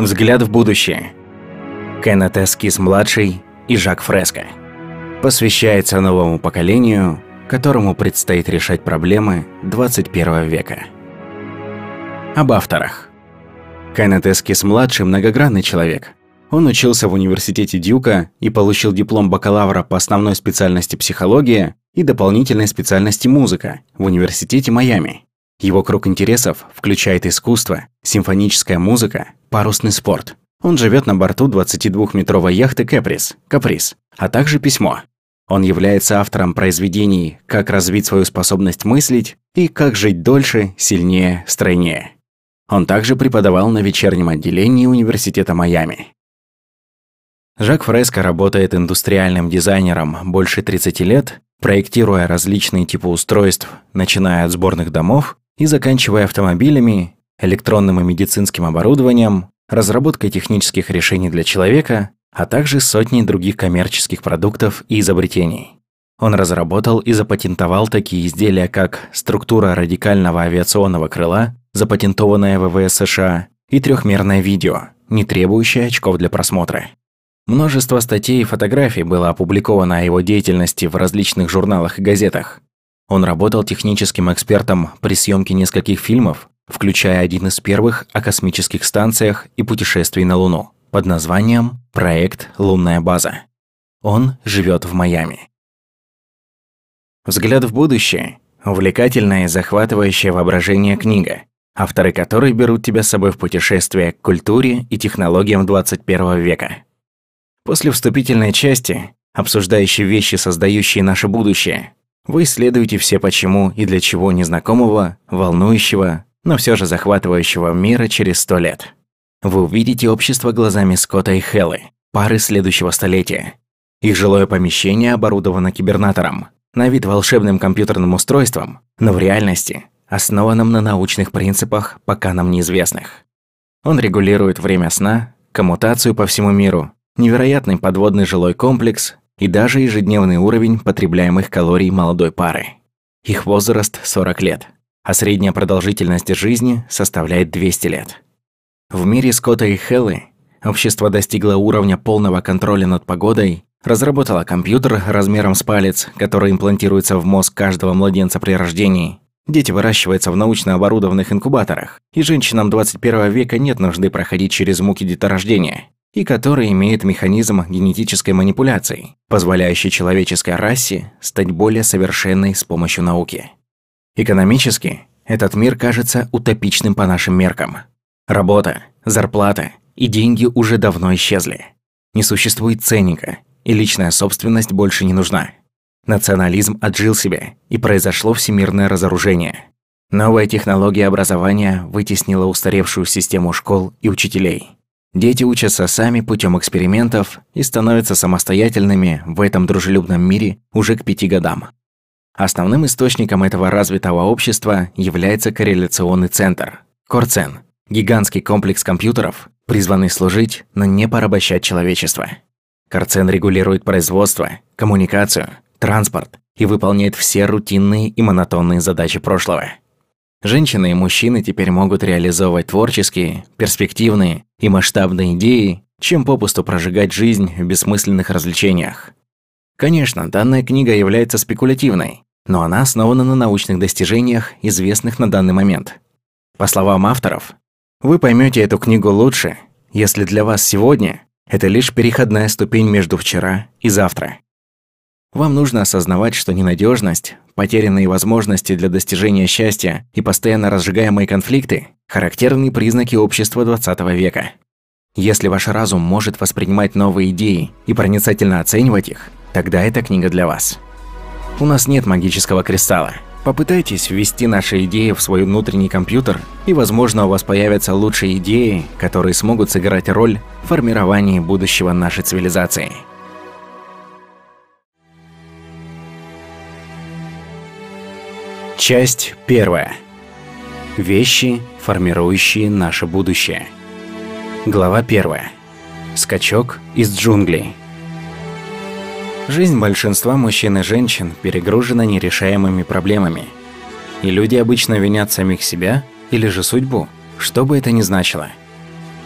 Взгляд в будущее. Кеннет Эскиз-младший и Жак Фреско. Посвящается новому поколению, которому предстоит решать проблемы 21 века. Об авторах. Кеннет Эскиз-младший – многогранный человек. Он учился в университете Дьюка и получил диплом бакалавра по основной специальности психология и дополнительной специальности музыка в университете Майами. Его круг интересов включает искусство, симфоническая музыка, парусный спорт. Он живет на борту 22-метровой яхты «Каприз», а также письмо. Он является автором произведений «Как развить свою способность мыслить» и «Как жить дольше, сильнее, стройнее». Он также преподавал на вечернем отделении университета Майами. Жак Фреско работает индустриальным дизайнером больше 30 лет, проектируя различные типы устройств, начиная от сборных домов и заканчивая автомобилями, электронным и медицинским оборудованием, разработкой технических решений для человека, а также сотней других коммерческих продуктов и изобретений. Он разработал и запатентовал такие изделия, как структура радикального авиационного крыла, запатентованная ВВС США, и трехмерное видео, не требующее очков для просмотра. Множество статей и фотографий было опубликовано о его деятельности в различных журналах и газетах. Он работал техническим экспертом при съемке нескольких фильмов, включая один из первых о космических станциях и путешествии на Луну под названием «Проект Лунная база». Он живет в Майами. Взгляд в будущее – увлекательная и захватывающая воображение книга, авторы которой берут тебя с собой в путешествие к культуре и технологиям 21 века. После вступительной части, обсуждающей вещи, создающие наше будущее, вы исследуете все почему и для чего незнакомого, волнующего, но все же захватывающего мира через 100 лет. Вы увидите общество глазами Скотта и Хеллы, пары следующего столетия. Их жилое помещение оборудовано кибернатором, на вид волшебным компьютерным устройством, но в реальности основанным на научных принципах, пока нам неизвестных. Он регулирует время сна, коммутацию по всему миру, невероятный подводный жилой комплекс и даже ежедневный уровень потребляемых калорий молодой пары. Их возраст 40 лет, а средняя продолжительность жизни составляет 200 лет. В мире Скотта и Хеллы общество достигло уровня полного контроля над погодой, разработало компьютер размером с палец, который имплантируется в мозг каждого младенца при рождении. Дети выращиваются в научно оборудованных инкубаторах, и женщинам 21 века нет нужды проходить через муки деторождения, и который имеет механизм генетической манипуляции, позволяющий человеческой расе стать более совершенной с помощью науки. Экономически этот мир кажется утопичным по нашим меркам. Работа, зарплата и деньги уже давно исчезли. Не существует ценника, и личная собственность больше не нужна. Национализм отжил себя, и произошло всемирное разоружение. Новая технология образования вытеснила устаревшую систему школ и учителей. Дети учатся сами путем экспериментов и становятся самостоятельными в этом дружелюбном мире уже к 5 годам. Основным источником этого развитого общества является корреляционный центр – Корцен, гигантский комплекс компьютеров, призванный служить, но не порабощать человечество. Корцен регулирует производство, коммуникацию, транспорт и выполняет все рутинные и монотонные задачи прошлого. Женщины и мужчины теперь могут реализовывать творческие, перспективные и масштабные идеи, чем попусту прожигать жизнь в бессмысленных развлечениях. Конечно, данная книга является спекулятивной, но она основана на научных достижениях, известных на данный момент. По словам авторов, вы поймете эту книгу лучше, если для вас сегодня это лишь переходная ступень между вчера и завтра. Вам нужно осознавать, что ненадежность, потерянные возможности для достижения счастья и постоянно разжигаемые конфликты – характерные признаки общества 20 века. Если ваш разум может воспринимать новые идеи и проницательно оценивать их, тогда эта книга для вас. У нас нет магического кристалла. Попытайтесь ввести наши идеи в свой внутренний компьютер, и, возможно, у вас появятся лучшие идеи, которые смогут сыграть роль в формировании будущего нашей цивилизации. Часть 1. Вещи, формирующие наше будущее. Глава 1. Скачок из джунглей. Жизнь большинства мужчин и женщин перегружена нерешаемыми проблемами. И люди обычно винят самих себя или же судьбу, что бы это ни значило.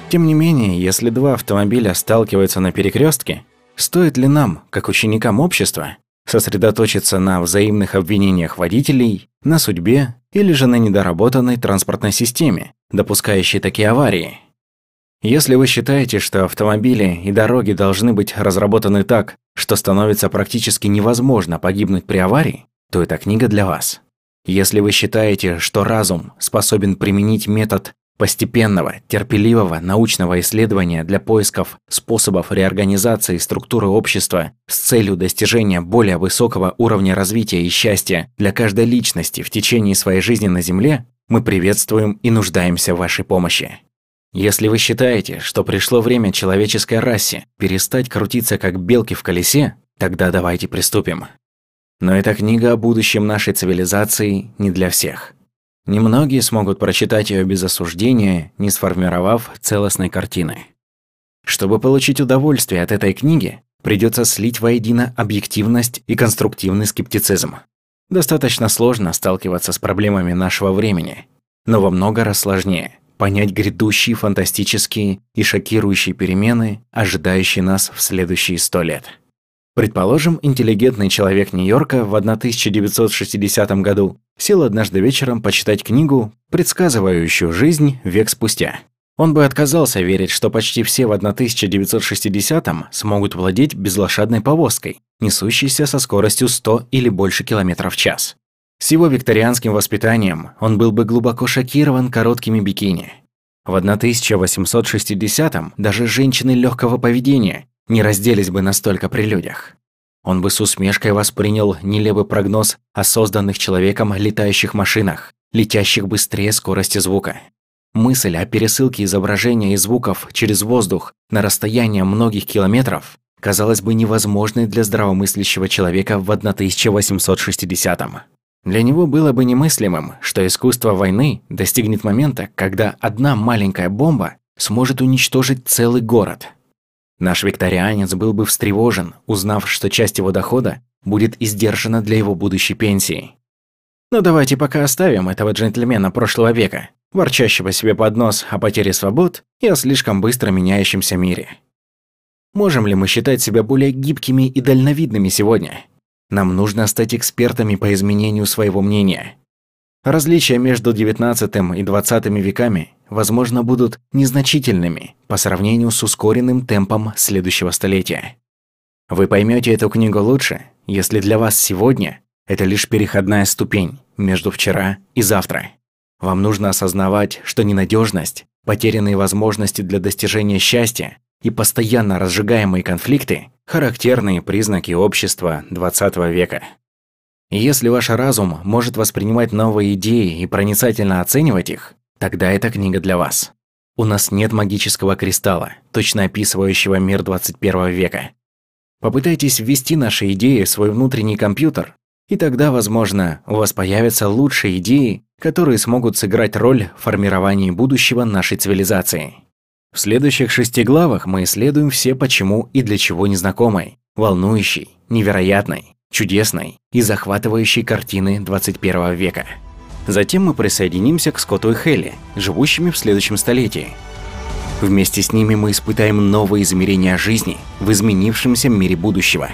Тем не менее, если два автомобиля сталкиваются на перекрестке, стоит ли нам, как ученикам общества, сосредоточиться на взаимных обвинениях водителей, на судьбе или же на недоработанной транспортной системе, допускающей такие аварии? Если вы считаете, что автомобили и дороги должны быть разработаны так, что становится практически невозможно погибнуть при аварии, то эта книга для вас. Если вы считаете, что разум способен применить метод постепенного, терпеливого научного исследования для поисков способов реорганизации структуры общества с целью достижения более высокого уровня развития и счастья для каждой личности в течение своей жизни на Земле, мы приветствуем и нуждаемся в вашей помощи. Если вы считаете, что пришло время человеческой расе перестать крутиться как белки в колесе, тогда давайте приступим. Но эта книга о будущем нашей цивилизации не для всех. Немногие смогут прочитать ее без осуждения, не сформировав целостной картины. Чтобы получить удовольствие от этой книги, придется слить воедино объективность и конструктивный скептицизм. Достаточно сложно сталкиваться с проблемами нашего времени, но во много раз сложнее понять грядущие фантастические и шокирующие перемены, ожидающие нас в следующие 100 лет. Предположим, интеллигентный человек Нью-Йорка в 1960 году сел однажды вечером почитать книгу, предсказывающую жизнь век спустя. Он бы отказался верить, что почти все в 1960-м смогут владеть безлошадной повозкой, несущейся со скоростью 100 или больше километров в час. С его викторианским воспитанием он был бы глубоко шокирован короткими бикини. В 1860-м даже женщины легкого поведения не разделись бы настолько при людях. Он бы с усмешкой воспринял нелепый прогноз о созданных человеком летающих машинах, летящих быстрее скорости звука. Мысль о пересылке изображения и звуков через воздух на расстояние многих километров казалась бы невозможной для здравомыслящего человека в 1860-м. Для него было бы немыслимым, что искусство войны достигнет момента, когда одна маленькая бомба сможет уничтожить целый город. Наш викторианец был бы встревожен, узнав, что часть его дохода будет издержана для его будущей пенсии. Но давайте пока оставим этого джентльмена прошлого века, ворчащего себе под нос о потере свобод и о слишком быстро меняющемся мире. Можем ли мы считать себя более гибкими и дальновидными сегодня? Нам нужно стать экспертами по изменению своего мнения. Различия между XIX и XX веками, возможно, будут незначительными по сравнению с ускоренным темпом следующего столетия. Вы поймете эту книгу лучше, если для вас сегодня это лишь переходная ступень между вчера и завтра. Вам нужно осознавать, что ненадежность, потерянные возможности для достижения счастья и постоянно разжигаемые конфликты – характерные признаки общества XX века. И если ваш разум может воспринимать новые идеи и проницательно оценивать их, тогда эта книга для вас. У нас нет магического кристалла, точно описывающего мир 21 века. Попытайтесь ввести наши идеи в свой внутренний компьютер, и тогда, возможно, у вас появятся лучшие идеи, которые смогут сыграть роль в формировании будущего нашей цивилизации. В следующих 6 главах мы исследуем все почему и для чего незнакомой, волнующей, невероятной, чудесной и захватывающей картины 21 века. Затем мы присоединимся к Скотту и Хелли, живущими в следующем столетии. Вместе с ними мы испытаем новые измерения жизни в изменившемся мире будущего.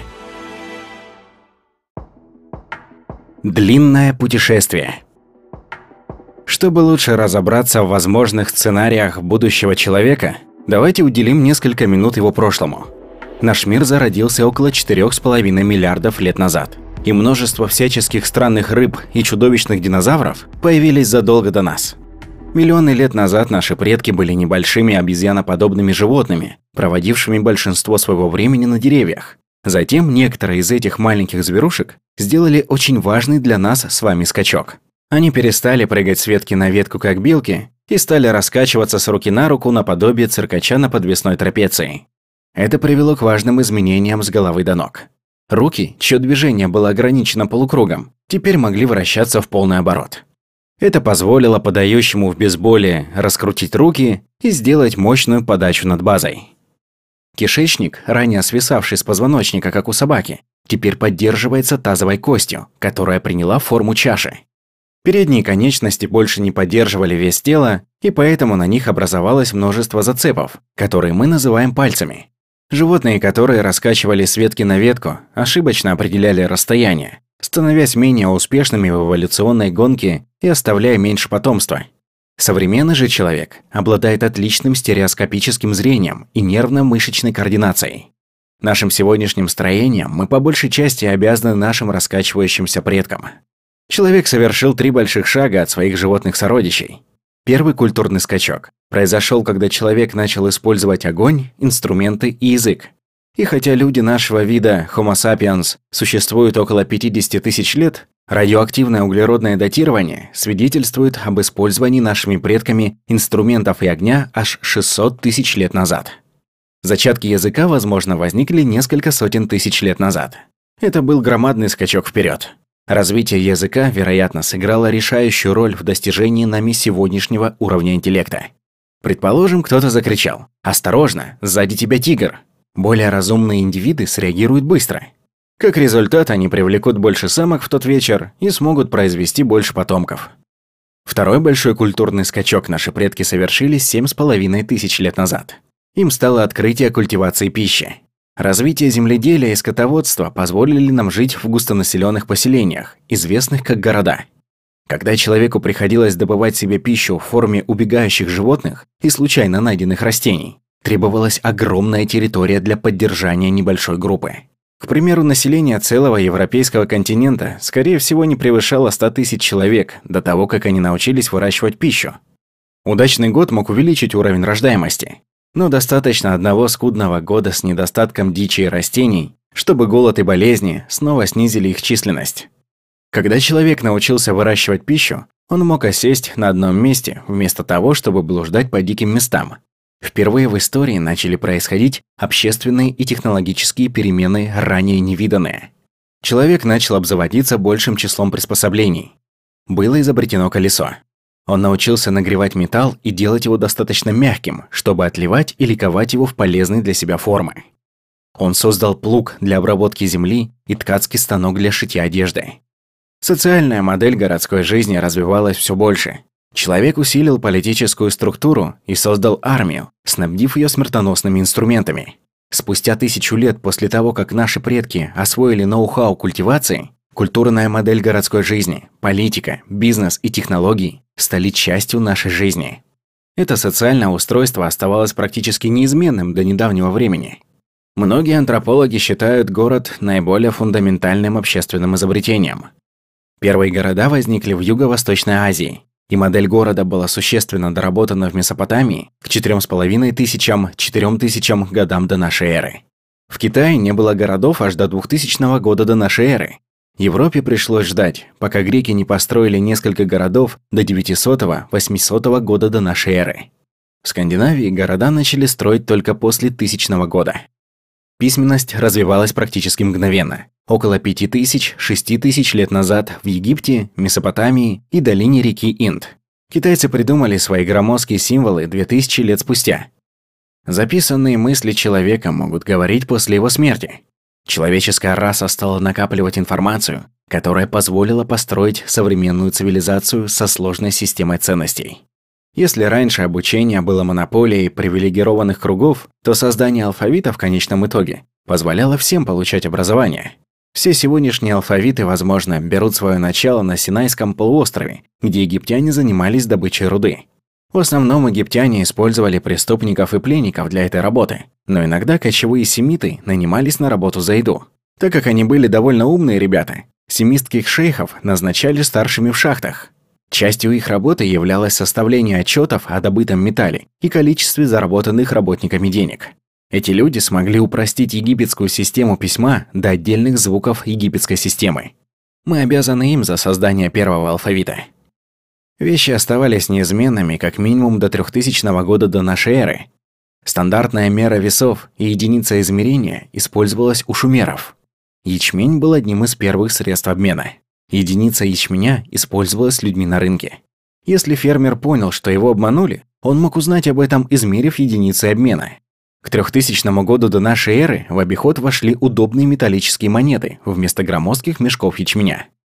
Длинное путешествие. Чтобы лучше разобраться в возможных сценариях будущего человека, давайте уделим несколько минут его прошлому. Наш мир зародился около 4,5 миллиардов лет назад, и множество всяческих странных рыб и чудовищных динозавров появились задолго до нас. Миллионы лет назад наши предки были небольшими обезьяноподобными животными, проводившими большинство своего времени на деревьях. Затем некоторые из этих маленьких зверушек сделали очень важный для нас с вами скачок. Они перестали прыгать с ветки на ветку, как белки, и стали раскачиваться с руки на руку наподобие циркача на подвесной трапеции. Это привело к важным изменениям с головы до ног. Руки, чье движение было ограничено полукругом, теперь могли вращаться в полный оборот. Это позволило подающему в бейсболе раскрутить руки и сделать мощную подачу над базой. Кишечник, ранее свисавший с позвоночника, как у собаки, теперь поддерживается тазовой костью, которая приняла форму чаши. Передние конечности больше не поддерживали вес тела, и поэтому на них образовалось множество зацепов, которые мы называем пальцами. Животные, которые раскачивали с ветки на ветку, ошибочно определяли расстояние, становясь менее успешными в эволюционной гонке и оставляя меньше потомства. Современный же человек обладает отличным стереоскопическим зрением и нервно-мышечной координацией. Нашим сегодняшним строением мы по большей части обязаны нашим раскачивающимся предкам. Человек совершил 3 больших шага от своих животных сородичей. Первый культурный скачок произошел, когда человек начал использовать огонь, инструменты и язык. И хотя люди нашего вида Homo sapiens существуют около 50 тысяч лет, радиоактивное углеродное датирование свидетельствует об использовании нашими предками инструментов и огня аж 600 тысяч лет назад. Зачатки языка, возможно, возникли несколько сотен тысяч лет назад. Это был громадный скачок вперед. Развитие языка, вероятно, сыграло решающую роль в достижении нами сегодняшнего уровня интеллекта. Предположим, кто-то закричал: «Осторожно, сзади тебя тигр!» Более разумные индивиды среагируют быстро. Как результат, они привлекут больше самок в тот вечер и смогут произвести больше потомков. Второй большой культурный скачок наши предки совершили 7,5 тысяч лет назад. Им стало открытие культивации пищи. Развитие земледелия и скотоводства позволили нам жить в густонаселенных поселениях, известных как города. Когда человеку приходилось добывать себе пищу в форме убегающих животных и случайно найденных растений, требовалась огромная территория для поддержания небольшой группы. К примеру, население целого европейского континента, скорее всего, не превышало 100 тысяч человек до того, как они научились выращивать пищу. Удачный год мог увеличить уровень рождаемости. Но достаточно одного скудного года с недостатком дичи и растений, чтобы голод и болезни снова снизили их численность. Когда человек научился выращивать пищу, он мог осесть на одном месте, вместо того, чтобы блуждать по диким местам. Впервые в истории начали происходить общественные и технологические перемены, ранее невиданные. Человек начал обзаводиться большим числом приспособлений. Было изобретено колесо. Он научился нагревать металл и делать его достаточно мягким, чтобы отливать или ковать его в полезной для себя формы. Он создал плуг для обработки земли и ткацкий станок для шитья одежды. Социальная модель городской жизни развивалась все больше. Человек усилил политическую структуру и создал армию, снабдив ее смертоносными инструментами. Спустя 1000 лет после того, как наши предки освоили ноу-хау культивации, культурная модель городской жизни, политика, бизнес и технологии стали частью нашей жизни. Это социальное устройство оставалось практически неизменным до недавнего времени. Многие антропологи считают город наиболее фундаментальным общественным изобретением. Первые города возникли в Юго-Восточной Азии, и модель города была существенно доработана в Месопотамии к 4500–4000 годам до нашей эры. В Китае не было городов аж до 2000 года до нашей эры. Европе пришлось ждать, пока греки не построили несколько городов до 900–800 года до нашей эры. В Скандинавии города начали строить только после 1000 года. Письменность развивалась практически мгновенно. Около 5000–6000 лет назад в Египте, Месопотамии и долине реки Инд. Китайцы придумали свои громоздкие символы 2000 лет спустя. Записанные мысли человека могут говорить после его смерти. Человеческая раса стала накапливать информацию, которая позволила построить современную цивилизацию со сложной системой ценностей. Если раньше обучение было монополией привилегированных кругов, то создание алфавита в конечном итоге позволяло всем получать образование. Все сегодняшние алфавиты, возможно, берут свое начало на Синайском полуострове, где египтяне занимались добычей руды. В основном египтяне использовали преступников и пленников для этой работы, но иногда кочевые семиты нанимались на работу за еду. Так как они были довольно умные ребята, семитских шейхов назначали старшими в шахтах. Частью их работы являлось составление отчетов о добытом металле и количестве заработанных работниками денег. Эти люди смогли упростить египетскую систему письма до отдельных звуков египетской системы. Мы обязаны им за создание первого алфавита. Вещи оставались неизменными как минимум до 3000 года до нашей эры. Стандартная мера весов и единица измерения использовалась у шумеров. Ячмень был одним из первых средств обмена. Единица ячменя использовалась людьми на рынке. Если фермер понял, что его обманули, он мог узнать об этом, измерив единицы обмена. К 3000 году до нашей эры в обиход вошли удобные металлические монеты вместо громоздких мешков ячменя.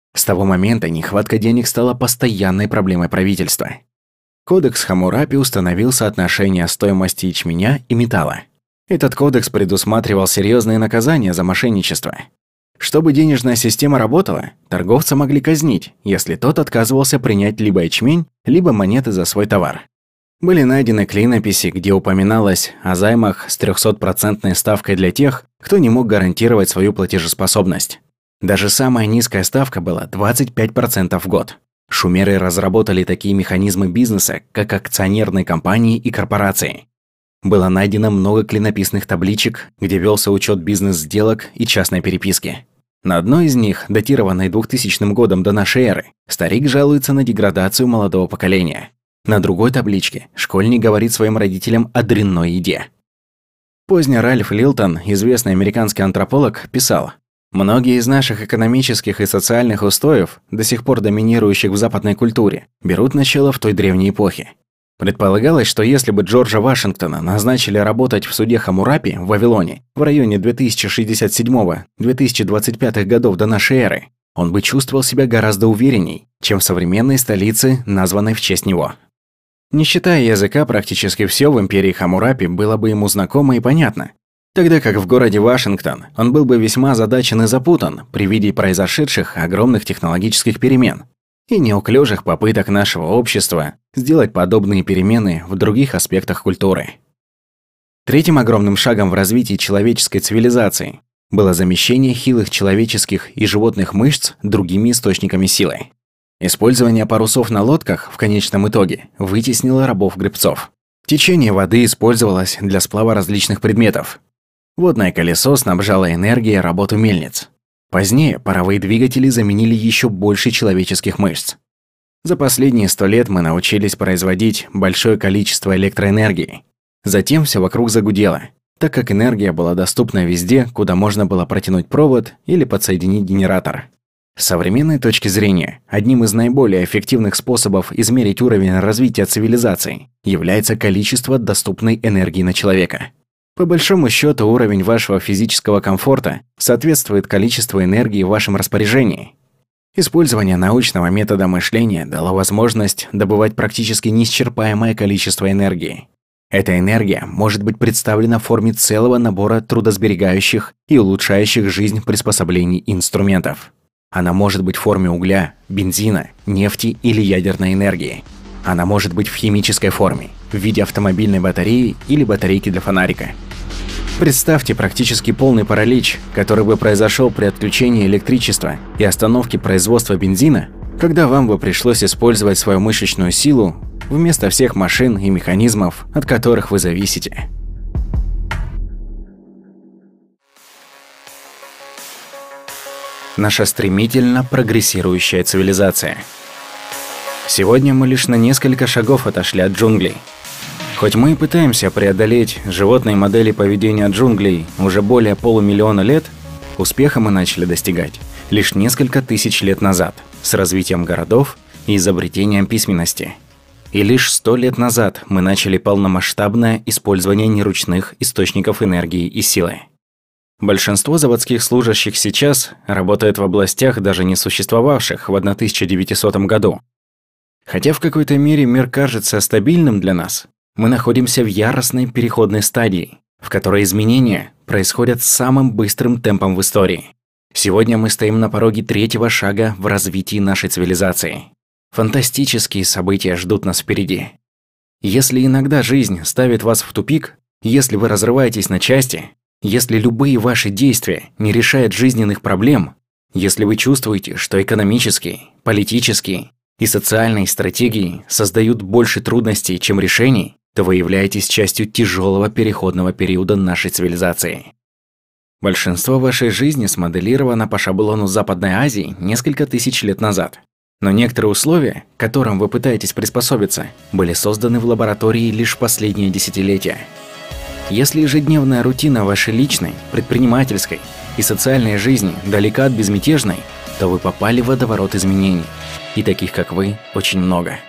С того момента нехватка денег стала постоянной проблемой правительства. Кодекс Хаммурапи установил соотношение стоимости ячменя и металла. Этот кодекс предусматривал серьезные наказания за мошенничество. Чтобы денежная система работала, торговца могли казнить, если тот отказывался принять либо ячмень, либо монеты за свой товар. Были найдены клинописи, где упоминалось о займах с 300% ставкой для тех, кто не мог гарантировать свою платежеспособность. Даже самая низкая ставка была 25% в год. Шумеры разработали такие механизмы бизнеса, как акционерные компании и корпорации. Было найдено много клинописных табличек, где велся учет бизнес-сделок и частной переписки. На одной из них, датированной 2000 годом до нашей эры, старик жалуется на деградацию молодого поколения. На другой табличке школьник говорит своим родителям о дрянной еде. Поздний Ральф Лилтон, известный американский антрополог, писал: «Многие из наших экономических и социальных устоев, до сих пор доминирующих в западной культуре, берут начало в той древней эпохе. Предполагалось, что если бы Джорджа Вашингтона назначили работать в суде Хаммурапи в Вавилоне в районе 2067-2025 годов до нашей эры, он бы чувствовал себя гораздо уверенней, чем в современной столице, названной в честь него». Не считая языка, практически все в империи Хаммурапи было бы ему знакомо и понятно. Тогда как в городе Вашингтон он был бы весьма озадачен и запутан при виде произошедших огромных технологических перемен и неуклюжих попыток нашего общества сделать подобные перемены в других аспектах культуры. Третьим огромным шагом в развитии человеческой цивилизации было замещение хилых человеческих и животных мышц другими источниками силы. Использование парусов на лодках в конечном итоге вытеснило рабов-гребцов. Течение воды использовалось для сплава различных предметов. Водное колесо снабжало энергией работу мельниц. Позднее паровые двигатели заменили еще больше человеческих мышц. За последние 100 лет мы научились производить большое количество электроэнергии. Затем все вокруг загудело, так как энергия была доступна везде, куда можно было протянуть провод или подсоединить генератор. С современной точки зрения, одним из наиболее эффективных способов измерить уровень развития цивилизации является количество доступной энергии на человека. По большому счету, уровень вашего физического комфорта соответствует количеству энергии в вашем распоряжении. Использование научного метода мышления дало возможность добывать практически неисчерпаемое количество энергии. Эта энергия может быть представлена в форме целого набора трудосберегающих и улучшающих жизнь приспособлений и инструментов. Она может быть в форме угля, бензина, нефти или ядерной энергии. Она может быть в химической форме, в виде автомобильной батареи или батарейки для фонарика. Представьте практически полный паралич, который бы произошел при отключении электричества и остановке производства бензина, когда вам бы пришлось использовать свою мышечную силу вместо всех машин и механизмов, от которых вы зависите. Наша стремительно прогрессирующая цивилизация. Сегодня мы лишь на несколько шагов отошли от джунглей. Хоть мы и пытаемся преодолеть животные модели поведения джунглей уже более полумиллиона лет, успеха мы начали достигать лишь несколько тысяч лет назад с развитием городов и изобретением письменности. И лишь 100 лет назад мы начали полномасштабное использование неручных источников энергии и силы. Большинство заводских служащих сейчас работают в областях, даже не существовавших в 1900 году. Хотя в какой-то мере мир кажется стабильным для нас, мы находимся в яростной переходной стадии, в которой изменения происходят самым быстрым темпом в истории. Сегодня мы стоим на пороге третьего шага в развитии нашей цивилизации. Фантастические события ждут нас впереди. Если иногда жизнь ставит вас в тупик, если вы разрываетесь на части, если любые ваши действия не решают жизненных проблем, если вы чувствуете, что экономические, политические и социальные стратегии создают больше трудностей, чем решений, то вы являетесь частью тяжелого переходного периода нашей цивилизации. Большинство вашей жизни смоделировано по шаблону Западной Азии несколько тысяч лет назад. Но некоторые условия, к которым вы пытаетесь приспособиться, были созданы в лаборатории лишь в последние десятилетия. Если ежедневная рутина вашей личной, предпринимательской и социальной жизни далека от безмятежной, то вы попали в водоворот изменений. И таких, как вы, очень много.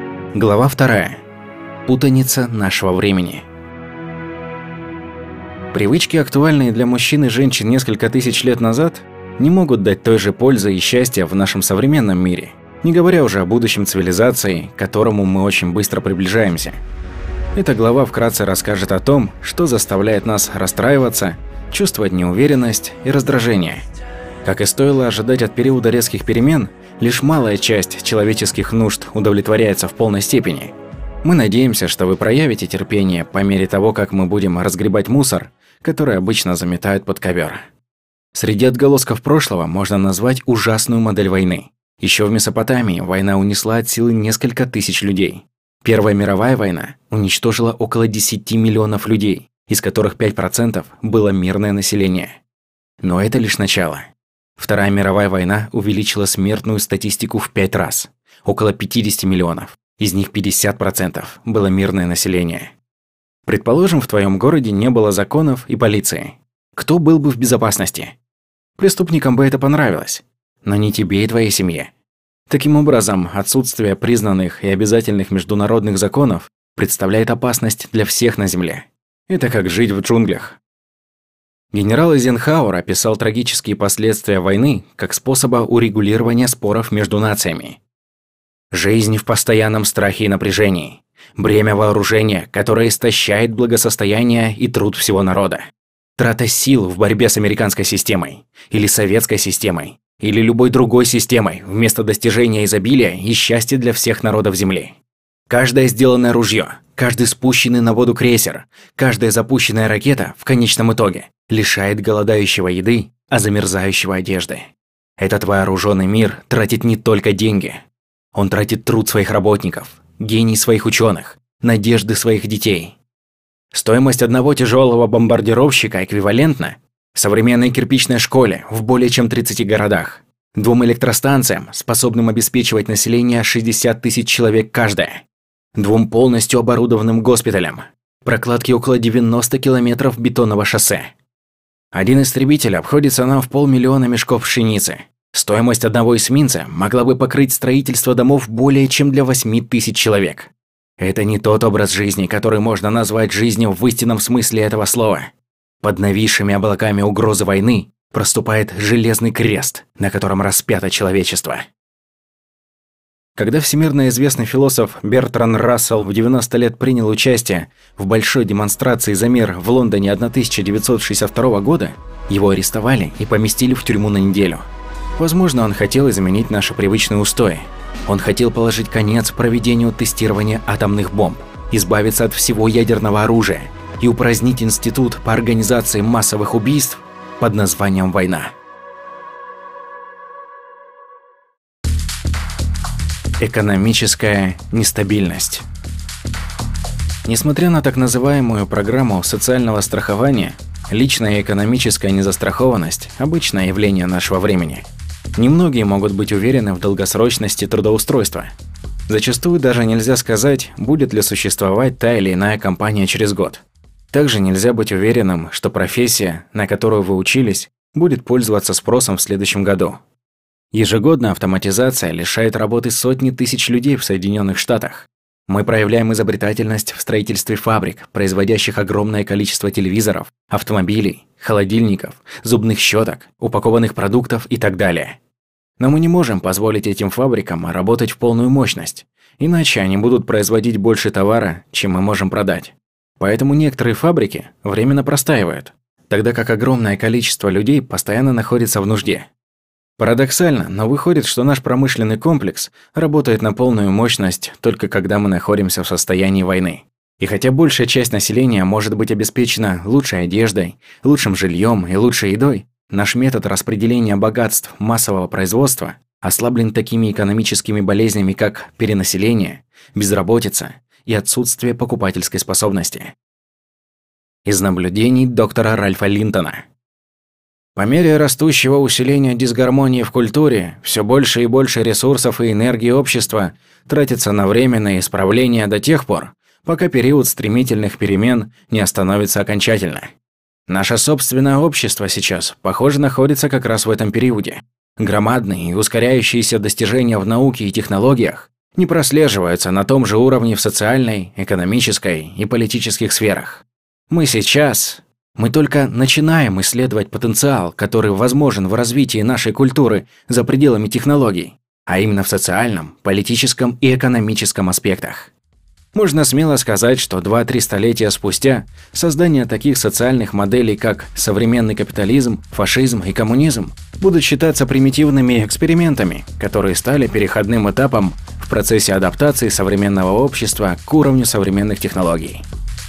Глава 2. Путаница нашего времени. Привычки, актуальные для мужчин и женщин несколько тысяч лет назад, не могут дать той же пользы и счастья в нашем современном мире, не говоря уже о будущем цивилизации, к которому мы очень быстро приближаемся. Эта глава вкратце расскажет о том, что заставляет нас расстраиваться, чувствовать неуверенность и раздражение. Как и стоило ожидать от периода резких перемен, лишь малая часть человеческих нужд удовлетворяется в полной степени. Мы надеемся, что вы проявите терпение по мере того, как мы будем разгребать мусор, который обычно заметают под ковер. Среди отголосков прошлого можно назвать ужасную модель войны. Еще в Месопотамии война унесла от силы несколько тысяч людей. Первая мировая война уничтожила около 10 миллионов людей, из которых 5% было мирное население. Но это лишь начало. Вторая мировая война увеличила смертную статистику в 5 раз. Около 50 миллионов. Из них 50% было мирное население. Предположим, в твоем городе не было законов и полиции. Кто был бы в безопасности? Преступникам бы это понравилось. Но не тебе и твоей семье. Таким образом, отсутствие признанных и обязательных международных законов представляет опасность для всех на Земле. Это как жить в джунглях. Генерал Эйзенхауэр описал трагические последствия войны как способа урегулирования споров между нациями. Жизнь в постоянном страхе и напряжении. Бремя вооружения, которое истощает благосостояние и труд всего народа. Трата сил в борьбе с американской системой. Или советской системой. Или любой другой системой вместо достижения изобилия и счастья для всех народов Земли. Каждое сделанное ружье, каждый спущенный на воду крейсер, каждая запущенная ракета в конечном итоге лишает голодающего еды, а замерзающего одежды. Этот вооруженный мир тратит не только деньги. Он тратит труд своих работников, гений своих ученых, надежды своих детей. Стоимость одного тяжелого бомбардировщика эквивалентна современной кирпичной школе в более чем 30 городах, 2 электростанциям, способным обеспечивать население 60 тысяч человек каждая, 2 полностью оборудованным госпиталям, прокладке около 90 километров бетонного шоссе. Один истребитель обходится нам в 500 000 мешков пшеницы. Стоимость одного эсминца могла бы покрыть строительство домов более чем для 8 тысяч человек. Это не тот образ жизни, который можно назвать жизнью в истинном смысле этого слова. Под нависшими облаками угрозы войны проступает железный крест, на котором распято человечество. Когда всемирно известный философ Бертран Рассел в 90 лет принял участие в большой демонстрации за мир в Лондоне 1962 года, его арестовали и поместили в тюрьму на неделю. Возможно, он хотел изменить наши привычные устои. Он хотел положить конец проведению тестирования атомных бомб, избавиться от всего ядерного оружия и упразднить институт по организации массовых убийств под названием «Война». Экономическая нестабильность. Несмотря на так называемую программу социального страхования, личная и экономическая незастрахованность – обычное явление нашего времени. Немногие могут быть уверены в долгосрочности трудоустройства. Зачастую даже нельзя сказать, будет ли существовать та или иная компания через год. Также нельзя быть уверенным, что профессия, на которую вы учились, будет пользоваться спросом в следующем году. Ежегодно автоматизация лишает работы сотни тысяч людей в Соединенных Штатах. Мы проявляем изобретательность в строительстве фабрик, производящих огромное количество телевизоров, автомобилей, холодильников, зубных щеток, упакованных продуктов и так далее. Но мы не можем позволить этим фабрикам работать в полную мощность, иначе они будут производить больше товара, чем мы можем продать. Поэтому некоторые фабрики временно простаивают, тогда как огромное количество людей постоянно находится в нужде. Парадоксально, но выходит, что наш промышленный комплекс работает на полную мощность только когда мы находимся в состоянии войны. И хотя большая часть населения может быть обеспечена лучшей одеждой, лучшим жильем и лучшей едой, наш метод распределения богатств массового производства ослаблен такими экономическими болезнями, как перенаселение, безработица и отсутствие покупательской способности. Из наблюдений доктора Ральфа Линтона. По мере растущего усиления дисгармонии в культуре, все больше и больше ресурсов и энергии общества тратится на временное исправление до тех пор, пока период стремительных перемен не остановится окончательно. Наше собственное общество сейчас, похоже, находится как раз в этом периоде. Громадные и ускоряющиеся достижения в науке и технологиях не прослеживаются на том же уровне в социальной, экономической и политических сферах. Мы сейчас Мы только начинаем исследовать потенциал, который возможен в развитии нашей культуры за пределами технологий, а именно в социальном, политическом и экономическом аспектах. Можно смело сказать, что 2-3 столетия спустя создание таких социальных моделей, как современный капитализм, фашизм и коммунизм, будут считаться примитивными экспериментами, которые стали переходным этапом в процессе адаптации современного общества к уровню современных технологий.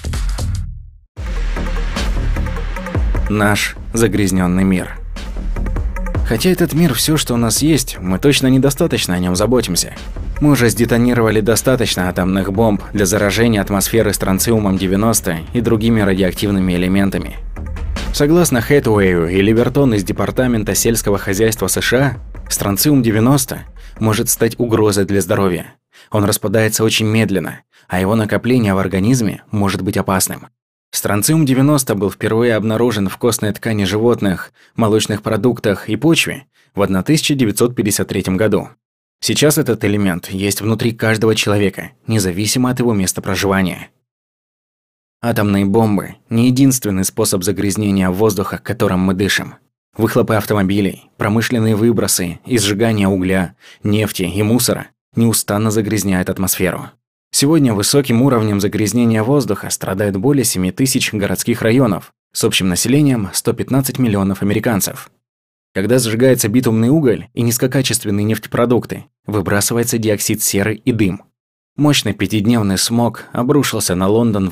Наш загрязненный мир. Хотя этот мир все, что у нас есть, мы точно недостаточно о нем заботимся. Мы уже сдетонировали достаточно атомных бомб для заражения атмосферы стронциумом-90 и другими радиоактивными элементами. Согласно Хэтэуэю и Ливертон из Департамента сельского хозяйства США, стронциум-90 может стать угрозой для здоровья. Он распадается очень медленно, а его накопление в организме может быть опасным. Стронциум-90 был впервые обнаружен в костной ткани животных, молочных продуктах и почве в 1953 году. Сейчас этот элемент есть внутри каждого человека, независимо от его места проживания. Атомные бомбы – не единственный способ загрязнения воздуха, которым мы дышим. Выхлопы автомобилей, промышленные выбросы и сжигание угля, нефти и мусора неустанно загрязняют атмосферу. Сегодня высоким уровнем загрязнения воздуха страдают более 7 тысяч городских районов с общим населением 115 миллионов американцев. Когда сжигается битумный уголь и низкокачественные нефтепродукты, выбрасывается диоксид серы и дым. Мощный пятидневный смог обрушился на Лондон в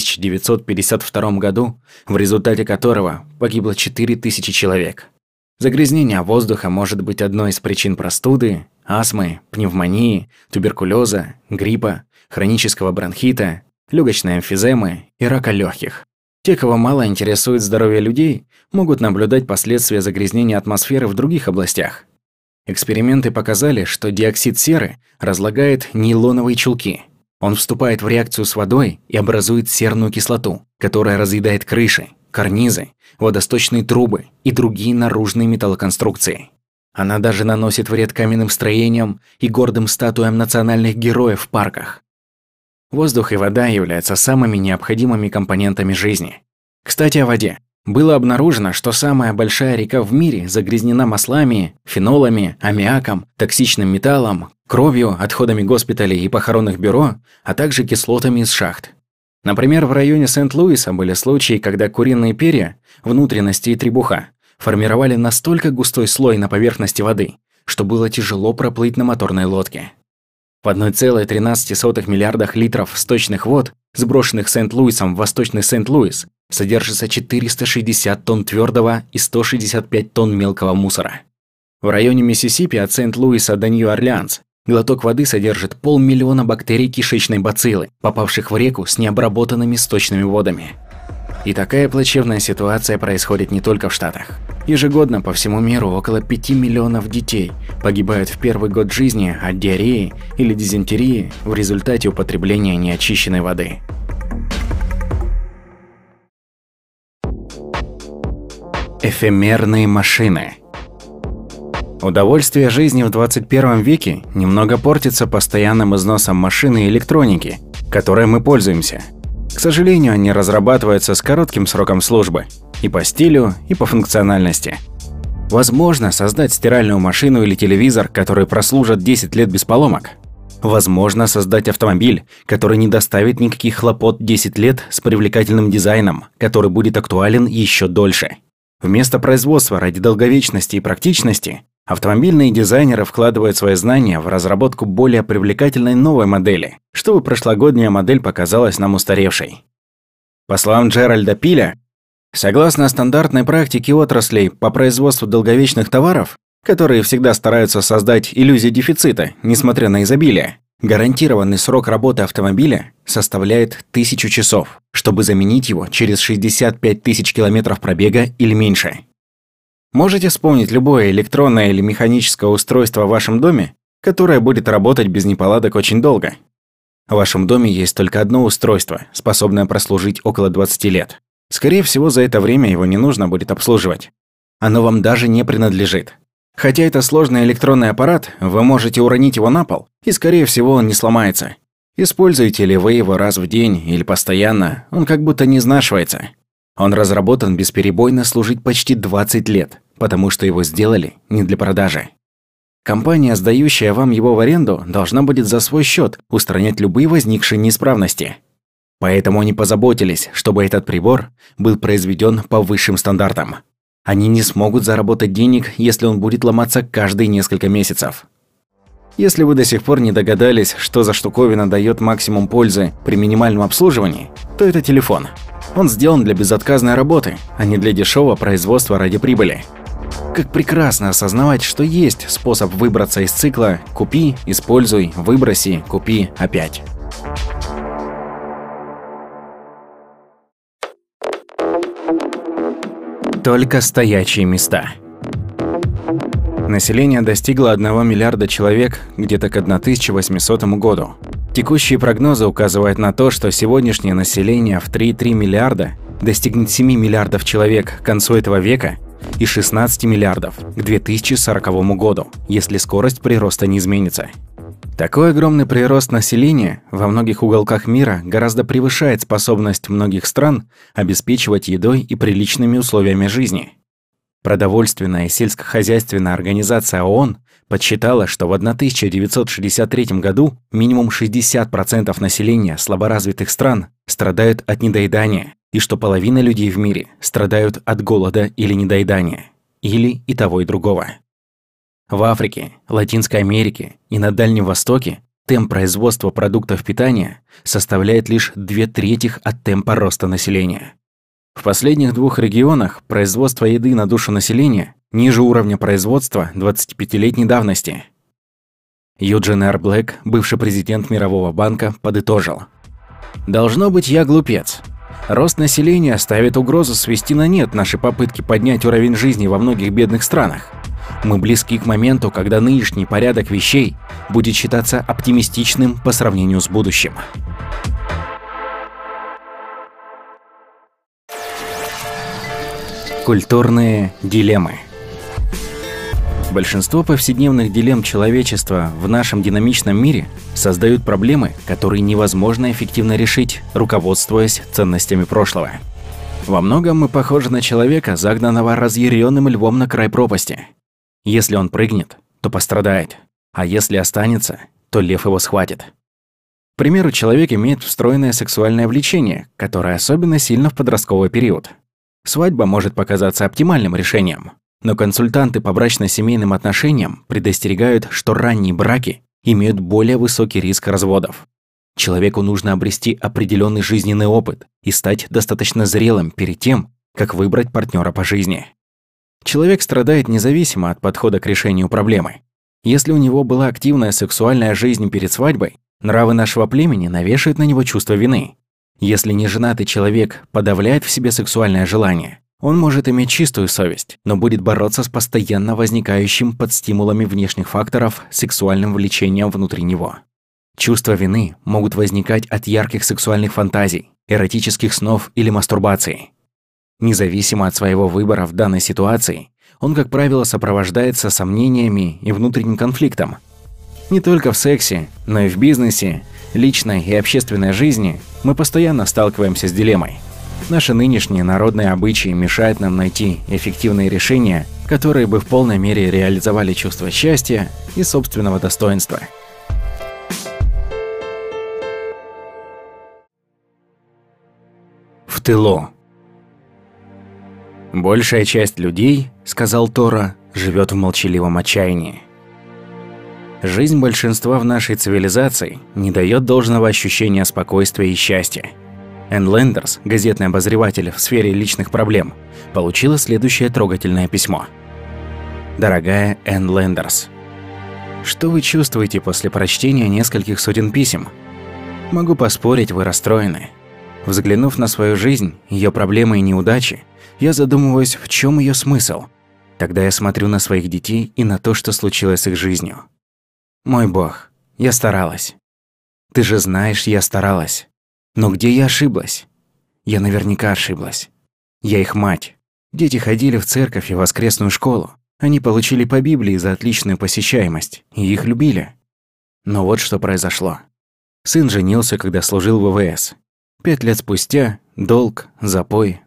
1952 году, в результате которого погибло 4000 человек. Загрязнение воздуха может быть одной из причин простуды, астмы, пневмонии, туберкулеза, гриппа, хронического бронхита, легочной эмфиземы и рака легких. Те, кого мало интересует здоровье людей, могут наблюдать последствия загрязнения атмосферы в других областях. Эксперименты показали, что диоксид серы разлагает нейлоновые чулки. Он вступает в реакцию с водой и образует серную кислоту, которая разъедает крыши, карнизы, водосточные трубы и другие наружные металлоконструкции. Она даже наносит вред каменным строениям и гордым статуям национальных героев в парках. Воздух и вода являются самыми необходимыми компонентами жизни. Кстати, о воде. Было обнаружено, что самая большая река в мире загрязнена маслами, фенолами, аммиаком, токсичным металлом, кровью, отходами госпиталей и похоронных бюро, а также кислотами из шахт. Например, в районе Сент-Луиса были случаи, когда куриные перья, внутренности и требуха формировали настолько густой слой на поверхности воды, что было тяжело проплыть на моторной лодке. В 1,13 миллиардах литров сточных вод, сброшенных Сент-Луисом в Восточный Сент-Луис, содержится 460 тонн твердого и 165 тонн мелкого мусора. В районе Миссисипи от Сент-Луиса до Нью-Орлеанс глоток воды содержит 500 000 бактерий кишечной бациллы, попавших в реку с необработанными сточными водами. И такая плачевная ситуация происходит не только в Штатах. Ежегодно по всему миру около 5 миллионов детей погибают в первый год жизни от диареи или дизентерии в результате употребления неочищенной воды. Эфемерные машины. Удовольствие жизни в 21 веке немного портится постоянным износом машины и электроники, которой мы пользуемся. К сожалению, они разрабатываются с коротким сроком службы и по стилю, и по функциональности. Возможно создать стиральную машину или телевизор, которые прослужат 10 лет без поломок. Возможно создать автомобиль, который не доставит никаких хлопот 10 лет с привлекательным дизайном, который будет актуален еще дольше. Вместо производства ради долговечности и практичности, автомобильные дизайнеры вкладывают свои знания в разработку более привлекательной новой модели, чтобы прошлогодняя модель показалась нам устаревшей. По словам Джеральда Пиля, согласно стандартной практике отраслей по производству долговечных товаров, которые всегда стараются создать иллюзию дефицита, несмотря на изобилие, гарантированный срок работы автомобиля составляет 1000 часов, чтобы заменить его через 65 тысяч километров пробега или меньше. Можете вспомнить любое электронное или механическое устройство в вашем доме, которое будет работать без неполадок очень долго? В вашем доме есть только одно устройство, способное прослужить около 20 лет. Скорее всего, за это время его не нужно будет обслуживать. Оно вам даже не принадлежит. Хотя это сложный электронный аппарат, вы можете уронить его на пол, и скорее всего он не сломается. Используете ли вы его раз в день или постоянно, он как будто не изнашивается. Он разработан бесперебойно служить почти 20 лет, потому что его сделали не для продажи. Компания, сдающая вам его в аренду, должна будет за свой счет устранять любые возникшие неисправности. Поэтому они позаботились, чтобы этот прибор был произведен по высшим стандартам. Они не смогут заработать денег, если он будет ломаться каждые несколько месяцев. Если вы до сих пор не догадались, что за штуковина дает максимум пользы при минимальном обслуживании, то это телефон. Он сделан для безотказной работы, а не для дешевого производства ради прибыли. Как прекрасно осознавать, что есть способ выбраться из цикла «купи, используй, выброси, купи, опять». Только стоячие места. Население достигло 1 миллиарда человек где-то к 1800 году. Текущие прогнозы указывают на то, что сегодняшнее население в 3,3 миллиарда достигнет 7 миллиардов человек к концу этого века и 16 миллиардов к 2040 году, если скорость прироста не изменится. Такой огромный прирост населения во многих уголках мира гораздо превышает способность многих стран обеспечивать едой и приличными условиями жизни. Продовольственная и сельскохозяйственная организация ООН подсчитала, что в 1963 году минимум 60% населения слаборазвитых стран страдают от недоедания, и что половина людей в мире страдают от голода или недоедания, или и того, и другого. В Африке, Латинской Америке и на Дальнем Востоке темп производства продуктов питания составляет лишь 2/3 от темпа роста населения. В последних 2 регионах производство еды на душу населения ниже уровня производства 25-летней давности. Юджин Р. Блэк, бывший президент Мирового банка, подытожил: «Должно быть, я глупец. Рост населения ставит угрозу свести на нет наши попытки поднять уровень жизни во многих бедных странах. Мы близки к моменту, когда нынешний порядок вещей будет считаться оптимистичным по сравнению с будущим». Культурные дилеммы. Большинство повседневных дилемм человечества в нашем динамичном мире создают проблемы, которые невозможно эффективно решить, руководствуясь ценностями прошлого. Во многом мы похожи на человека, загнанного разъяренным львом на край пропасти. Если он прыгнет, то пострадает, а если останется, то лев его схватит. К примеру, человек имеет встроенное сексуальное влечение, которое особенно сильно в подростковый период. Свадьба может показаться оптимальным решением, но консультанты по брачно-семейным отношениям предостерегают, что ранние браки имеют более высокий риск разводов. Человеку нужно обрести определенный жизненный опыт и стать достаточно зрелым перед тем, как выбрать партнера по жизни. Человек страдает независимо от подхода к решению проблемы. Если у него была активная сексуальная жизнь перед свадьбой, нравы нашего племени навешают на него чувство вины. Если неженатый человек подавляет в себе сексуальное желание, он может иметь чистую совесть, но будет бороться с постоянно возникающим под стимулами внешних факторов сексуальным влечением внутри него. Чувства вины могут возникать от ярких сексуальных фантазий, эротических снов или мастурбации. Независимо от своего выбора в данной ситуации, он, как правило, сопровождается сомнениями и внутренним конфликтом. Не только в сексе, но и в бизнесе, личной и общественной жизни мы постоянно сталкиваемся с дилеммой. Наши нынешние народные обычаи мешают нам найти эффективные решения, которые бы в полной мере реализовали чувство счастья и собственного достоинства. В тылу. Большая часть людей, сказал Тора, живет в молчаливом отчаянии. Жизнь большинства в нашей цивилизации не дает должного ощущения спокойствия и счастья. Энн Лендерс, газетный обозреватель в сфере личных проблем, получила следующее трогательное письмо. Дорогая Энн Лендерс, что вы чувствуете после прочтения нескольких сотен писем? Могу поспорить, вы расстроены. Взглянув на свою жизнь, ее проблемы и неудачи, я задумываюсь, в чем ее смысл. Тогда я смотрю на своих детей и на то, что случилось с их жизнью. Мой Бог, я старалась. Ты же знаешь, я старалась. Но где я ошиблась? Я наверняка ошиблась. Я их мать. Дети ходили в церковь и воскресную школу. Они получили по Библии за отличную посещаемость, и их любили. Но вот что произошло. Сын женился, когда служил в ВВС. 5 лет спустя – долг, запой,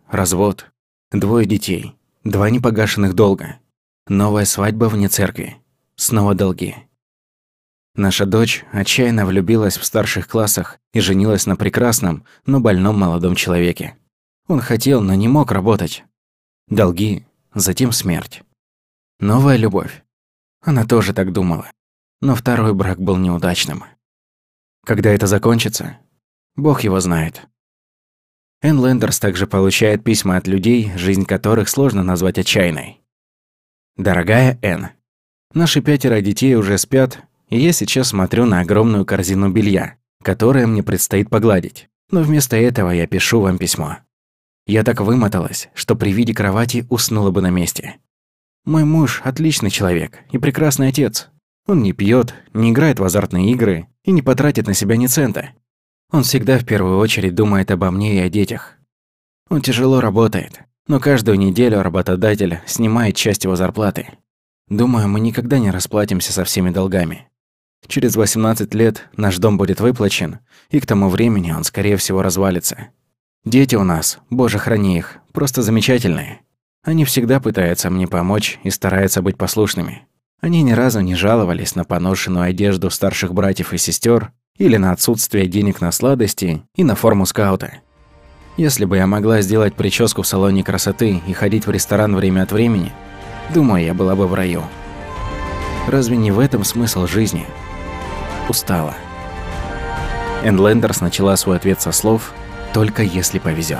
развод, 2 детей, 2 непогашенных долга, новая свадьба вне церкви, снова долги. Наша дочь отчаянно влюбилась в старших классах и женилась на прекрасном, но больном молодом человеке. Он хотел, но не мог работать. Долги, затем смерть. Новая любовь. Она тоже так думала. Но второй брак был неудачным. Когда это закончится, Бог его знает. Энн Лендерс также получает письма от людей, жизнь которых сложно назвать отчаянной. «Дорогая Энн, наши 5 детей уже спят, и я сейчас смотрю на огромную корзину белья, которое мне предстоит погладить, но вместо этого я пишу вам письмо. Я так вымоталась, что при виде кровати уснула бы на месте. Мой муж – отличный человек и прекрасный отец. Он не пьет, не играет в азартные игры и не потратит на себя ни цента. Он всегда в первую очередь думает обо мне и о детях. Он тяжело работает, но каждую неделю работодатель снимает часть его зарплаты. Думаю, мы никогда не расплатимся со всеми долгами. Через 18 лет наш дом будет выплачен, и к тому времени он, скорее всего, развалится. Дети у нас, боже храни их, просто замечательные. Они всегда пытаются мне помочь и стараются быть послушными. Они ни разу не жаловались на поношенную одежду старших братьев и сестер или на отсутствие денег на сладости и на форму скаута. Если бы я могла сделать прическу в салоне красоты и ходить в ресторан время от времени, думаю, я была бы в раю. Разве не в этом смысл жизни? Устала. Энн Лендерс начала свой ответ со слов «только если повезет».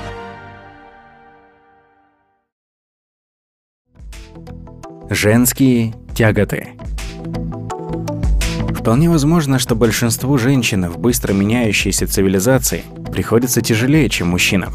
Женские тяготы. Вполне возможно, что большинству женщин в быстро меняющейся цивилизации приходится тяжелее, чем мужчинам.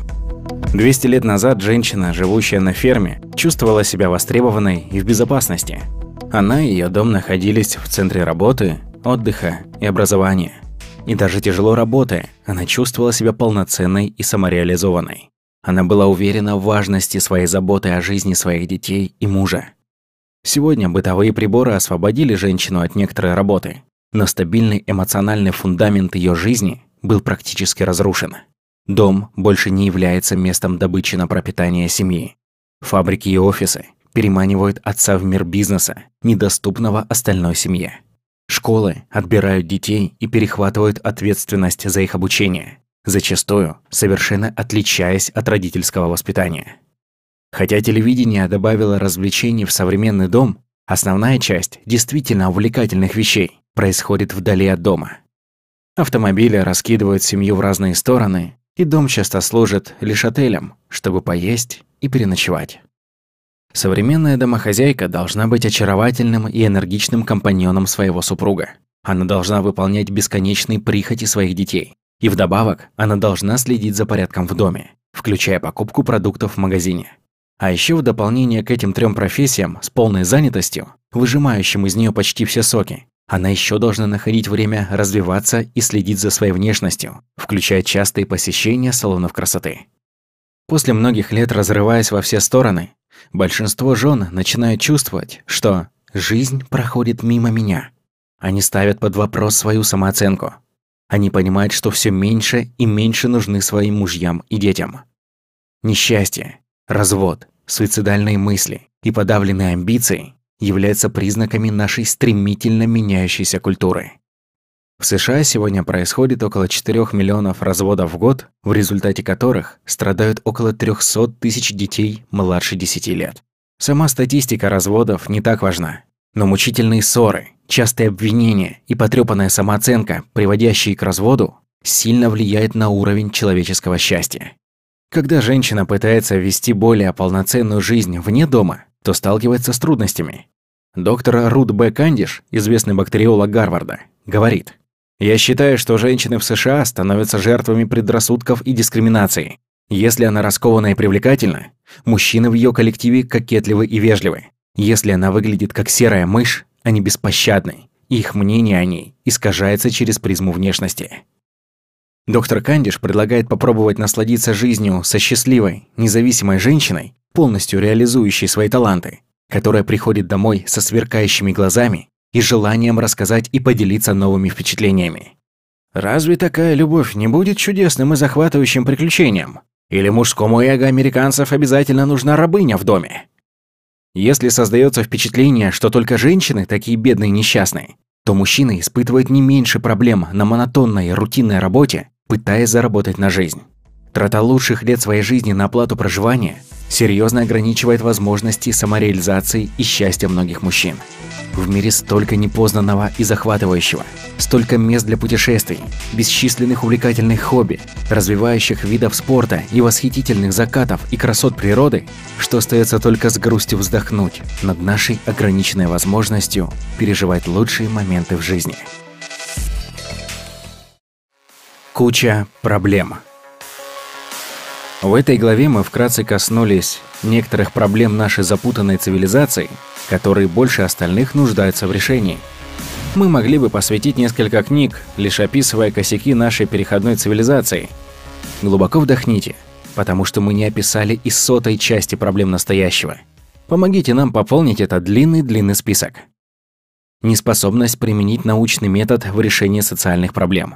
200 лет назад женщина, живущая на ферме, чувствовала себя востребованной и в безопасности. Она и ее дом находились в центре работы, отдыха и образования. И даже тяжело работая, она чувствовала себя полноценной и самореализованной. Она была уверена в важности своей заботы о жизни своих детей и мужа. Сегодня бытовые приборы освободили женщину от некоторой работы, но стабильный эмоциональный фундамент ее жизни был практически разрушен. Дом больше не является местом добычи на пропитание семьи. Фабрики и офисы переманивают отца в мир бизнеса, недоступного остальной семье. Школы отбирают детей и перехватывают ответственность за их обучение, зачастую совершенно отличаясь от родительского воспитания. Хотя телевидение добавило развлечений в современный дом, основная часть действительно увлекательных вещей происходит вдали от дома. Автомобили раскидывают семью в разные стороны, и дом часто служит лишь отелем, чтобы поесть и переночевать. Современная домохозяйка должна быть очаровательным и энергичным компаньоном своего супруга. Она должна выполнять бесконечные прихоти своих детей. И вдобавок, она должна следить за порядком в доме, включая покупку продуктов в магазине. А еще в дополнение к этим 3 профессиям с полной занятостью, выжимающим из нее почти все соки, она еще должна находить время развиваться и следить за своей внешностью, включая частые посещения салонов красоты. После многих лет разрываясь во все стороны, большинство жен начинают чувствовать, что жизнь проходит мимо меня. Они ставят под вопрос свою самооценку. Они понимают, что все меньше и меньше нужны своим мужьям и детям. Несчастье, развод, суицидальные мысли и подавленные амбиции являются признаками нашей стремительно меняющейся культуры. В США сегодня происходит около 4 миллионов разводов в год, в результате которых страдают около 300 тысяч детей младше 10 лет. Сама статистика разводов не так важна, но мучительные ссоры, частые обвинения и потрепанная самооценка, приводящие к разводу, сильно влияют на уровень человеческого счастья. Когда женщина пытается вести более полноценную жизнь вне дома, то сталкивается с трудностями. Доктор Рут Б. Кандиш, известный бактериолог Гарварда, говорит: «Я считаю, что женщины в США становятся жертвами предрассудков и дискриминации. Если она раскована и привлекательна, мужчины в ее коллективе кокетливы и вежливы. Если она выглядит как серая мышь, они беспощадны, и их мнение о ней искажается через призму внешности». Доктор Кандиш предлагает попробовать насладиться жизнью со счастливой, независимой женщиной, полностью реализующей свои таланты, которая приходит домой со сверкающими глазами и желанием рассказать и поделиться новыми впечатлениями. Разве такая любовь не будет чудесным и захватывающим приключением? Или мужскому эго американцев обязательно нужна рабыня в доме? Если создается впечатление, что только женщины такие бедные и несчастные, то мужчины испытывают не меньше проблем на монотонной рутинной работе, пытаясь заработать на жизнь. Трата лучших лет своей жизни на оплату проживания серьезно ограничивает возможности самореализации и счастья многих мужчин. В мире столько непознанного и захватывающего, столько мест для путешествий, бесчисленных увлекательных хобби, развивающих видов спорта и восхитительных закатов и красот природы, что остается только с грустью вздохнуть над нашей ограниченной возможностью переживать лучшие моменты в жизни. Куча проблем. В этой главе мы вкратце коснулись некоторых проблем нашей запутанной цивилизации, которые больше остальных нуждаются в решении. Мы могли бы посвятить несколько книг, лишь описывая косяки нашей переходной цивилизации. Глубоко вдохните, потому что мы не описали и 100-й части проблем настоящего. Помогите нам пополнить этот длинный список. Неспособность применить научный метод в решении социальных проблем.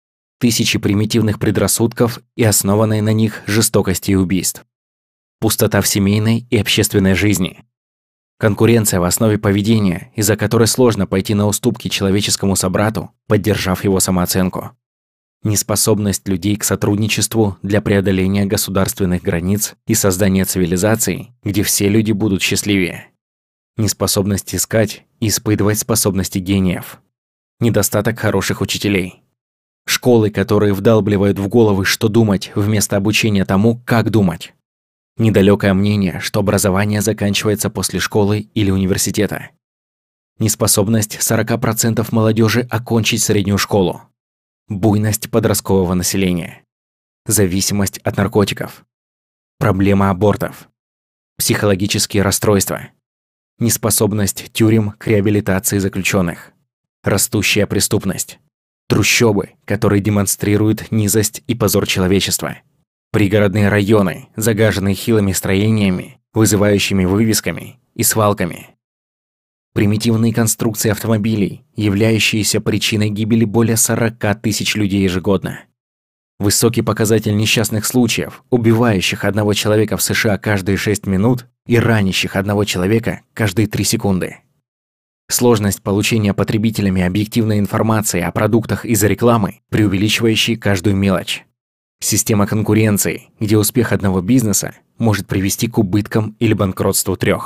Тысячи примитивных предрассудков и основанной на них жестокости и убийств. Пустота в семейной и общественной жизни. Конкуренция в основе поведения, из-за которой сложно пойти на уступки человеческому собрату, поддержав его самооценку. Неспособность людей к сотрудничеству для преодоления государственных границ и создания цивилизации, где все люди будут счастливее. Неспособность искать и испытывать способности гениев. Недостаток хороших учителей. Школы, которые вдалбливают в головы, что думать, вместо обучения тому, как думать. Недалекое мнение, что образование заканчивается после школы или университета. Неспособность 40% молодежи окончить среднюю школу. Буйность подросткового населения. Зависимость от наркотиков. Проблема абортов. Психологические расстройства. Неспособность тюрем к реабилитации заключенных. Растущая преступность. Трущобы, которые демонстрируют низость и позор человечества. Пригородные районы, загаженные хилыми строениями, вызывающими вывесками и свалками. Примитивные конструкции автомобилей, являющиеся причиной гибели более 40 тысяч людей ежегодно. Высокий показатель несчастных случаев, убивающих одного человека в США каждые 6 минут и ранящих одного человека каждые 3 секунды. Сложность получения потребителями объективной информации о продуктах из-за рекламы, преувеличивающей каждую мелочь. Система конкуренции, где успех одного бизнеса может привести к убыткам или банкротству 3.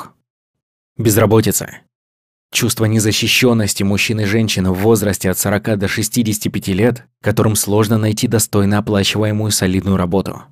Безработица. Чувство незащищенности мужчин и женщин в возрасте от 40 до 65 лет, которым сложно найти достойно оплачиваемую солидную работу.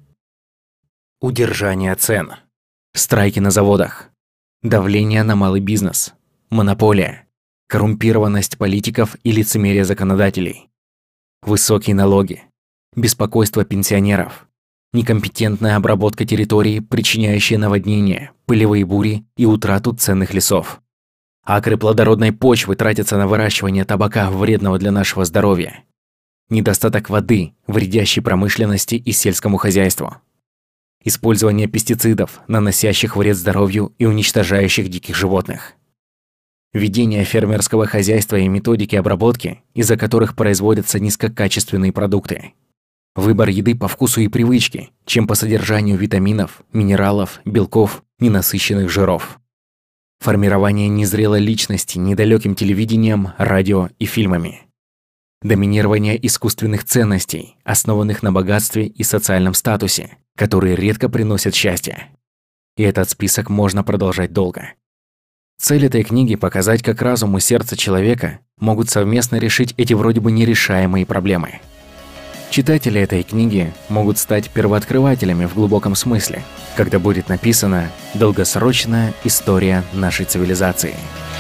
Удержание цен. Страйки на заводах. Давление на малый бизнес. Монополия, коррумпированность политиков и лицемерие законодателей, высокие налоги, беспокойство пенсионеров, некомпетентная обработка территории, причиняющая наводнения, пылевые бури и утрату ценных лесов. Акры плодородной почвы тратятся на выращивание табака, вредного для нашего здоровья. Недостаток воды, вредящий промышленности и сельскому хозяйству. Использование пестицидов, наносящих вред здоровью и уничтожающих диких животных. Ведение фермерского хозяйства и методики обработки, из-за которых производятся низкокачественные продукты. Выбор еды по вкусу и привычке, чем по содержанию витаминов, минералов, белков, ненасыщенных жиров. Формирование незрелой личности недалеким телевидением, радио и фильмами. Доминирование искусственных ценностей, основанных на богатстве и социальном статусе, которые редко приносят счастье. И этот список можно продолжать долго. Цель этой книги – показать, как разум и сердце человека могут совместно решить эти вроде бы нерешаемые проблемы. Читатели этой книги могут стать первооткрывателями в глубоком смысле, когда будет написана долгосрочная история нашей цивилизации.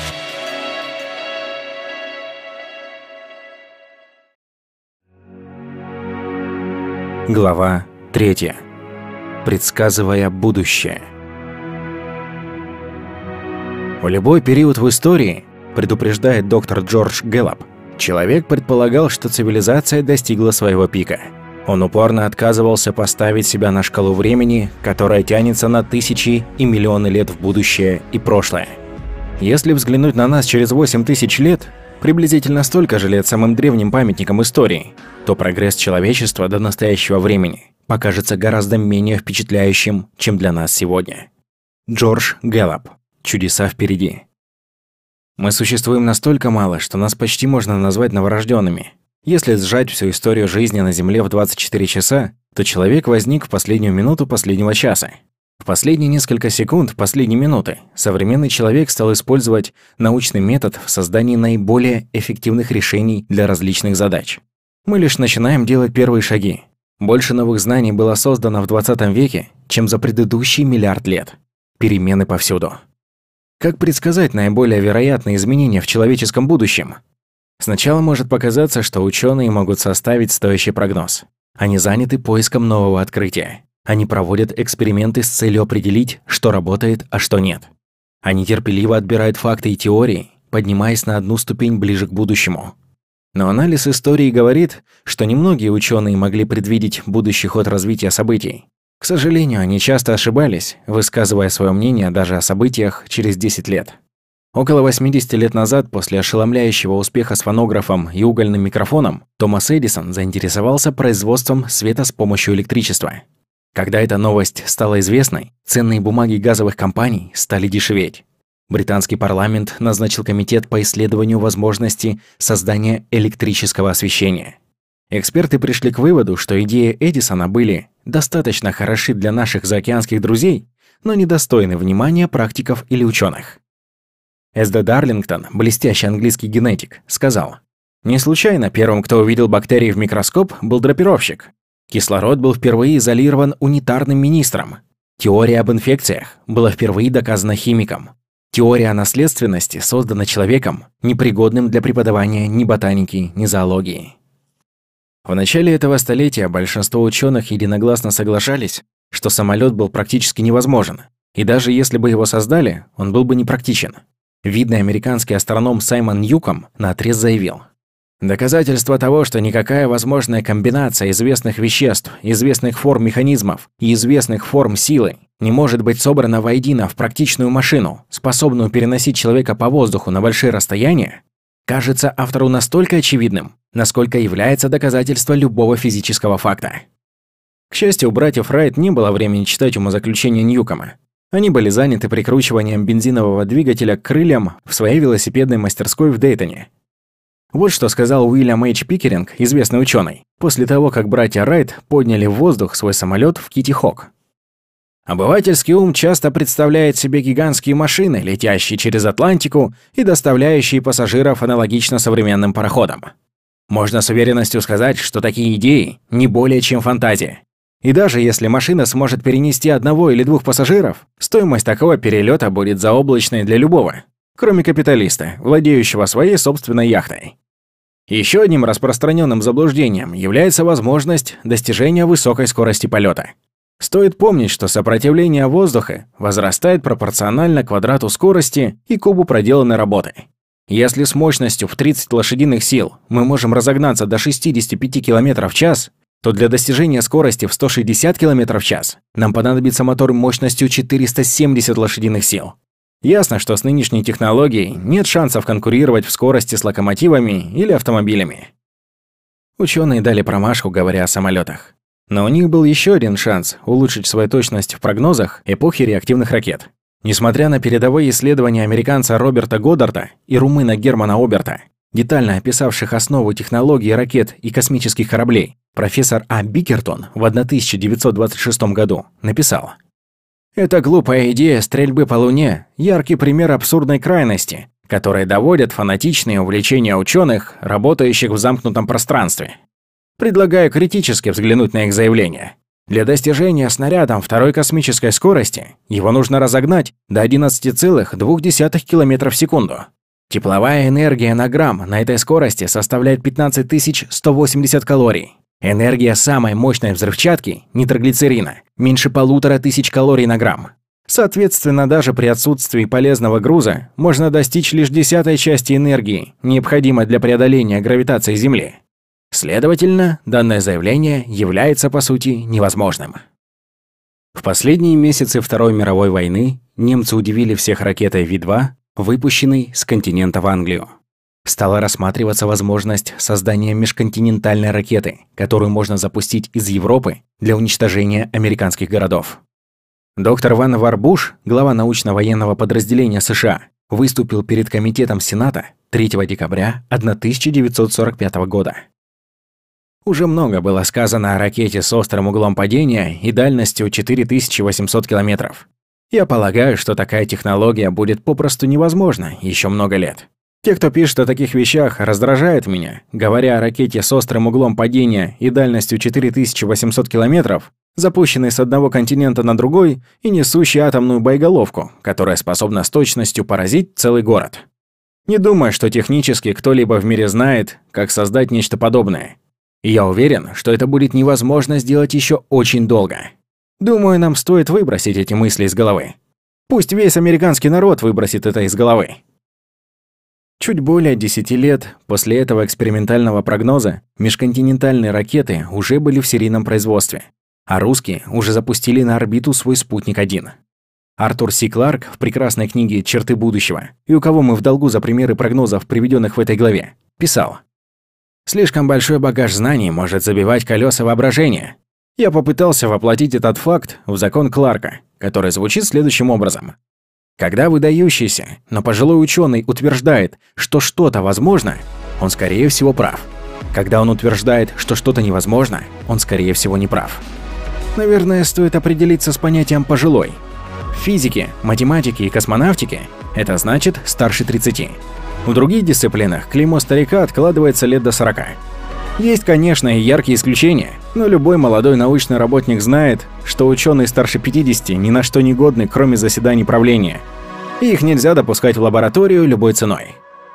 Глава 3. Предсказывая будущее. В любой период в истории, предупреждает доктор Джордж Гэллоп, человек предполагал, что цивилизация достигла своего пика. Он упорно отказывался поставить себя на шкалу времени, которая тянется на тысячи и миллионы лет в будущее и прошлое. Если взглянуть на нас через 8000 лет, приблизительно столько же лет самым древним памятникам истории, то прогресс человечества до настоящего времени покажется гораздо менее впечатляющим, чем для нас сегодня. Джордж Гэллоп. Чудеса впереди. Мы существуем настолько мало, что нас почти можно назвать новорожденными. Если сжать всю историю жизни на Земле в 24 часа, то человек возник в последнюю минуту последнего часа. В последние несколько секунд последней минуты современный человек стал использовать научный метод в создании наиболее эффективных решений для различных задач. Мы лишь начинаем делать первые шаги. Больше новых знаний было создано в 20 веке, чем за предыдущий миллиард лет. Перемены повсюду. Как предсказать наиболее вероятные изменения в человеческом будущем? Сначала может показаться, что ученые могут составить стоящий прогноз. Они заняты поиском нового открытия. Они проводят эксперименты с целью определить, что работает, а что нет. Они терпеливо отбирают факты и теории, поднимаясь на одну ступень ближе к будущему. Но анализ истории говорит, что немногие ученые могли предвидеть будущий ход развития событий. К сожалению, они часто ошибались, высказывая свое мнение даже о событиях через 10 лет. Около 80 лет назад, после ошеломляющего успеха с фонографом и угольным микрофоном, Томас Эдисон заинтересовался производством света с помощью электричества. Когда эта новость стала известной, ценные бумаги газовых компаний стали дешеветь. Британский парламент назначил комитет по исследованию возможности создания электрического освещения. Эксперты пришли к выводу, что идеи Эдисона были достаточно хороши для наших заокеанских друзей, но недостойны внимания практиков или ученых. С.Д. Дарлингтон, блестящий английский генетик, сказал: «Не случайно первым, кто увидел бактерии в микроскоп, был драпировщик. Кислород был впервые изолирован унитарным министром. Теория об инфекциях была впервые доказана химиком. Теория о наследственности создана человеком, непригодным для преподавания ни ботаники, ни зоологии». В начале этого столетия большинство ученых единогласно соглашались, что самолет был практически невозможен, и даже если бы его создали, он был бы непрактичен. Видный американский астроном Саймон Ньюком наотрез заявил: «Доказательство того, что никакая возможная комбинация известных веществ, известных форм механизмов и известных форм силы не может быть собрана воедино в практичную машину, способную переносить человека по воздуху на большие расстояния, кажется автору настолько очевидным, насколько является доказательство любого физического факта». К счастью, у братьев Райт не было времени читать умозаключения Ньюкома. Они были заняты прикручиванием бензинового двигателя к крыльям в своей велосипедной мастерской в Дейтоне. Вот что сказал Уильям H. Пикеринг, известный ученый, после того, как братья Райт подняли в воздух свой самолет в Китти-Хок. «Обывательский ум часто представляет себе гигантские машины, летящие через Атлантику и доставляющие пассажиров аналогично современным пароходам. Можно с уверенностью сказать, что такие идеи не более чем фантазия. И даже если машина сможет перенести одного или двух пассажиров, стоимость такого перелета будет заоблачной для любого, кроме капиталиста, владеющего своей собственной яхтой. Еще одним распространенным заблуждением является возможность достижения высокой скорости полета. Стоит помнить, что сопротивление воздуха возрастает пропорционально квадрату скорости и кубу проделанной работы. Если с мощностью в 30 лошадиных сил мы можем разогнаться до 65 км в час, то для достижения скорости в 160 км в час нам понадобится мотор мощностью 470 лошадиных сил. Ясно, что с нынешней технологией нет шансов конкурировать в скорости с локомотивами или автомобилями. Ученые дали промашку, говоря о самолетах. Но у них был еще один шанс улучшить свою точность в прогнозах эпохи реактивных ракет. Несмотря на передовые исследования американца Роберта Годдарда и румына Германа Оберта, детально описавших основу технологии ракет и космических кораблей, профессор А. Бикертон в 1926 году написал: «Эта глупая идея стрельбы по Луне – яркий пример абсурдной крайности, которые доводят фанатичные увлечения ученых, работающих в замкнутом пространстве. Предлагаю критически взглянуть на их заявления. Для достижения снарядом второй космической скорости его нужно разогнать до 11,2 км в секунду. Тепловая энергия на грамм на этой скорости составляет 15 180 калорий. Энергия самой мощной взрывчатки, нитроглицерина, меньше 1500 калорий на грамм. Соответственно, даже при отсутствии полезного груза можно достичь лишь 10-й части энергии, необходимой для преодоления гравитации Земли. Следовательно, данное заявление является, по сути, невозможным». В последние месяцы Второй мировой войны немцы удивили всех ракетой V-2, выпущенной с континента в Англию. Стала рассматриваться возможность создания межконтинентальной ракеты, которую можно запустить из Европы для уничтожения американских городов. Доктор Ван Варбуш, глава научно-военного подразделения США, выступил перед Комитетом Сената 3 декабря 1945 года. Уже много было сказано о ракете с острым углом падения и дальностью 4800 километров. Я полагаю, что такая технология будет попросту невозможна еще много лет. Те, кто пишет о таких вещах, раздражают меня, говоря о ракете с острым углом падения и дальностью 4800 километров, запущенной с одного континента на другой и несущей атомную боеголовку, которая способна с точностью поразить целый город. Не думаю, что технически кто-либо в мире знает, как создать нечто подобное. И я уверен, что это будет невозможно сделать еще очень долго. Думаю, нам стоит выбросить эти мысли из головы. Пусть весь американский народ выбросит это из головы. Чуть более 10 лет после этого экспериментального прогноза межконтинентальные ракеты уже были в серийном производстве, а русские уже запустили на орбиту свой «Спутник-1». Артур Си Кларк в прекрасной книге «Черты будущего», и у кого мы в долгу за примеры прогнозов, приведенных в этой главе, писал: «Слишком большой багаж знаний может забивать колеса воображения. Я попытался воплотить этот факт в закон Кларка, который звучит следующим образом. Когда выдающийся, но пожилой ученый утверждает, что что-то возможно, он скорее всего прав. Когда он утверждает, что что-то невозможно, он скорее всего не прав». Наверное, стоит определиться с понятием «пожилой». В физике, математике и космонавтике это значит старше 30. В других дисциплинах клеймо старика откладывается лет до 40. Есть, конечно, и яркие исключения, но любой молодой научный работник знает, что ученые старше 50 ни на что не годны, кроме заседаний правления. И их нельзя допускать в лабораторию любой ценой.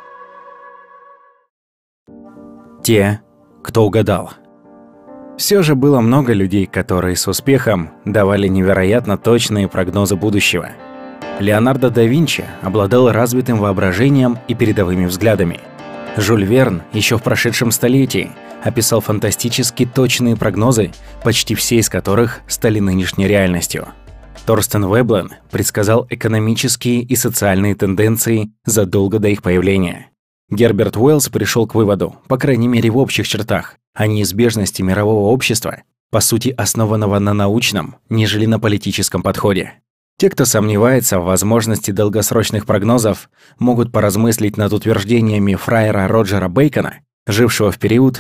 Те, кто угадал. Все же было много людей, которые с успехом давали невероятно точные прогнозы будущего. Леонардо да Винчи обладал развитым воображением и передовыми взглядами. Жюль Верн еще в прошедшем столетии описал фантастически точные прогнозы, почти все из которых стали нынешней реальностью. Торстен Веблен предсказал экономические и социальные тенденции задолго до их появления. Герберт Уэллс пришел к выводу, по крайней мере в общих чертах, о неизбежности мирового общества, по сути основанного на научном, нежели на политическом подходе. Те, кто сомневается в возможности долгосрочных прогнозов, могут поразмыслить над утверждениями фраера Роджера Бейкона, жившего в период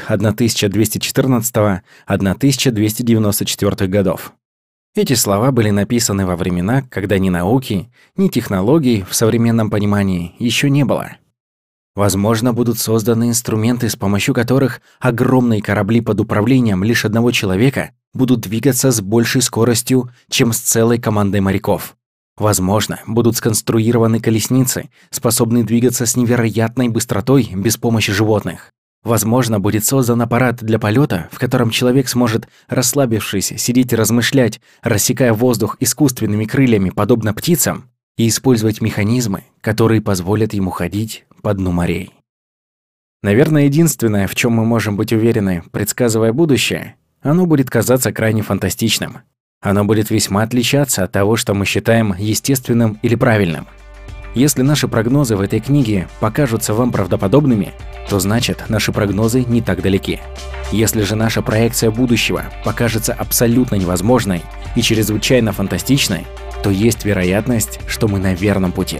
1214-1294 годов. Эти слова были написаны во времена, когда ни науки, ни технологий в современном понимании еще не было. Возможно, будут созданы инструменты, с помощью которых огромные корабли под управлением лишь одного человека будут двигаться с большей скоростью, чем с целой командой моряков. Возможно, будут сконструированы колесницы, способные двигаться с невероятной быстротой без помощи животных. Возможно, будет создан аппарат для полета, в котором человек сможет, расслабившись, сидеть и размышлять, рассекая воздух искусственными крыльями, подобно птицам, и использовать механизмы, которые позволят ему ходить по дну морей. Наверное, единственное, в чем мы можем быть уверены, предсказывая будущее, оно будет казаться крайне фантастичным. Оно будет весьма отличаться от того, что мы считаем естественным или правильным. Если наши прогнозы в этой книге покажутся вам правдоподобными, то значит, наши прогнозы не так далеки. Если же наша проекция будущего покажется абсолютно невозможной и чрезвычайно фантастичной, то есть вероятность, что мы на верном пути.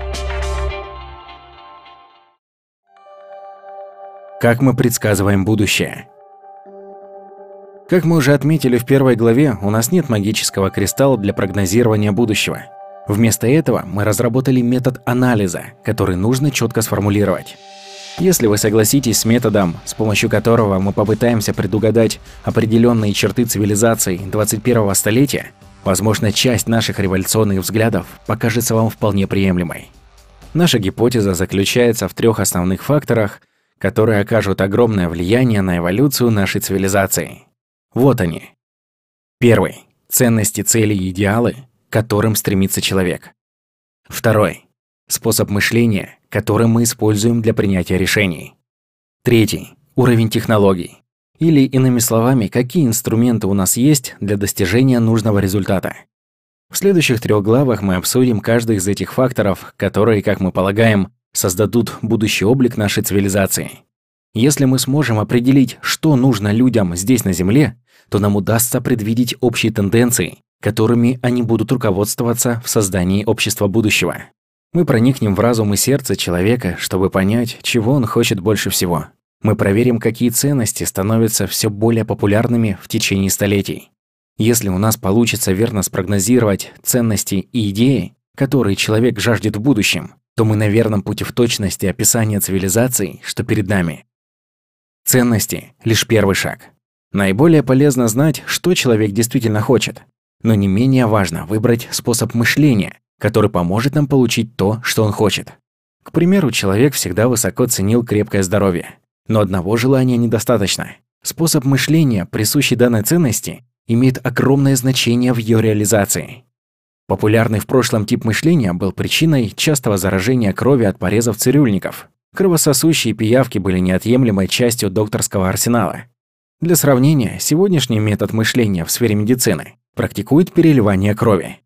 Как мы предсказываем будущее? Как мы уже отметили в первой главе, у нас нет магического кристалла для прогнозирования будущего. Вместо этого мы разработали метод анализа, который нужно четко сформулировать. Если вы согласитесь с методом, с помощью которого мы попытаемся предугадать определенные черты цивилизаций 21-го столетия, возможно, часть наших революционных взглядов покажется вам вполне приемлемой. Наша гипотеза заключается в 3 основных факторах, которые окажут огромное влияние на эволюцию нашей цивилизации. Вот они. Первый. Ценности, цели и идеалы, к которым стремится человек. Второй. Способ мышления, который мы используем для принятия решений. Третий. Уровень технологий. Или, иными словами, какие инструменты у нас есть для достижения нужного результата. В следующих 3 главах мы обсудим каждый из этих факторов, которые, как мы полагаем, создадут будущий облик нашей цивилизации. Если мы сможем определить, что нужно людям здесь на Земле, то нам удастся предвидеть общие тенденции, которыми они будут руководствоваться в создании общества будущего. Мы проникнем в разум и сердце человека, чтобы понять, чего он хочет больше всего. Мы проверим, какие ценности становятся все более популярными в течение столетий. Если у нас получится верно спрогнозировать ценности и идеи, которые человек жаждет в будущем, то мы на верном пути в точности описания цивилизаций, что перед нами. Ценности – лишь первый шаг. Наиболее полезно знать, что человек действительно хочет. Но не менее важно выбрать способ мышления, который поможет нам получить то, что он хочет. К примеру, человек всегда высоко ценил крепкое здоровье. Но одного желания недостаточно. Способ мышления, присущий данной ценности, имеет огромное значение в ее реализации. Популярный в прошлом тип мышления был причиной частого заражения крови от порезов цирюльников. Кровососущие пиявки были неотъемлемой частью докторского арсенала. Для сравнения, сегодняшний метод мышления в сфере медицины практикует переливание крови.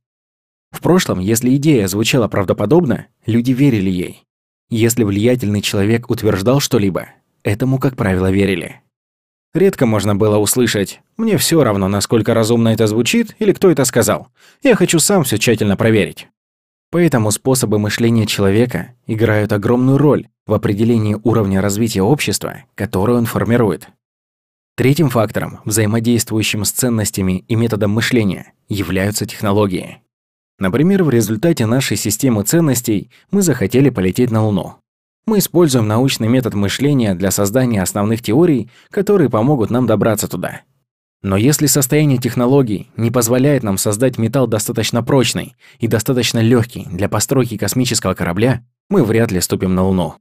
В прошлом, если идея звучала правдоподобно, люди верили ей. Если влиятельный человек утверждал что-либо, этому, как правило, верили. Редко можно было услышать: «Мне все равно, насколько разумно это звучит или кто это сказал. Я хочу сам все тщательно проверить». Поэтому способы мышления человека играют огромную роль в определении уровня развития общества, которое он формирует. Третьим фактором, взаимодействующим с ценностями и методом мышления, являются технологии. Например, в результате нашей системы ценностей мы захотели полететь на Луну. Мы используем научный метод мышления для создания основных теорий, которые помогут нам добраться туда. Но если состояние технологий не позволяет нам создать металл достаточно прочный и достаточно легкий для постройки космического корабля, мы вряд ли ступим на Луну.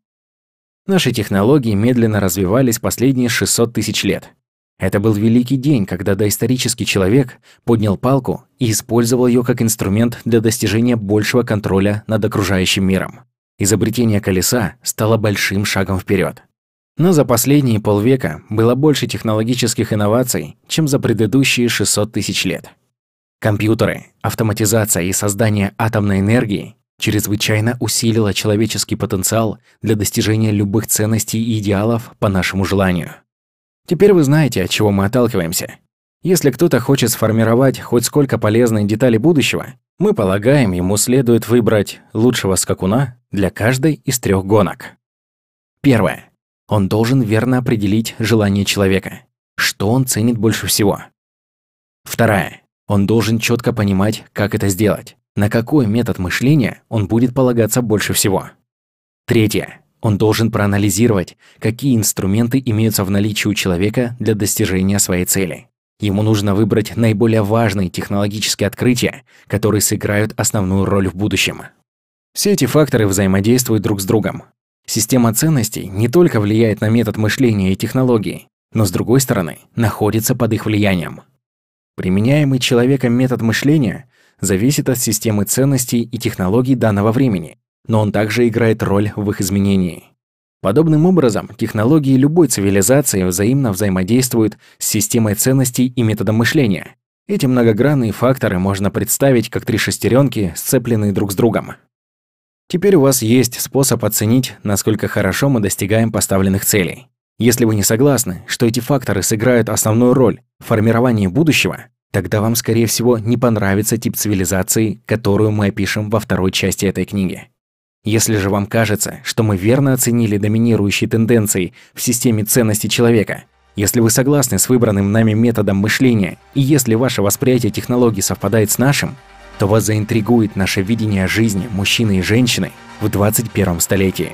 Наши технологии медленно развивались последние 600 тысяч лет. Это был великий день, когда доисторический человек поднял палку и использовал ее как инструмент для достижения большего контроля над окружающим миром. Изобретение колеса стало большим шагом вперед. Но за последние полвека было больше технологических инноваций, чем за предыдущие 600 тысяч лет. Компьютеры, автоматизация и создание атомной энергии чрезвычайно усилило человеческий потенциал для достижения любых ценностей и идеалов по нашему желанию. Теперь вы знаете, от чего мы отталкиваемся. Если кто-то хочет сформировать хоть сколько полезной детали будущего, мы полагаем, ему следует выбрать лучшего скакуна для каждой из 3 гонок. Первое. Он должен верно определить желание человека, что он ценит больше всего. Второе. Он должен четко понимать, как это сделать, на какой метод мышления он будет полагаться больше всего. Третье. Он должен проанализировать, какие инструменты имеются в наличии у человека для достижения своей цели. Ему нужно выбрать наиболее важные технологические открытия, которые сыграют основную роль в будущем. Все эти факторы взаимодействуют друг с другом. Система ценностей не только влияет на метод мышления и технологии, но, с другой стороны, находится под их влиянием. Применяемый человеком метод мышления зависит от системы ценностей и технологий данного времени, но он также играет роль в их изменении. Подобным образом, технологии любой цивилизации взаимно взаимодействуют с системой ценностей и методом мышления. Эти многогранные факторы можно представить как 3 шестеренки, сцепленные друг с другом. Теперь у вас есть способ оценить, насколько хорошо мы достигаем поставленных целей. Если вы не согласны, что эти факторы сыграют основную роль в формировании будущего, тогда вам, скорее всего, не понравится тип цивилизации, которую мы опишем во 2-й части этой книги. Если же вам кажется, что мы верно оценили доминирующие тенденции в системе ценностей человека, если вы согласны с выбранным нами методом мышления и если ваше восприятие технологий совпадает с нашим, то вас заинтригует наше видение жизни мужчины и женщины в 21 столетии.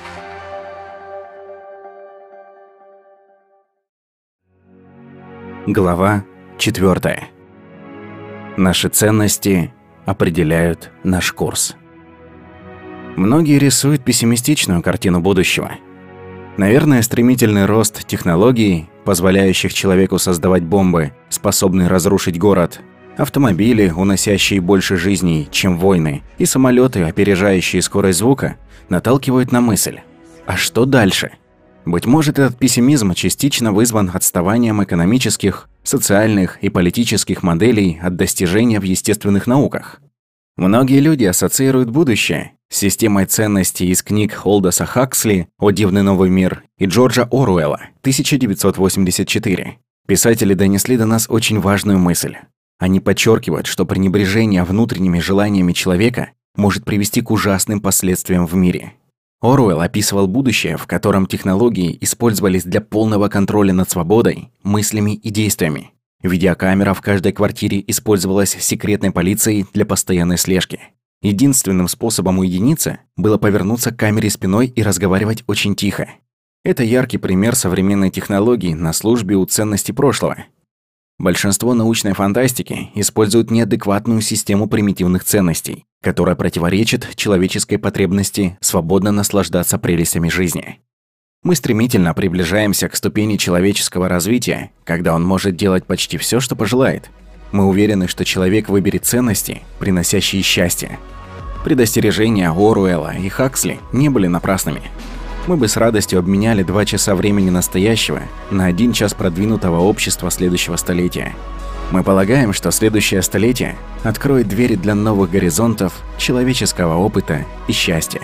Глава 4. Наши ценности определяют наш курс. Многие рисуют пессимистичную картину будущего. Наверное, стремительный рост технологий, позволяющих человеку создавать бомбы, способные разрушить город, автомобили, уносящие больше жизней, чем войны, и самолеты, опережающие скорость звука, наталкивают на мысль: а что дальше? Быть может, этот пессимизм частично вызван отставанием экономических, социальных и политических моделей от достижения в естественных науках. Многие люди ассоциируют будущее с системой ценностей из книг Олдоса Хаксли «О дивный новый мир» и Джорджа Оруэлла «1984». Писатели донесли до нас очень важную мысль. Они подчеркивают, что пренебрежение внутренними желаниями человека может привести к ужасным последствиям в мире. Оруэлл описывал будущее, в котором технологии использовались для полного контроля над свободой, мыслями и действиями. Видеокамера в каждой квартире использовалась секретной полицией для постоянной слежки. Единственным способом уединиться было повернуться к камере спиной и разговаривать очень тихо. Это яркий пример современной технологии на службе у ценностей прошлого. Большинство научной фантастики используют неадекватную систему примитивных ценностей, которая противоречит человеческой потребности свободно наслаждаться прелестями жизни. Мы стремительно приближаемся к ступени человеческого развития, когда он может делать почти все, что пожелает. Мы уверены, что человек выберет ценности, приносящие счастье. Предостережения Оруэлла и Хаксли не были напрасными. Мы бы с радостью обменяли 2 часа времени настоящего на 1 час продвинутого общества следующего столетия. Мы полагаем, что следующее столетие откроет двери для новых горизонтов, человеческого опыта и счастья.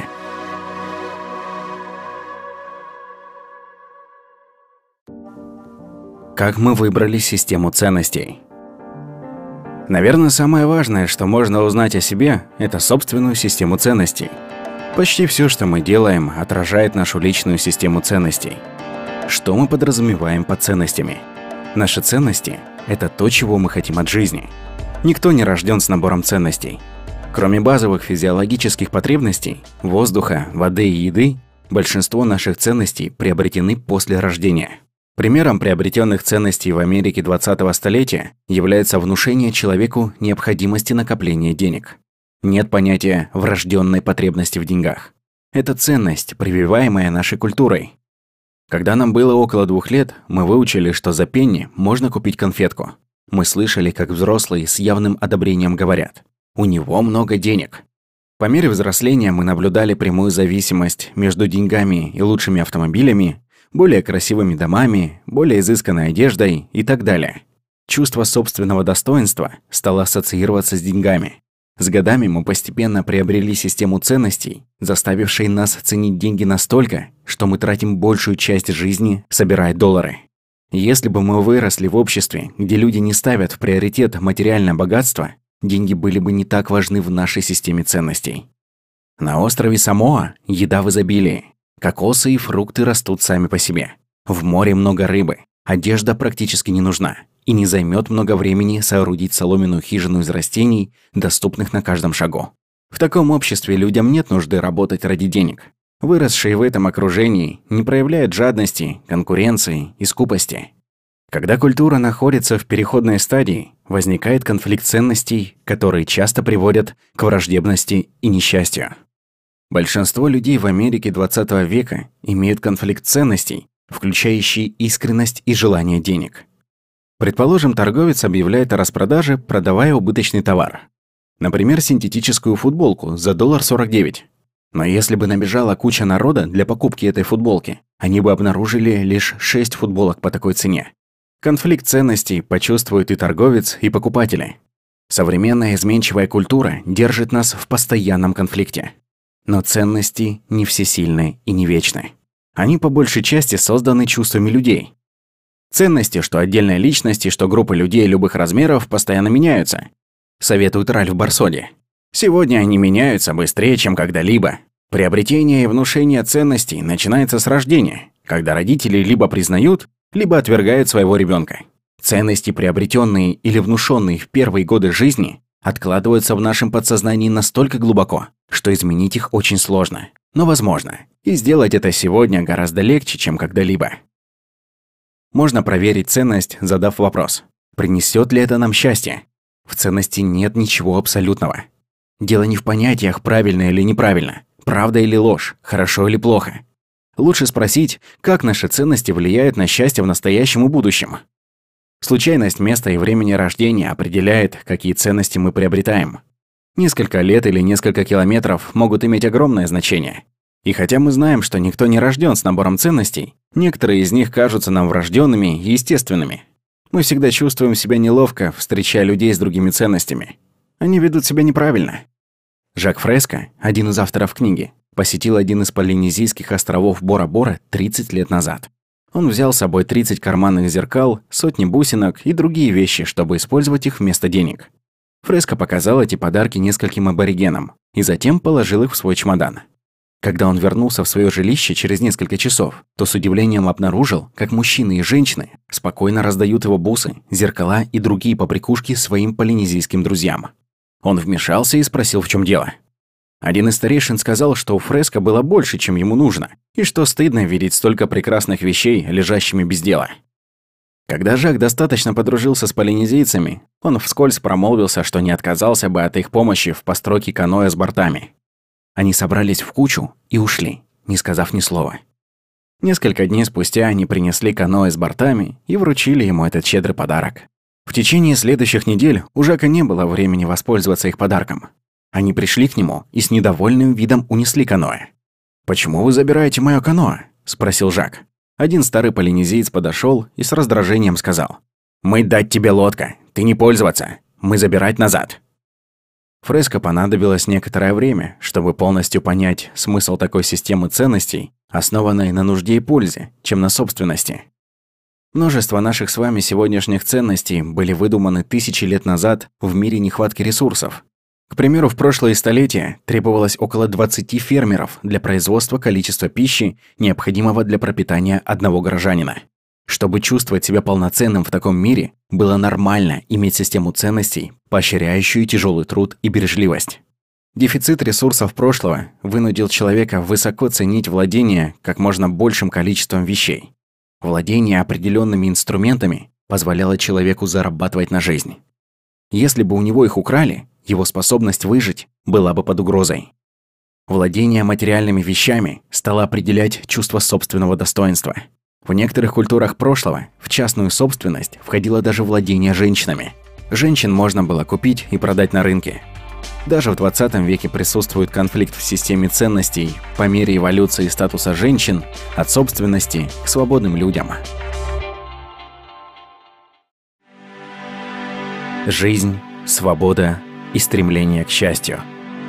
Как мы выбрали систему ценностей? Наверное, самое важное, что можно узнать о себе, это собственную систему ценностей. Почти все, что мы делаем, отражает нашу личную систему ценностей. Что мы подразумеваем под ценностями? Наши ценности – это то, чего мы хотим от жизни. Никто не рожден с набором ценностей. Кроме базовых физиологических потребностей – воздуха, воды и еды – большинство наших ценностей приобретены после рождения. Примером приобретенных ценностей в Америке 20-го столетия является внушение человеку необходимости накопления денег. Нет понятия врожденной потребности в деньгах. Это ценность, прививаемая нашей культурой. Когда нам было около 2 лет, мы выучили, что за пенни можно купить конфетку. Мы слышали, как взрослые с явным одобрением говорят: «У него много денег». По мере взросления мы наблюдали прямую зависимость между деньгами и лучшими автомобилями, более красивыми домами, более изысканной одеждой и так далее. Чувство собственного достоинства стало ассоциироваться с деньгами. С годами мы постепенно приобрели систему ценностей, заставившей нас ценить деньги настолько, что мы тратим большую часть жизни, собирая доллары. Если бы мы выросли в обществе, где люди не ставят в приоритет материальное богатство, деньги были бы не так важны в нашей системе ценностей. На острове Самоа еда в изобилии. Кокосы и фрукты растут сами по себе. В море много рыбы. Одежда практически не нужна. И не займет много времени соорудить соломенную хижину из растений, доступных на каждом шагу. В таком обществе людям нет нужды работать ради денег. Выросшие в этом окружении не проявляют жадности, конкуренции и скупости. Когда культура находится в переходной стадии, возникает конфликт ценностей, которые часто приводят к враждебности и несчастью. Большинство людей в Америке 20 века имеют конфликт ценностей, включающий искренность и желание денег. Предположим, торговец объявляет о распродаже, продавая убыточный товар. Например, синтетическую футболку за $1.49. Но если бы набежала куча народа для покупки этой футболки, они бы обнаружили лишь 6 футболок по такой цене. Конфликт ценностей почувствуют и торговец, и покупатели. Современная изменчивая культура держит нас в постоянном конфликте. Но ценности не всесильны и не вечны. Они по большей части созданы чувствами людей. Ценности, что отдельные личности, что группы людей любых размеров, постоянно меняются. Советует Ральф Барсоди. Сегодня они меняются быстрее, чем когда-либо. Приобретение и внушение ценностей начинается с рождения, когда родители либо признают, либо отвергают своего ребенка. Ценности, приобретенные или внушенные в первые годы жизни, откладываются в нашем подсознании настолько глубоко, что изменить их очень сложно, но возможно. И сделать это сегодня гораздо легче, чем когда-либо. Можно проверить ценность, задав вопрос: принесет ли это нам счастье? В ценности нет ничего абсолютного. Дело не в понятиях правильно или неправильно, правда или ложь, хорошо или плохо. Лучше спросить, как наши ценности влияют на счастье в настоящем и будущем. Случайность места и времени рождения определяет, какие ценности мы приобретаем. Несколько лет или несколько километров могут иметь огромное значение. И хотя мы знаем, что никто не рожден с набором ценностей, некоторые из них кажутся нам врожденными и естественными. Мы всегда чувствуем себя неловко, встречая людей с другими ценностями. Они ведут себя неправильно. Жак Фреско, один из авторов книги, посетил один из полинезийских островов Бора-Бора 30 лет назад. Он взял с собой 30 карманных зеркал, сотни бусинок и другие вещи, чтобы использовать их вместо денег. Фреско показал эти подарки нескольким аборигенам и затем положил их в свой чемодан. Когда он вернулся в свое жилище через несколько часов, то с удивлением обнаружил, как мужчины и женщины спокойно раздают его бусы, зеркала и другие побрякушки своим полинезийским друзьям. Он вмешался и спросил, в чем дело. Один из старейшин сказал, что у Фреско было больше, чем ему нужно, и что стыдно видеть столько прекрасных вещей, лежащими без дела. Когда Жак достаточно подружился с полинезийцами, он вскользь промолвился, что не отказался бы от их помощи в постройке каноэ с бортами. Они собрались в кучу и ушли, не сказав ни слова. Несколько дней спустя они принесли каноэ с бортами и вручили ему этот щедрый подарок. В течение следующих недель у Жака не было времени воспользоваться их подарком. Они пришли к нему и с недовольным видом унесли каноэ. «Почему вы забираете моё каноэ?» – спросил Жак. Один старый полинезиец подошёл и с раздражением сказал: «Мы дать тебе лодка, ты не пользоваться, мы забирать назад». Фреско понадобилось некоторое время, чтобы полностью понять смысл такой системы ценностей, основанной на нужде и пользе, чем на собственности. Множество наших с вами сегодняшних ценностей были выдуманы тысячи лет назад в мире нехватки ресурсов. К примеру, в прошлые столетия требовалось около 20 фермеров для производства количества пищи, необходимого для пропитания одного горожанина. Чтобы чувствовать себя полноценным в таком мире, было нормально иметь систему ценностей, поощряющую тяжелый труд и бережливость. Дефицит ресурсов прошлого вынудил человека высоко ценить владение как можно большим количеством вещей. Владение определенными инструментами позволяло человеку зарабатывать на жизнь. Если бы у него их украли, его способность выжить была бы под угрозой. Владение материальными вещами стало определять чувство собственного достоинства. В некоторых культурах прошлого в частную собственность входило даже владение женщинами. Женщин можно было купить и продать на рынке. Даже в 20 веке присутствует конфликт в системе ценностей по мере эволюции статуса женщин от собственности к свободным людям. Жизнь, свобода и стремление к счастью.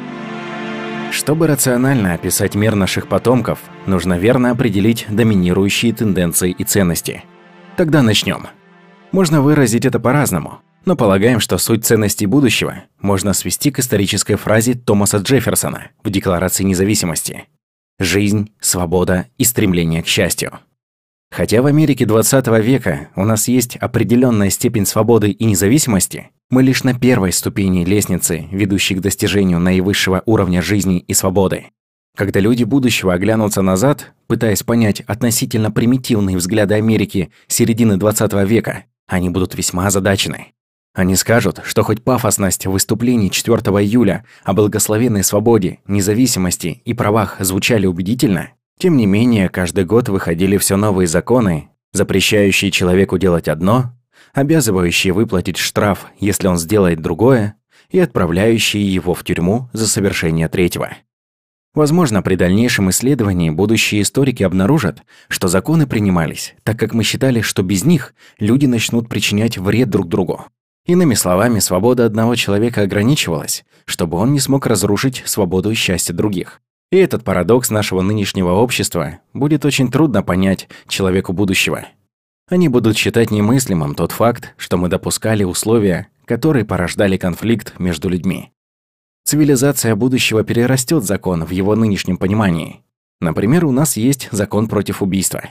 Чтобы рационально описать мир наших потомков, нужно верно определить доминирующие тенденции и ценности. Тогда начнем. Можно выразить это по-разному, но полагаем, что суть ценностей будущего можно свести к исторической фразе Томаса Джефферсона в Декларации независимости: «Жизнь, свобода и стремление к счастью». Хотя в Америке 20 века у нас есть определенная степень свободы и независимости, мы лишь на первой ступени лестницы, ведущей к достижению наивысшего уровня жизни и свободы. Когда люди будущего оглянутся назад, пытаясь понять относительно примитивные взгляды Америки середины 20 века, они будут весьма озадачены. Они скажут, что хоть пафосность выступлений 4 июля о благословенной свободе, независимости и правах звучали убедительно, тем не менее каждый год выходили все новые законы, запрещающие человеку делать одно, обязывающие выплатить штраф, если он сделает другое, и отправляющие его в тюрьму за совершение третьего. Возможно, при дальнейшем исследовании будущие историки обнаружат, что законы принимались, так как мы считали, что без них люди начнут причинять вред друг другу. Иными словами, свобода одного человека ограничивалась, чтобы он не смог разрушить свободу и счастье других. И этот парадокс нашего нынешнего общества будет очень трудно понять человеку будущего. Они будут считать немыслимым тот факт, что мы допускали условия, которые порождали конфликт между людьми. Цивилизация будущего перерастет закон в его нынешнем понимании. Например, у нас есть закон против убийства.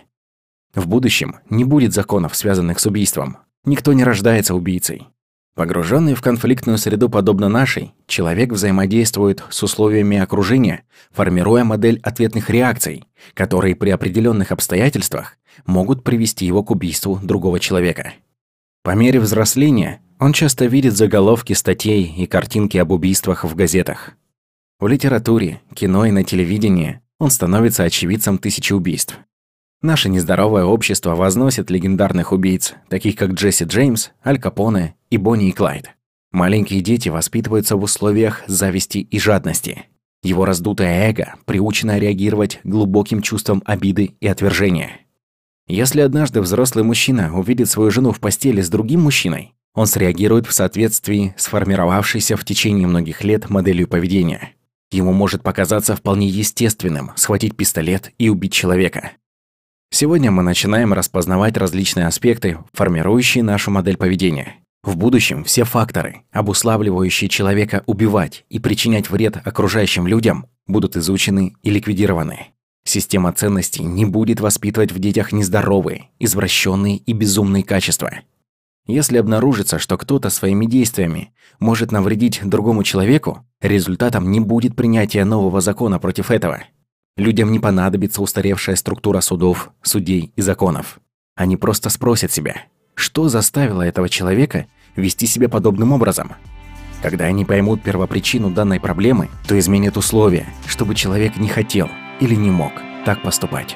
В будущем не будет законов, связанных с убийством. Никто не рождается убийцей. Погруженный в конфликтную среду, подобно нашей, человек взаимодействует с условиями окружения, формируя модель ответных реакций, которые при определенных обстоятельствах могут привести его к убийству другого человека. По мере взросления он часто видит заголовки статей и картинки об убийствах в газетах. В литературе, кино и на телевидении он становится очевидцем тысячи убийств. Наше нездоровое общество возносит легендарных убийц, таких как Джесси Джеймс, Аль Капоне и Бонни и Клайд. Маленькие дети воспитываются в условиях зависти и жадности. Его раздутое эго приучено реагировать глубоким чувством обиды и отвержения. Если однажды взрослый мужчина увидит свою жену в постели с другим мужчиной, он среагирует в соответствии с сформировавшейся в течение многих лет моделью поведения. Ему может показаться вполне естественным схватить пистолет и убить человека. Сегодня мы начинаем распознавать различные аспекты, формирующие нашу модель поведения. В будущем все факторы, обуславливающие человека убивать и причинять вред окружающим людям, будут изучены и ликвидированы. Система ценностей не будет воспитывать в детях нездоровые, извращенные и безумные качества. Если обнаружится, что кто-то своими действиями может навредить другому человеку, результатом не будет принятия нового закона против этого. Людям не понадобится устаревшая структура судов, судей и законов. Они просто спросят себя, что заставило этого человека вести себя подобным образом. Когда они поймут первопричину данной проблемы, то изменят условия, чтобы человек не хотел или не мог так поступать.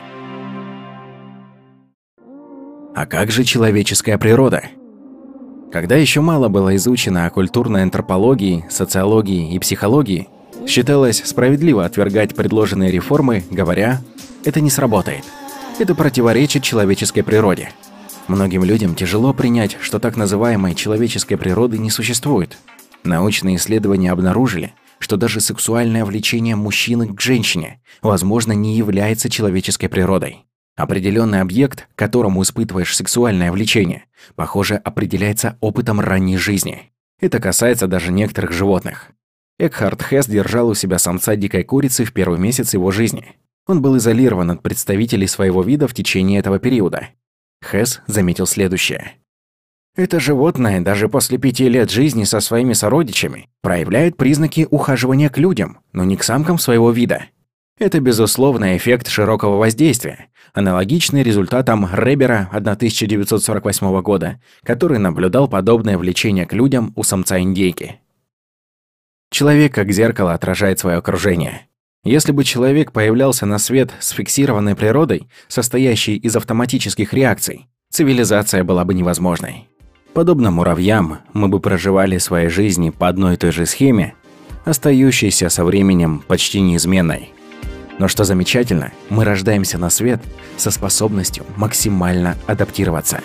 А как же человеческая природа? Когда еще мало было изучено о культурной антропологии, социологии и психологии, считалось справедливо отвергать предложенные реформы, говоря, это не сработает, это противоречит человеческой природе. Многим людям тяжело принять, что так называемой человеческой природы не существует. Научные исследования обнаружили, что даже сексуальное влечение мужчины к женщине, возможно, не является человеческой природой. Определенный объект, к которому испытываешь сексуальное влечение, похоже, определяется опытом ранней жизни. Это касается даже некоторых животных. Экхард Хесс держал у себя самца дикой курицы в первый месяц его жизни. Он был изолирован от представителей своего вида в течение этого периода. Хесс заметил следующее. Это животное даже после 5 лет жизни со своими сородичами проявляет признаки ухаживания к людям, но не к самкам своего вида. Это, безусловно, эффект широкого воздействия, аналогичный результатам Ребера 1948 года, который наблюдал подобное влечение к людям у самца-индейки. Человек как зеркало отражает свое окружение. Если бы человек появлялся на свет с фиксированной природой, состоящей из автоматических реакций, цивилизация была бы невозможной. Подобно муравьям, мы бы проживали свои жизни по одной и той же схеме, остающейся со временем почти неизменной. Но что замечательно, мы рождаемся на свет со способностью максимально адаптироваться.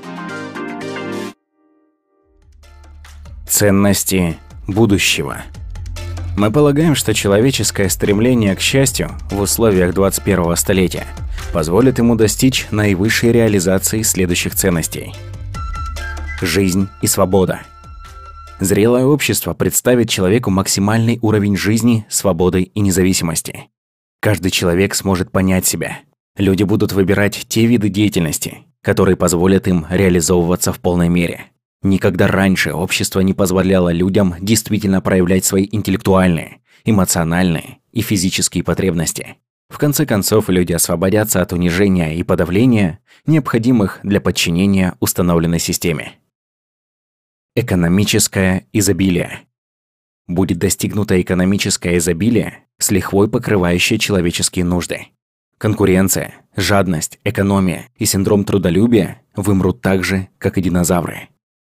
Ценности будущего. Мы полагаем, что человеческое стремление к счастью в условиях 21-го столетия позволит ему достичь наивысшей реализации следующих ценностей. Жизнь и свобода. Зрелое общество представит человеку максимальный уровень жизни, свободы и независимости. Каждый человек сможет понять себя. Люди будут выбирать те виды деятельности, которые позволят им реализовываться в полной мере. Никогда раньше общество не позволяло людям действительно проявлять свои интеллектуальные, эмоциональные и физические потребности. В конце концов, люди освободятся от унижения и подавления, необходимых для подчинения установленной системе. Экономическое изобилие. Будет достигнуто экономическое изобилие, с лихвой покрывающее человеческие нужды. Конкуренция, жадность, экономия и синдром трудолюбия вымрут так же, как и динозавры.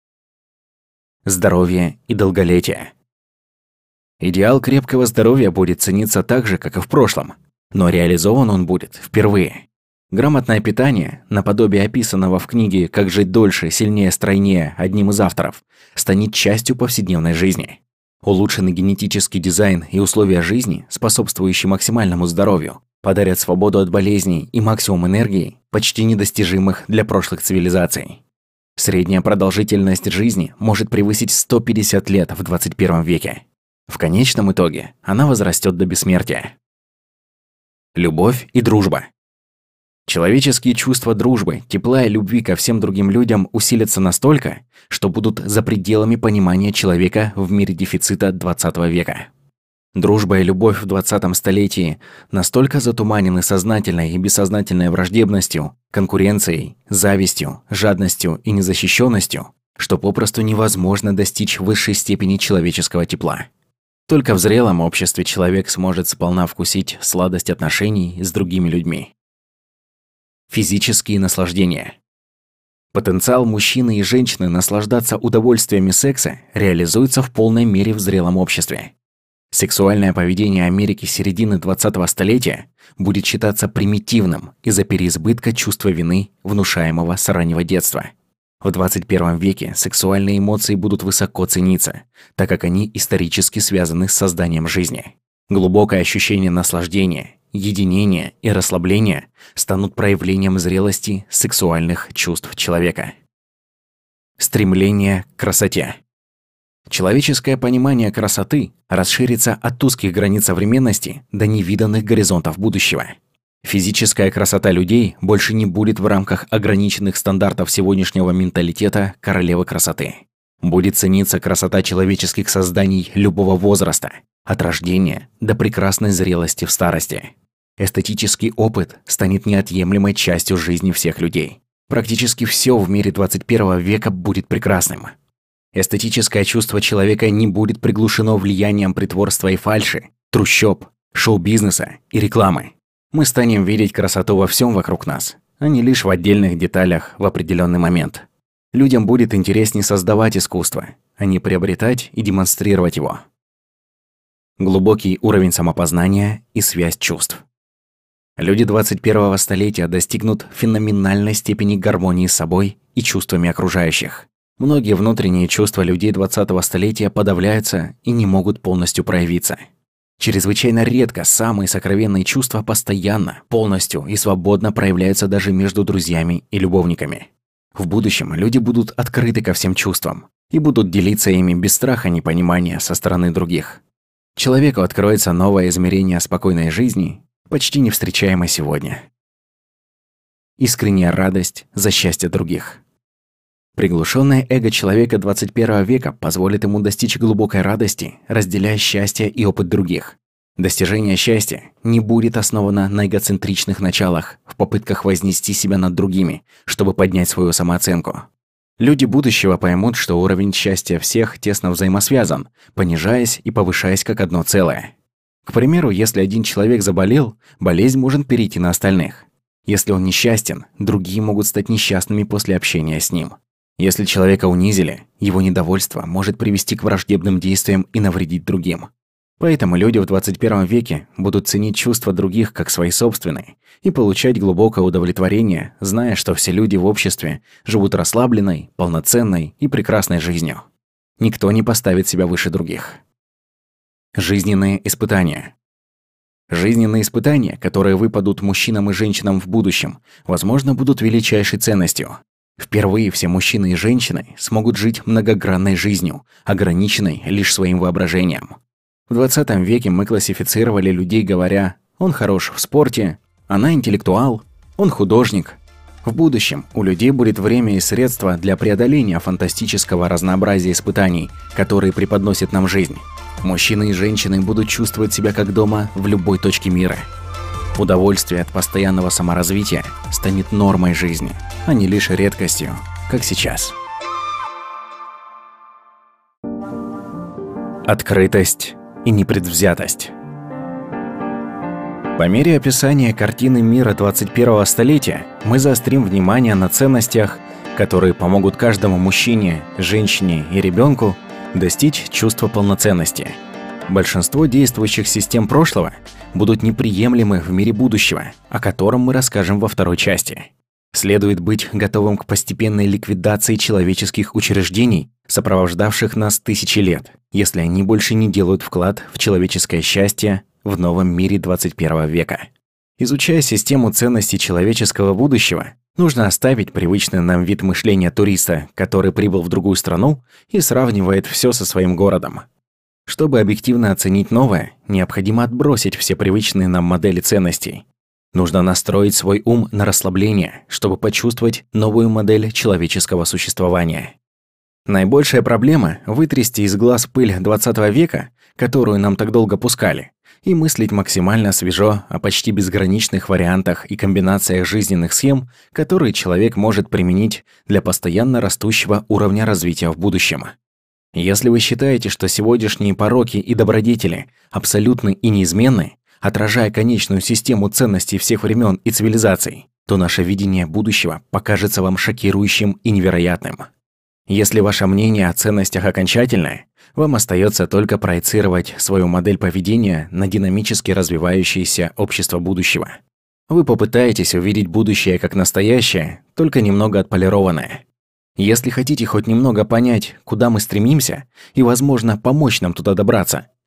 Здоровье и долголетие. Идеал крепкого здоровья будет цениться так же, как и в прошлом, но реализован он будет впервые. Грамотное питание, наподобие описанного в книге «Как жить дольше, сильнее, стройнее» одним из авторов, станет частью повседневной жизни. Улучшенный генетический дизайн и условия жизни, способствующие максимальному здоровью, подарят свободу от болезней и максимум энергии, почти недостижимых для прошлых цивилизаций. Средняя продолжительность жизни может превысить 150 лет в 21 веке. В конечном итоге она возрастет до бессмертия. Любовь и дружба. Человеческие чувства дружбы, тепла и любви ко всем другим людям усилятся настолько, что будут за пределами понимания человека в мире дефицита 20 века. Дружба и любовь в 20 столетии настолько затуманены сознательной и бессознательной враждебностью, конкуренцией, завистью, жадностью и незащищенностью, что попросту невозможно достичь высшей степени человеческого тепла. Только в зрелом обществе человек сможет сполна вкусить сладость отношений с другими людьми. Физические наслаждения. Потенциал мужчины и женщины наслаждаться удовольствиями секса реализуется в полной мере в зрелом обществе. Сексуальное поведение Америки середины 20-го столетия будет считаться примитивным из-за переизбытка чувства вины, внушаемого с раннего детства. В 21 веке сексуальные эмоции будут высоко цениться, так как они исторически связаны с созданием жизни. Глубокое ощущение наслаждения, единения и расслабления станут проявлением зрелости сексуальных чувств человека. Стремление к красоте. Человеческое понимание красоты расширится от узких границ современности до невиданных горизонтов будущего. Физическая красота людей больше не будет в рамках ограниченных стандартов сегодняшнего менталитета королевы красоты. Будет цениться красота человеческих созданий любого возраста, от рождения до прекрасной зрелости в старости. Эстетический опыт станет неотъемлемой частью жизни всех людей. Практически все в мире 21 века будет прекрасным. Эстетическое чувство человека не будет приглушено влиянием притворства и фальши, трущоб, шоу-бизнеса и рекламы. Мы станем видеть красоту во всем вокруг нас, а не лишь в отдельных деталях в определенный момент. Людям будет интереснее создавать искусство, а не приобретать и демонстрировать его. Глубокий уровень самопознания и связь чувств. Люди 21-го столетия достигнут феноменальной степени гармонии с собой и чувствами окружающих. Многие внутренние чувства людей 20-го столетия подавляются и не могут полностью проявиться. Чрезвычайно редко самые сокровенные чувства постоянно, полностью и свободно проявляются даже между друзьями и любовниками. В будущем люди будут открыты ко всем чувствам и будут делиться ими без страха непонимания со стороны других. Человеку откроется новое измерение спокойной жизни, почти не встречаемой сегодня. Искренняя радость за счастье других. Приглушенное эго человека 21 века позволит ему достичь глубокой радости, разделяя счастье и опыт других. Достижение счастья не будет основано на эгоцентричных началах, в попытках вознести себя над другими, чтобы поднять свою самооценку. Люди будущего поймут, что уровень счастья всех тесно взаимосвязан, понижаясь и повышаясь как одно целое. К примеру, если один человек заболел, болезнь может перейти на остальных. Если он несчастен, другие могут стать несчастными после общения с ним. Если человека унизили, его недовольство может привести к враждебным действиям и навредить другим. Поэтому люди в 21 веке будут ценить чувства других как свои собственные и получать глубокое удовлетворение, зная, что все люди в обществе живут расслабленной, полноценной и прекрасной жизнью. Никто не поставит себя выше других. Жизненные испытания. Жизненные испытания, которые выпадут мужчинам и женщинам в будущем, возможно, будут величайшей ценностью. Впервые все мужчины и женщины смогут жить многогранной жизнью, ограниченной лишь своим воображением. В 20 веке мы классифицировали людей, говоря: он хорош в спорте, она интеллектуал, он художник. В будущем у людей будет время и средства для преодоления фантастического разнообразия испытаний, которые преподносит нам жизнь. Мужчины и женщины будут чувствовать себя как дома в любой точке мира. Удовольствие от постоянного саморазвития станет нормой жизни, а не лишь редкостью, как сейчас. Открытость и непредвзятость. По мере описания картины мира 21-го столетия мы заострим внимание на ценностях, которые помогут каждому мужчине, женщине и ребенку достичь чувства полноценности. Большинство действующих систем прошлого будут неприемлемы в мире будущего, о котором мы расскажем во второй части. Следует быть готовым к постепенной ликвидации человеческих учреждений, сопровождавших нас тысячи лет, если они больше не делают вклад в человеческое счастье в новом мире 21 века. Изучая систему ценностей человеческого будущего, нужно оставить привычный нам вид мышления туриста, который прибыл в другую страну и сравнивает все со своим городом. Чтобы объективно оценить новое, необходимо отбросить все привычные нам модели ценностей. Нужно настроить свой ум на расслабление, чтобы почувствовать новую модель человеческого существования. Наибольшая проблема – вытрясти из глаз пыль 20 века, которую нам так долго пускали, и мыслить максимально свежо о почти безграничных вариантах и комбинациях жизненных схем, которые человек может применить для постоянно растущего уровня развития в будущем. Если вы считаете, что сегодняшние пороки и добродетели абсолютны и неизменны, отражая конечную систему ценностей всех времен и цивилизаций, то наше видение будущего покажется вам шокирующим и невероятным. Если ваше мнение о ценностях окончательное, вам остается только проецировать свою модель поведения на динамически развивающееся общество будущего. Вы попытаетесь увидеть будущее как настоящее, только немного отполированное. Если хотите хоть немного понять, куда мы стремимся, и, возможно, помочь нам туда добраться,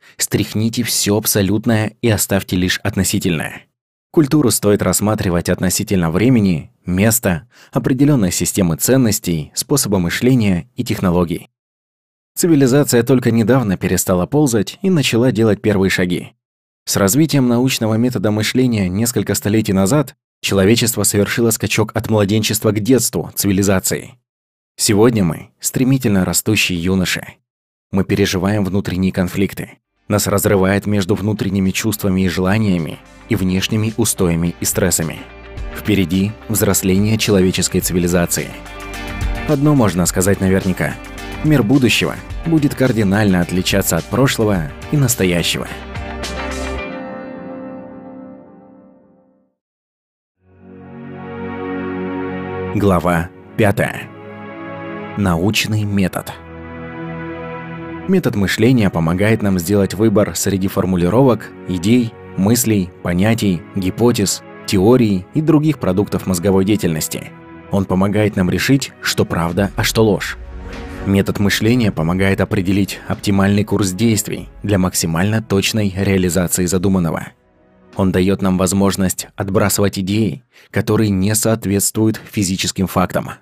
Стряхните все абсолютное и оставьте лишь относительное. Культуру стоит рассматривать относительно времени, места, определенной системы ценностей, способа мышления и технологий. Цивилизация только недавно перестала ползать и начала делать первые шаги. С развитием научного метода мышления несколько столетий назад человечество совершило скачок от младенчества к детству цивилизации. Сегодня мы – стремительно растущие юноши. Мы переживаем внутренние конфликты. Нас разрывает между внутренними чувствами и желаниями и внешними устоями и стрессами. Впереди взросление человеческой цивилизации. Одно можно сказать наверняка. Мир будущего будет кардинально отличаться от прошлого и настоящего. Глава 5. Научный метод. Метод мышления помогает нам сделать выбор среди формулировок, идей, мыслей, понятий, гипотез, теорий и других продуктов мозговой деятельности. Он помогает нам решить, что правда, а что ложь. Метод мышления помогает определить оптимальный курс действий для максимально точной реализации задуманного. Он дает нам возможность отбрасывать идеи, которые не соответствуют физическим фактам.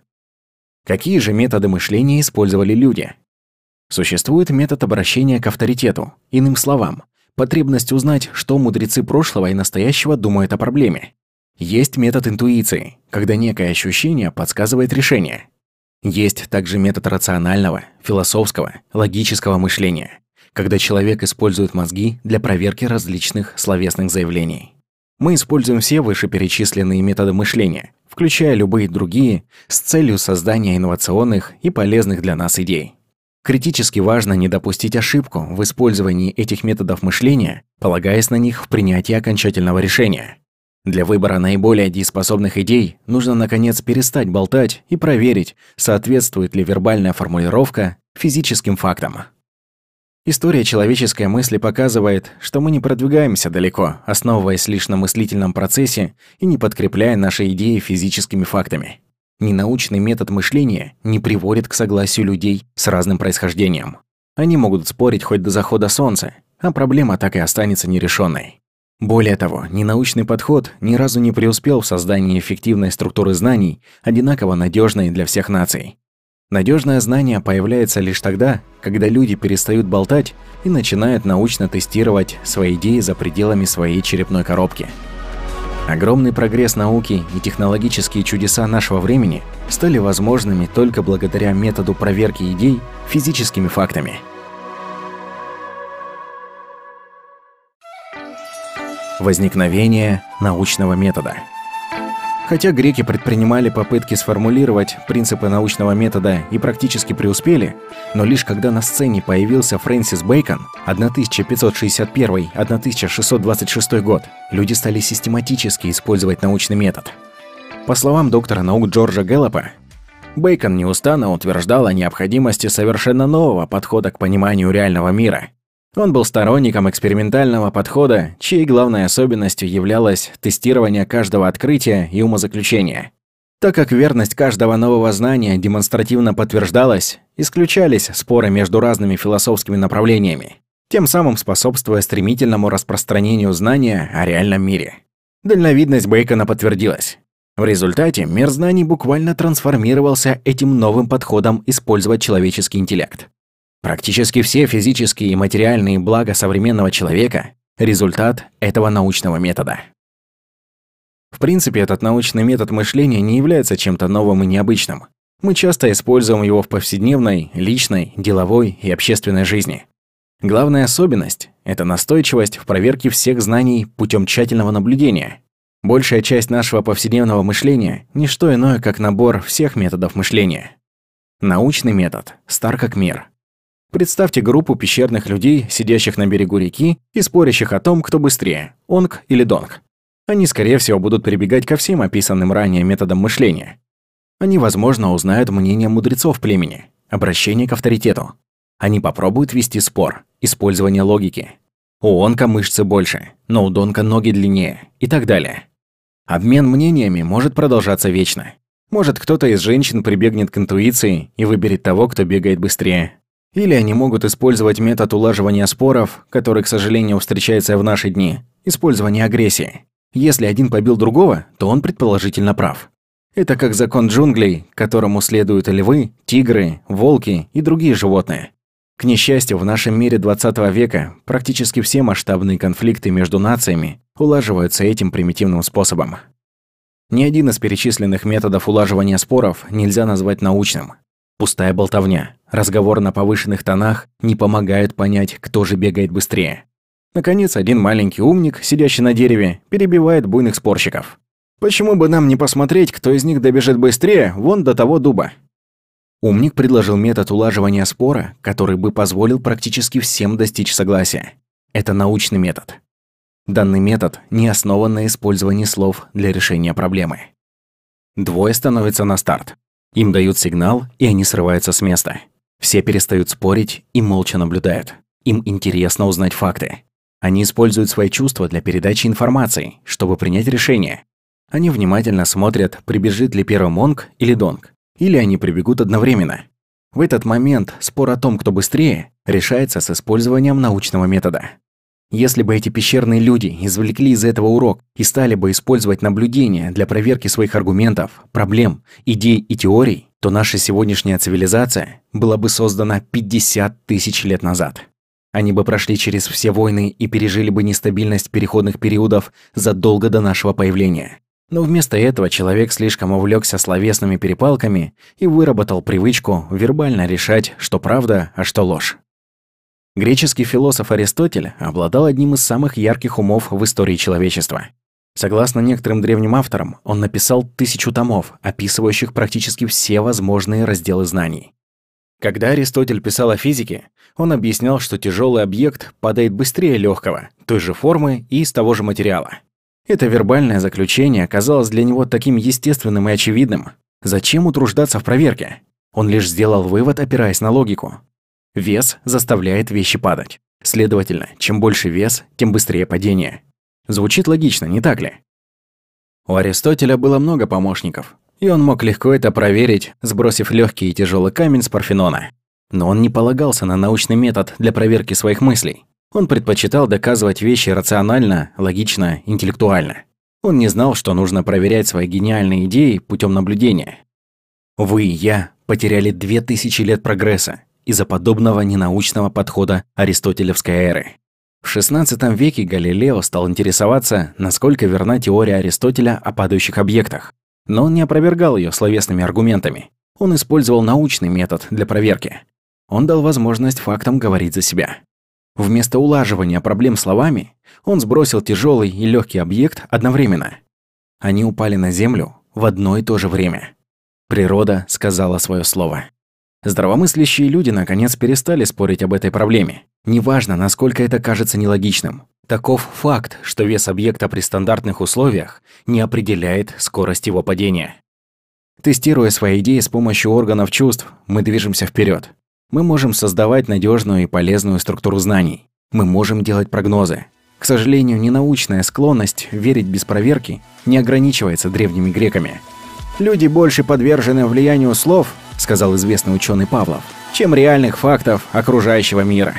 Какие же методы мышления использовали люди? Существует метод обращения к авторитету, иным словам, потребность узнать, что мудрецы прошлого и настоящего думают о проблеме. Есть метод интуиции, когда некое ощущение подсказывает решение. Есть также метод рационального, философского, логического мышления, когда человек использует мозги для проверки различных словесных заявлений. Мы используем все вышеперечисленные методы мышления, включая любые другие, с целью создания инновационных и полезных для нас идей. Критически важно не допустить ошибку в использовании этих методов мышления, полагаясь на них в принятии окончательного решения. Для выбора наиболее дееспособных идей нужно, наконец, перестать болтать и проверить, соответствует ли вербальная формулировка физическим фактам. История человеческой мысли показывает, что мы не продвигаемся далеко, основываясь лишь на мыслительном процессе и не подкрепляя наши идеи физическими фактами. Ненаучный метод мышления не приводит к согласию людей с разным происхождением. Они могут спорить хоть до захода солнца, а проблема так и останется нерешенной. Более того, ненаучный подход ни разу не преуспел в создании эффективной структуры знаний, одинаково надежной для всех наций. Надежное знание появляется лишь тогда, когда люди перестают болтать и начинают научно тестировать свои идеи за пределами своей черепной коробки. Огромный прогресс науки и технологические чудеса нашего времени стали возможными только благодаря методу проверки идей физическими фактами. Возникновение научного метода. Хотя греки предпринимали попытки сформулировать принципы научного метода и практически преуспели, но лишь когда на сцене появился Фрэнсис Бэкон 1561-1626 год, люди стали систематически использовать научный метод. По словам доктора наук Джорджа Гэллопа, Бэкон неустанно утверждал о необходимости совершенно нового подхода к пониманию реального мира. Он был сторонником экспериментального подхода, чьей главной особенностью являлось тестирование каждого открытия и умозаключения. Так как верность каждого нового знания демонстративно подтверждалась, исключались споры между разными философскими направлениями, тем самым способствуя стремительному распространению знания о реальном мире. Дальновидность Бэкона подтвердилась. В результате мир знаний буквально трансформировался этим новым подходом использовать человеческий интеллект. Практически все физические и материальные блага современного человека – результат этого научного метода. В принципе, этот научный метод мышления не является чем-то новым и необычным. Мы часто используем его в повседневной, личной, деловой и общественной жизни. Главная особенность – это настойчивость в проверке всех знаний путем тщательного наблюдения. Большая часть нашего повседневного мышления – не что иное, как набор всех методов мышления. Научный метод стар как мир. Представьте группу пещерных людей, сидящих на берегу реки и спорящих о том, кто быстрее – Онг или Донг. Они, скорее всего, будут прибегать ко всем описанным ранее методам мышления. Они, возможно, узнают мнение мудрецов племени, обращение к авторитету. Они попробуют вести спор, использование логики. У Онка мышцы больше, но у Донка ноги длиннее и так далее. Обмен мнениями может продолжаться вечно. Может, кто-то из женщин прибегнет к интуиции и выберет того, кто бегает быстрее. Или они могут использовать метод улаживания споров, который, к сожалению, встречается в наши дни – использование агрессии. Если один побил другого, то он предположительно прав. Это как закон джунглей, которому следуют львы, тигры, волки и другие животные. К несчастью, в нашем мире 20 века практически все масштабные конфликты между нациями улаживаются этим примитивным способом. Ни один из перечисленных методов улаживания споров нельзя назвать научным. Пустая болтовня, разговор на повышенных тонах не помогают понять, кто же бегает быстрее. Наконец, один маленький умник, сидящий на дереве, перебивает буйных спорщиков. Почему бы нам не посмотреть, кто из них добежит быстрее вон до того дуба? Умник предложил метод улаживания спора, который бы позволил практически всем достичь согласия. Это научный метод. Данный метод не основан на использовании слов для решения проблемы. Двое становятся на старт. Им дают сигнал, и они срываются с места. Все перестают спорить и молча наблюдают. Им интересно узнать факты. Они используют свои чувства для передачи информации, чтобы принять решение. Они внимательно смотрят, прибежит ли первый монг или донг, или они прибегут одновременно. В этот момент спор о том, кто быстрее, решается с использованием научного метода. Если бы эти пещерные люди извлекли из этого урок и стали бы использовать наблюдения для проверки своих аргументов, проблем, идей и теорий, то наша сегодняшняя цивилизация была бы создана 50 тысяч лет назад. Они бы прошли через все войны и пережили бы нестабильность переходных периодов задолго до нашего появления. Но вместо этого человек слишком увлекся словесными перепалками и выработал привычку вербально решать, что правда, а что ложь. Греческий философ Аристотель обладал одним из самых ярких умов в истории человечества. Согласно некоторым древним авторам, он написал 1000 томов, описывающих практически все возможные разделы знаний. Когда Аристотель писал о физике, он объяснял, что тяжелый объект падает быстрее легкого, той же формы и из того же материала. Это вербальное заключение оказалось для него таким естественным и очевидным. Зачем утруждаться в проверке? Он лишь сделал вывод, опираясь на логику. Вес заставляет вещи падать. Следовательно, чем больше вес, тем быстрее падение. Звучит логично, не так ли? У Аристотеля было много помощников, и он мог легко это проверить, сбросив легкий и тяжелый камень с Парфенона. Но он не полагался на научный метод для проверки своих мыслей. Он предпочитал доказывать вещи рационально, логично, интеллектуально. Он не знал, что нужно проверять свои гениальные идеи путем наблюдения. Вы и я потеряли 2000 лет прогресса из-за подобного ненаучного подхода аристотелевской эры. В XVI веке Галилео стал интересоваться, насколько верна теория Аристотеля о падающих объектах. Но он не опровергал ее словесными аргументами. Он использовал научный метод для проверки. Он дал возможность фактам говорить за себя. Вместо улаживания проблем словами, он сбросил тяжелый и легкий объект одновременно. Они упали на землю в одно и то же время. Природа сказала свое слово. Здравомыслящие люди наконец перестали спорить об этой проблеме. Неважно, насколько это кажется нелогичным. Таков факт, что вес объекта при стандартных условиях не определяет скорость его падения. Тестируя свои идеи с помощью органов чувств, мы движемся вперед. Мы можем создавать надежную и полезную структуру знаний. Мы можем делать прогнозы. К сожалению, ненаучная склонность верить без проверки не ограничивается древними греками. «Люди больше подвержены влиянию слов, — сказал известный ученый Павлов, — чем реальных фактов окружающего мира».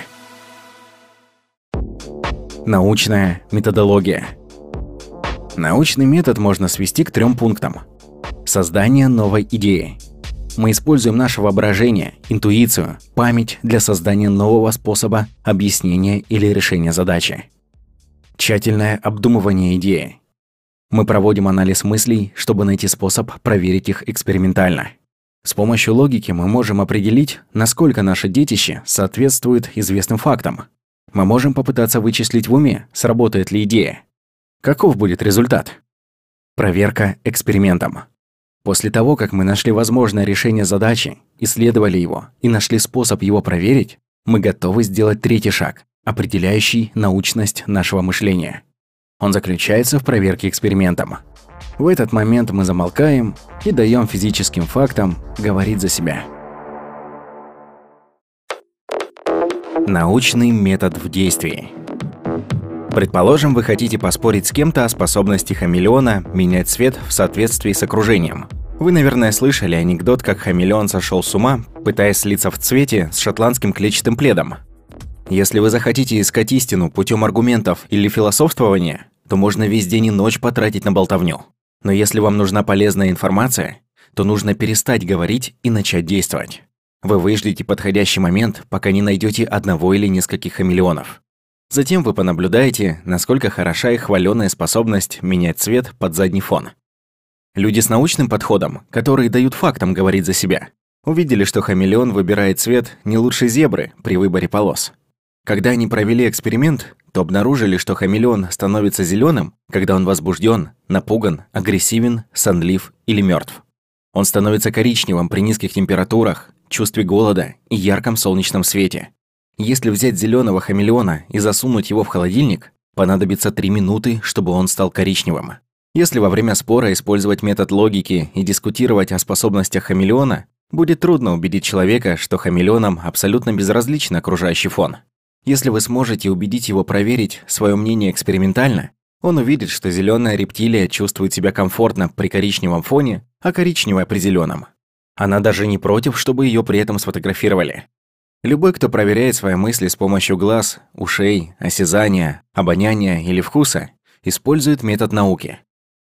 Научная методология. Научный метод можно свести к 3 пунктам. Создание новой идеи. Мы используем наше воображение, интуицию, память для создания нового способа объяснения или решения задачи. Тщательное обдумывание идеи. Мы проводим анализ мыслей, чтобы найти способ проверить их экспериментально. С помощью логики мы можем определить, насколько наше детище соответствует известным фактам. Мы можем попытаться вычислить в уме, сработает ли идея. Каков будет результат? Проверка экспериментом. После того, как мы нашли возможное решение задачи, исследовали его и нашли способ его проверить, мы готовы сделать 3-й шаг, определяющий научность нашего мышления. Он заключается в проверке экспериментом. В этот момент мы замолкаем и даем физическим фактам говорить за себя. Научный метод в действии. Предположим, вы хотите поспорить с кем-то о способности хамелеона менять цвет в соответствии с окружением. Вы, наверное, слышали анекдот, как хамелеон сошел с ума, пытаясь слиться в цвете с шотландским клетчатым пледом. Если вы захотите искать истину путем аргументов или философствования, то можно весь день и ночь потратить на болтовню. Но если вам нужна полезная информация, то нужно перестать говорить и начать действовать. Вы выждете подходящий момент, пока не найдете одного или нескольких хамелеонов. Затем вы понаблюдаете, насколько хороша их хваленая способность менять цвет под задний фон. Люди с научным подходом, которые дают фактам говорить за себя, увидели, что хамелеон выбирает цвет не лучше зебры при выборе полос. Когда они провели эксперимент, то обнаружили, что хамелеон становится зеленым, когда он возбужден, напуган, агрессивен, сонлив или мертв. Он становится коричневым при низких температурах, чувстве голода и ярком солнечном свете. Если взять зеленого хамелеона и засунуть его в холодильник, понадобится 3 минуты, чтобы он стал коричневым. Если во время спора использовать метод логики и дискутировать о способностях хамелеона, будет трудно убедить человека, что хамелеонам абсолютно безразличен окружающий фон. Если вы сможете убедить его проверить свое мнение экспериментально, он увидит, что зеленая рептилия чувствует себя комфортно при коричневом фоне, а коричневая при зеленом. Она даже не против, чтобы ее при этом сфотографировали. Любой, кто проверяет свои мысли с помощью глаз, ушей, осязания, обоняния или вкуса, использует метод науки.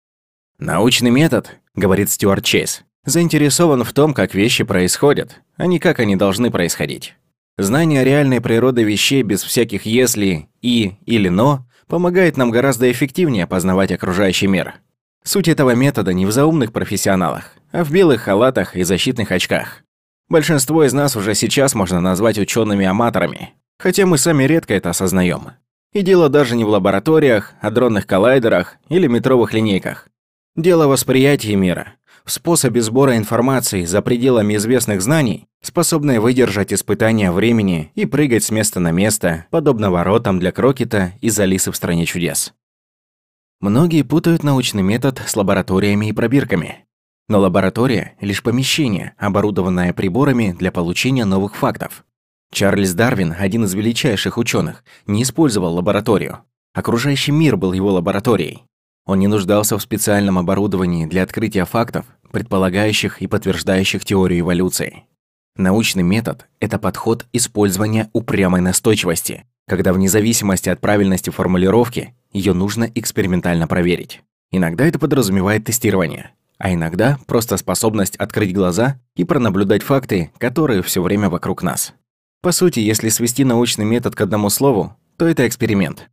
«Научный метод, — говорит Стюарт Чейз, — заинтересован в том, как вещи происходят, а не как они должны происходить. Знание реальной природы вещей без всяких «если», «и» или «но» помогает нам гораздо эффективнее познавать окружающий мир. Суть этого метода не в заумных профессионалах, а в белых халатах и защитных очках. Большинство из нас уже сейчас можно назвать учеными-аматорами, хотя мы сами редко это осознаем. И дело даже не в лабораториях, адронных коллайдерах или метровых линейках. Дело в восприятии мира, в способе сбора информации за пределами известных знаний, способной выдержать испытания времени и прыгать с места на место, подобно воротам для Крокета из «Алисы в стране чудес». Многие путают научный метод с лабораториями и пробирками. Но лаборатория – лишь помещение, оборудованное приборами для получения новых фактов. Чарльз Дарвин, один из величайших ученых, не использовал лабораторию. Окружающий мир был его лабораторией. Он не нуждался в специальном оборудовании для открытия фактов, предполагающих и подтверждающих теорию эволюции. Научный метод – это подход использования упрямой настойчивости, когда вне зависимости от правильности формулировки ее нужно экспериментально проверить. Иногда это подразумевает тестирование, а иногда просто способность открыть глаза и пронаблюдать факты, которые все время вокруг нас. По сути, если свести научный метод к одному слову, то это эксперимент.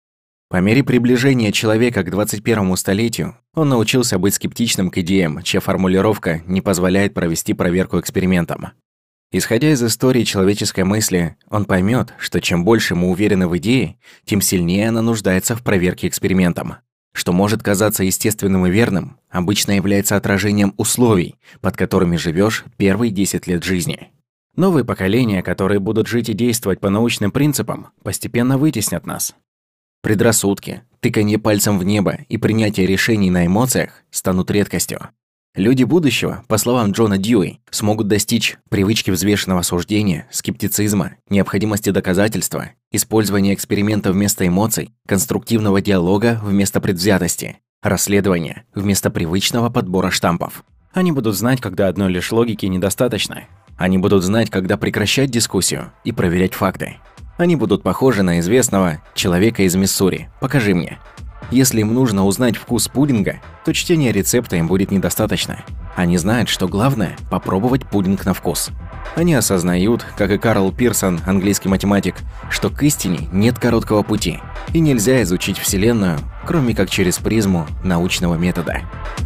По мере приближения человека к 21 столетию, он научился быть скептичным к идеям, чья формулировка не позволяет провести проверку экспериментом. Исходя из истории человеческой мысли, он поймет, что чем больше мы уверены в идее, тем сильнее она нуждается в проверке экспериментом. Что может казаться естественным и верным, обычно является отражением условий, под которыми живешь первые 10 лет жизни. Новые поколения, которые будут жить и действовать по научным принципам, постепенно вытеснят нас. Предрассудки, тыканье пальцем в небо и принятие решений на эмоциях станут редкостью. Люди будущего, по словам Джона Дьюи, смогут достичь привычки взвешенного суждения, скептицизма, необходимости доказательства, использования эксперимента вместо эмоций, конструктивного диалога вместо предвзятости, расследования вместо привычного подбора штампов. Они будут знать, когда одной лишь логики недостаточно. Они будут знать, когда прекращать дискуссию и проверять факты. Они будут похожи на известного человека из Миссури «Покажи мне». Если им нужно узнать вкус пудинга, то чтение рецепта им будет недостаточно. Они знают, что главное – попробовать пудинг на вкус. Они осознают, как и Карл Пирсон, английский математик, что к истине нет короткого пути, и нельзя изучить Вселенную, кроме как через призму научного метода.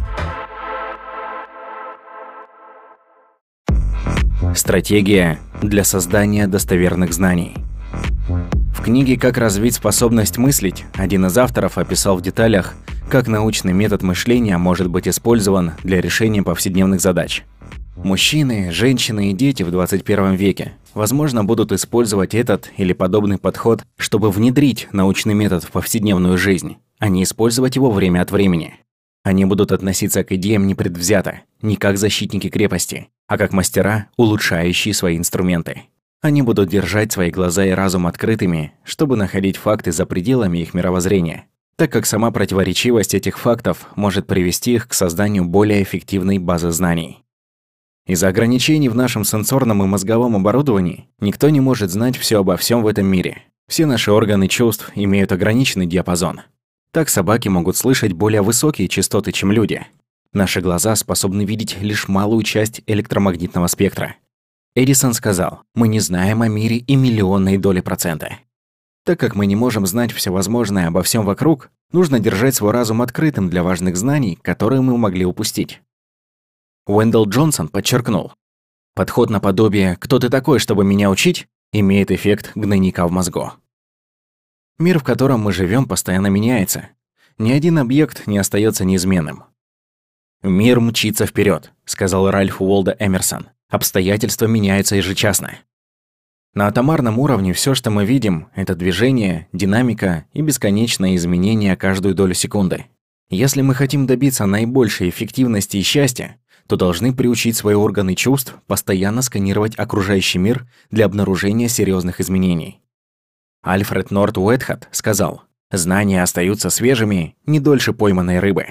Стратегия для создания достоверных знаний. В книге «Как развить способность мыслить» один из авторов описал в деталях, как научный метод мышления может быть использован для решения повседневных задач. Мужчины, женщины и дети в 21 веке, возможно, будут использовать этот или подобный подход, чтобы внедрить научный метод в повседневную жизнь, а не использовать его время от времени. Они будут относиться к идеям непредвзято, не как защитники крепости, а как мастера, улучшающие свои инструменты. Они будут держать свои глаза и разум открытыми, чтобы находить факты за пределами их мировоззрения. так как сама противоречивость этих фактов может привести их к созданию более эффективной базы знаний. Из-за ограничений в нашем сенсорном и мозговом оборудовании никто не может знать все обо всем в этом мире. Все наши органы чувств имеют ограниченный диапазон. Так собаки могут слышать более высокие частоты, чем люди. Наши глаза способны видеть лишь малую часть электромагнитного спектра. Эдисон сказал: «Мы не знаем о мире и миллионной доли процента». Так как мы не можем знать все возможное обо всем вокруг, нужно держать свой разум открытым для важных знаний, которые мы могли упустить. Уэндell Джонсон подчеркнул: «Подход наподобие «кто ты такой, чтобы меня учить?» имеет эффект гнойника в мозгу». Мир, в котором мы живем, постоянно меняется. Ни один объект не остается неизменным. «Мир мчится вперед», — сказал Ральф Уолдо Эмерсон. «Обстоятельства меняются ежечасно». На атомарном уровне все, что мы видим, это движение, динамика и бесконечное изменение каждую долю секунды. Если мы хотим добиться наибольшей эффективности и счастья, то должны приучить свои органы чувств постоянно сканировать окружающий мир для обнаружения серьезных изменений. Альфред Норт Уэтхед сказал: «Знания остаются свежими не дольше пойманной рыбы».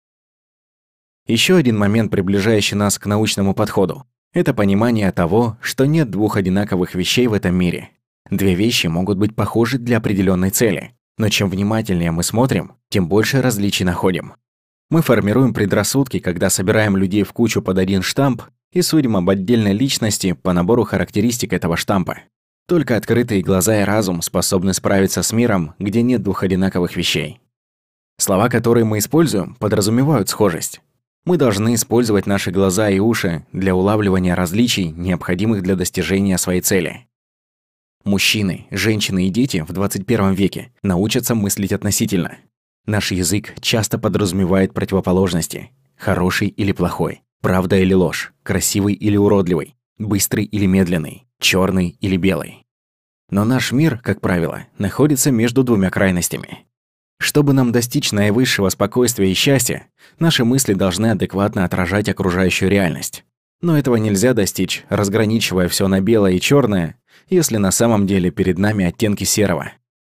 Еще один момент, приближающий нас к научному подходу, это понимание того, что нет двух одинаковых вещей в этом мире. Две вещи могут быть похожи для определенной цели, но чем внимательнее мы смотрим, тем больше различий находим. Мы формируем предрассудки, когда собираем людей в кучу под один штамп и судим об отдельной личности по набору характеристик этого штампа. Только открытые глаза и разум способны справиться с миром, где нет двух одинаковых вещей. Слова, которые мы используем, подразумевают схожесть. Мы должны использовать наши глаза и уши для улавливания различий, необходимых для достижения своей цели. Мужчины, женщины и дети в 21 веке научатся мыслить относительно. Наш язык часто подразумевает противоположности: хороший или плохой, правда или ложь, красивый или уродливый, быстрый или медленный, черный или белый. Но наш мир, как правило, находится между двумя крайностями. Чтобы нам достичь наивысшего спокойствия и счастья, наши мысли должны адекватно отражать окружающую реальность. Но этого нельзя достичь, разграничивая все на белое и черное, если на самом деле перед нами оттенки серого.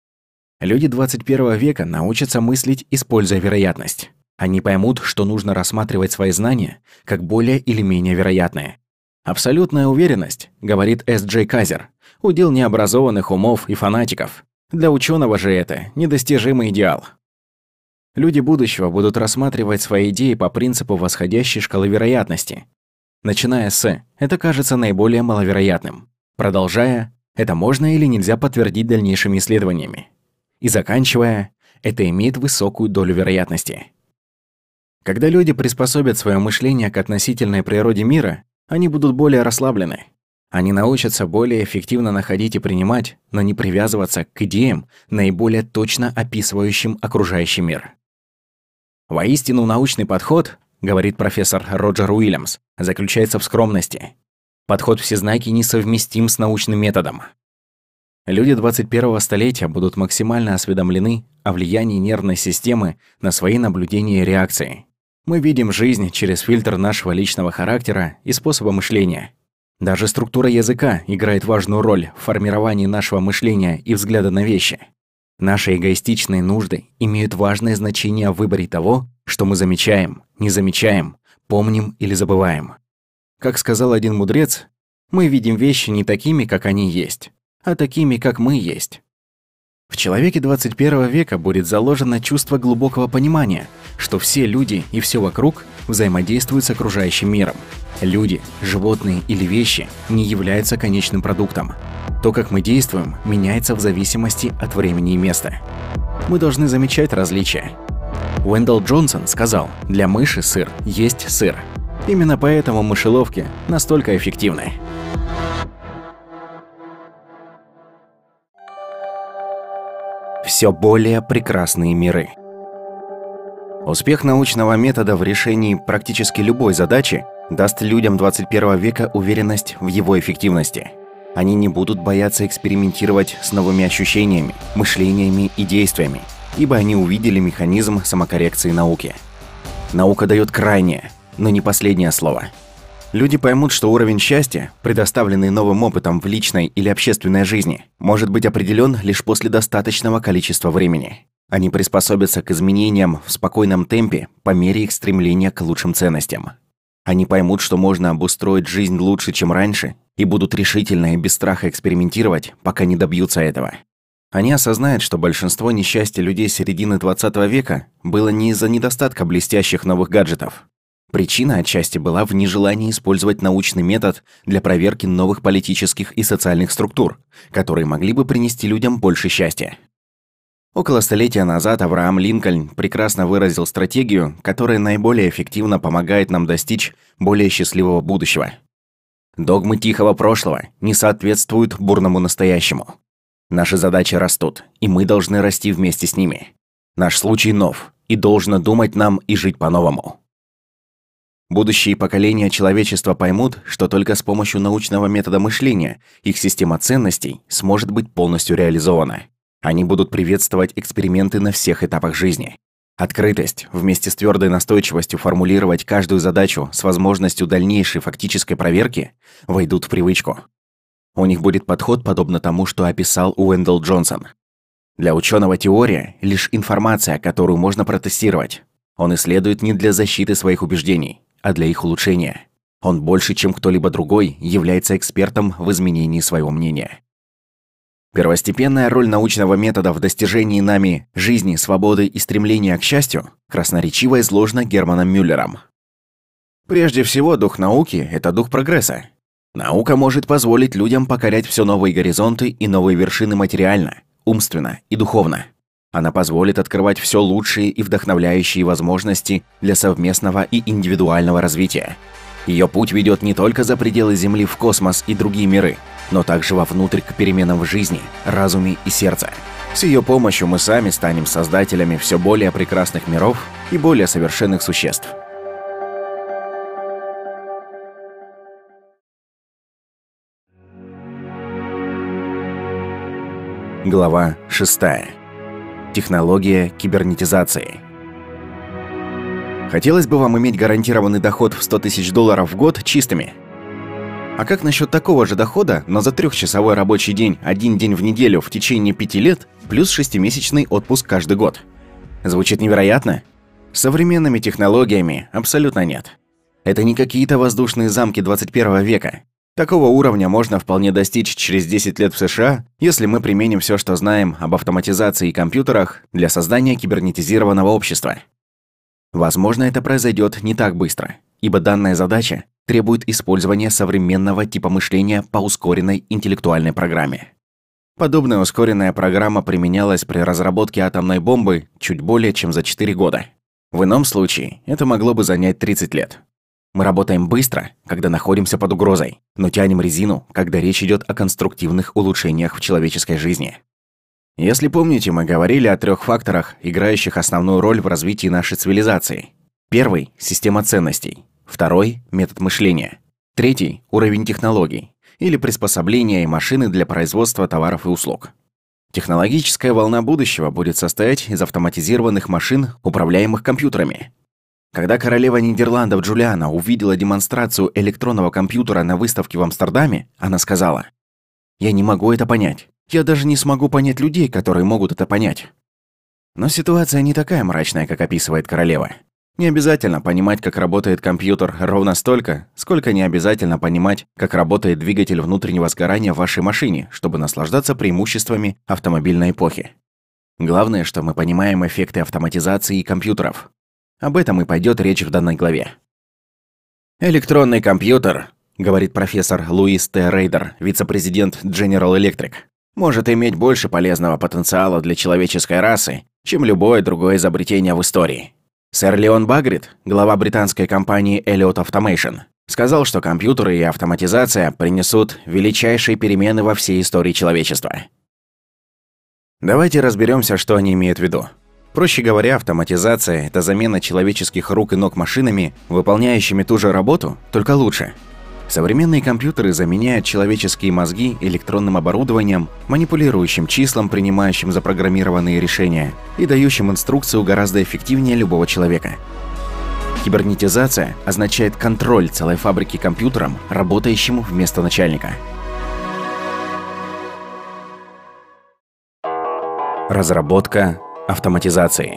Люди 21 века научатся мыслить, используя вероятность. Они поймут, что нужно рассматривать свои знания как более или менее вероятные. Абсолютная уверенность, говорит С.Джей Казер, удел необразованных умов и фанатиков. Для ученого же это недостижимый идеал. Люди будущего будут рассматривать свои идеи по принципу восходящей шкалы вероятности. Начиная с «это кажется наиболее маловероятным», продолжая «это можно или нельзя подтвердить дальнейшими исследованиями», и заканчивая «это имеет высокую долю вероятности». Когда люди приспособят свое мышление к относительной природе мира, они будут более расслаблены. Они научатся более эффективно находить и принимать, но не привязываться к идеям, наиболее точно описывающим окружающий мир. Воистину, научный подход, говорит профессор Роджер Уильямс, заключается в скромности. Подход всезнайки несовместим с научным методом. Люди 21-го столетия будут максимально осведомлены о влиянии нервной системы на свои наблюдения и реакции. Мы видим жизнь через фильтр нашего личного характера и способа мышления. Даже структура языка играет важную роль в формировании нашего мышления и взгляда на вещи. Наши эгоистичные нужды имеют важное значение в выборе того, что мы замечаем, не замечаем, помним или забываем. Как сказал один мудрец, мы видим вещи не такими, как они есть, а такими, как мы есть. В человеке 21 века будет заложено чувство глубокого понимания, что все люди и все вокруг взаимодействуют с окружающим миром. Люди, животные или вещи не являются конечным продуктом. То, как мы действуем, меняется в зависимости от времени и места. Мы должны замечать различия. Уэндell Джонсон сказал: «Для мыши сыр есть сыр». Именно поэтому мышеловки настолько эффективны. Все более прекрасные миры. Успех научного метода в решении практически любой задачи даст людям 21 века уверенность в его эффективности. Они не будут бояться экспериментировать с новыми ощущениями, мышлениями и действиями, ибо они увидели механизм самокоррекции науки. Наука дает крайнее, но не последнее слово. Люди поймут, что уровень счастья, предоставленный новым опытом в личной или общественной жизни, может быть определен лишь после достаточного количества времени. Они приспособятся к изменениям в спокойном темпе по мере их стремления к лучшим ценностям. Они поймут, что можно обустроить жизнь лучше, чем раньше, и будут решительно и без страха экспериментировать, пока не добьются этого. Они осознают, что большинство несчастья людей середины 20 века было не из-за недостатка блестящих новых гаджетов. Причина отчасти была в нежелании использовать научный метод для проверки новых политических и социальных структур, которые могли бы принести людям больше счастья. Около столетия назад Авраам Линкольн прекрасно выразил стратегию, которая наиболее эффективно помогает нам достичь более счастливого будущего. Догмы тихого прошлого не соответствуют бурному настоящему. Наши задачи растут, и мы должны расти вместе с ними. Наш случай нов, и должно думать нам и жить по-новому. Будущие поколения человечества поймут, что только с помощью научного метода мышления их система ценностей сможет быть полностью реализована. Они будут приветствовать эксперименты на всех этапах жизни. Открытость, вместе с твердой настойчивостью формулировать каждую задачу с возможностью дальнейшей фактической проверки, войдут в привычку. У них будет подход, подобно тому, что описал Уэндell Джонсон. Для ученого теория – лишь информация, которую можно протестировать. Он исследует не для защиты своих убеждений, а для их улучшения. Он больше, чем кто-либо другой, является экспертом в изменении своего мнения. Первостепенная роль научного метода в достижении нами жизни, свободы и стремления к счастью красноречиво изложена Германом Мюллером. Прежде всего, дух науки – это дух прогресса. Наука может позволить людям покорять все новые горизонты и новые вершины материально, умственно и духовно. Она позволит открывать все лучшие и вдохновляющие возможности для совместного и индивидуального развития. Ее путь ведет не только за пределы Земли в космос и другие миры, но также вовнутрь к переменам в жизни, разуме и сердце. С ее помощью мы сами станем создателями все более прекрасных миров и более совершенных существ. Глава 6. Технология кибернетизации. Хотелось бы вам иметь гарантированный доход в $100 тысяч в год чистыми. А как насчет такого же дохода, но за 3-часовой рабочий день, 1 день в неделю в течение 5 лет, плюс 6-месячный отпуск каждый год? Звучит невероятно? С современными технологиями абсолютно нет. Это не какие-то воздушные замки 21 века. Такого уровня можно вполне достичь через 10 лет в США, если мы применим все, что знаем об автоматизации и компьютерах для создания кибернетизированного общества. Возможно, это произойдет не так быстро, ибо данная задача требует использования современного типа мышления по ускоренной интеллектуальной программе. Подобная ускоренная программа применялась при разработке атомной бомбы чуть более чем за 4 года. В ином случае это могло бы занять 30 лет. Мы работаем быстро, когда находимся под угрозой, но тянем резину, когда речь идет о конструктивных улучшениях в человеческой жизни. Если помните, мы говорили о 3 факторах, играющих основную роль в развитии нашей цивилизации. Первый – система ценностей. Второй – метод мышления. Третий – уровень технологий, или приспособления и машины для производства товаров и услуг. Технологическая волна будущего будет состоять из автоматизированных машин, управляемых компьютерами. Когда королева Нидерландов Джулиана увидела демонстрацию электронного компьютера на выставке в Амстердаме, она сказала: «Я не могу это понять. Я даже не смогу понять людей, которые могут это понять». Но ситуация не такая мрачная, как описывает королева. Не обязательно понимать, как работает компьютер ровно столько, сколько не обязательно понимать, как работает двигатель внутреннего сгорания в вашей машине, чтобы наслаждаться преимуществами автомобильной эпохи. Главное, что мы понимаем эффекты автоматизации и компьютеров. Об этом и пойдет речь в данной главе. «Электронный компьютер», — говорит профессор Луис Т. Рейдер, вице-президент General Electric, может иметь больше полезного потенциала для человеческой расы, чем любое другое изобретение в истории. Сэр Леон Багрит, глава британской компании Elliott Automation, сказал, что компьютеры и автоматизация принесут величайшие перемены во всей истории человечества. Давайте разберемся, что они имеют в виду. Проще говоря, автоматизация – это замена человеческих рук и ног машинами, выполняющими ту же работу, только лучше. Современные компьютеры заменяют человеческие мозги электронным оборудованием, манипулирующим числом, принимающим запрограммированные решения и дающим инструкцию гораздо эффективнее любого человека. Кибернетизация означает контроль целой фабрики компьютером, работающим вместо начальника. Разработка Автоматизации.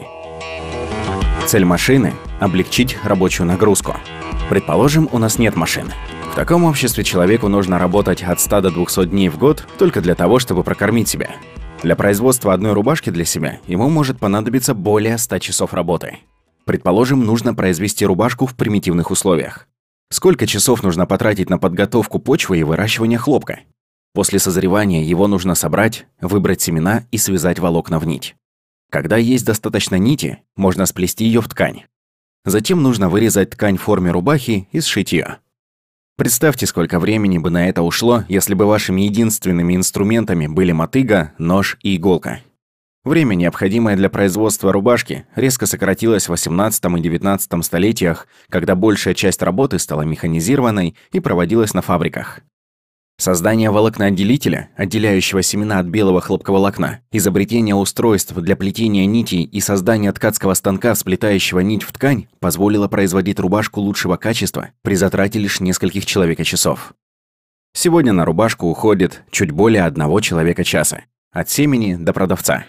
Цель машины – облегчить рабочую нагрузку. Предположим, у нас нет машин. В таком обществе человеку нужно работать от 100 до 200 дней в год только для того, чтобы прокормить себя. Для производства одной рубашки для себя ему может понадобиться более 100 часов работы. Предположим, нужно произвести рубашку в примитивных условиях. Сколько часов нужно потратить на подготовку почвы и выращивание хлопка? После созревания его нужно собрать, выбрать семена и связать волокна в нить. Когда есть достаточно нити, можно сплести ее в ткань. Затем нужно вырезать ткань в форме рубахи и сшить ее. Представьте, сколько времени бы на это ушло, если бы вашими единственными инструментами были мотыга, нож и иголка. Время, необходимое для производства рубашки, резко сократилось в 18 и 19 столетиях, когда большая часть работы стала механизированной и проводилась на фабриках. Создание волокноотделителя, отделяющего семена от белого хлопковолокна, изобретение устройств для плетения нитей и создание ткацкого станка, сплетающего нить в ткань, позволило производить рубашку лучшего качества при затрате лишь нескольких человека-часов. Сегодня на рубашку уходит чуть более 1 человека-часа, от семени до продавца.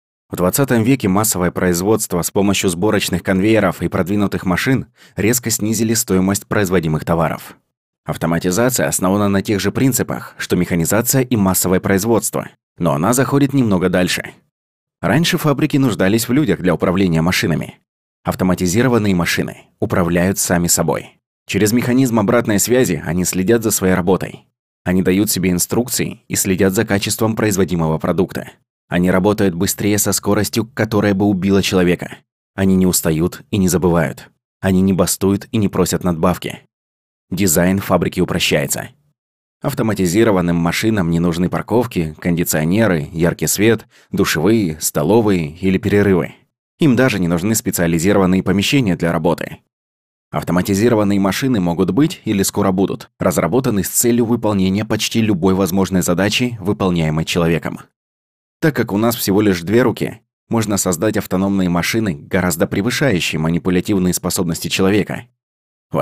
В 20 веке массовое производство с помощью сборочных конвейеров и продвинутых машин резко снизили стоимость производимых товаров. Автоматизация основана на тех же принципах, что механизация и массовое производство, но она заходит немного дальше. Раньше фабрики нуждались в людях для управления машинами. Автоматизированные машины управляют сами собой. Через механизм обратной связи они следят за своей работой. Они дают себе инструкции и следят за качеством производимого продукта. Они работают быстрее со скоростью, которая бы убила человека. Они не устают и не забывают. Они не бастуют и не просят надбавки. Дизайн фабрики упрощается. Автоматизированным машинам не нужны парковки, кондиционеры, яркий свет, душевые, столовые или перерывы. Им даже не нужны специализированные помещения для работы. Автоматизированные машины могут быть или скоро будут разработаны с целью выполнения почти любой возможной задачи, выполняемой человеком. Так как у нас всего лишь 2 руки, можно создать автономные машины, гораздо превышающие манипулятивные способности человека. В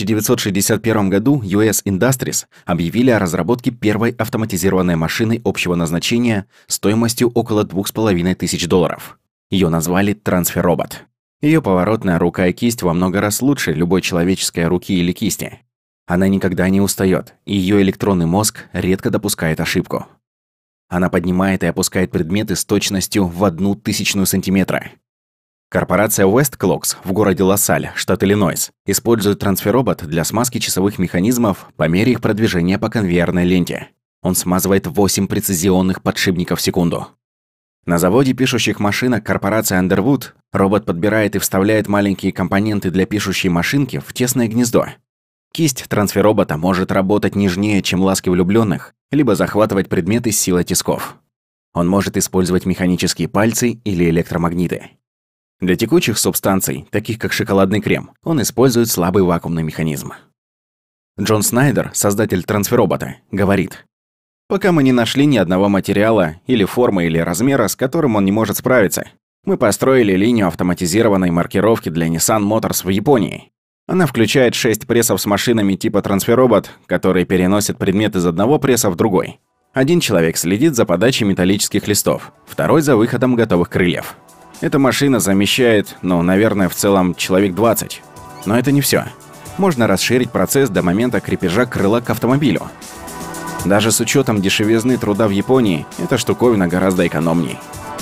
1961 году US Industries объявили о разработке первой автоматизированной машины общего назначения стоимостью около $2500. Ее назвали трансфер-робот. Ее поворотная рука и кисть во много раз лучше любой человеческой руки или кисти. Она никогда не устает, и ее электронный мозг редко допускает ошибку. Она поднимает и опускает предметы с точностью в 0,01 сантиметра. Корпорация Westclox в городе Лассаль, штат Иллинойс, использует трансфер-робот для смазки часовых механизмов по мере их продвижения по конвейерной ленте. Он смазывает 8 прецизионных подшипников в секунду. На заводе пишущих машинок корпорации Underwood робот подбирает и вставляет маленькие компоненты для пишущей машинки в тесное гнездо. Кисть трансфер-робота может работать нежнее, чем ласки влюбленных, либо захватывать предметы с силой тисков. Он может использовать механические пальцы или электромагниты. Для текучих субстанций, таких как шоколадный крем, он использует слабый вакуумный механизм. Джон Снайдер, создатель трансфер-робота, говорит: «Пока мы не нашли ни одного материала, или формы, или размера, с которым он не может справиться, мы построили линию автоматизированной маркировки для Nissan Motors в Японии. Она включает 6 прессов с машинами типа трансфер-робот, которые переносят предмет из одного пресса в другой. Один человек следит за подачей металлических листов, второй за выходом готовых крыльев. Эта машина замещает, наверное, в целом человек 20. Но это не все. Можно расширить процесс до момента крепежа крыла к автомобилю. Даже с учетом дешевизны труда в Японии, эта штуковина гораздо экономней».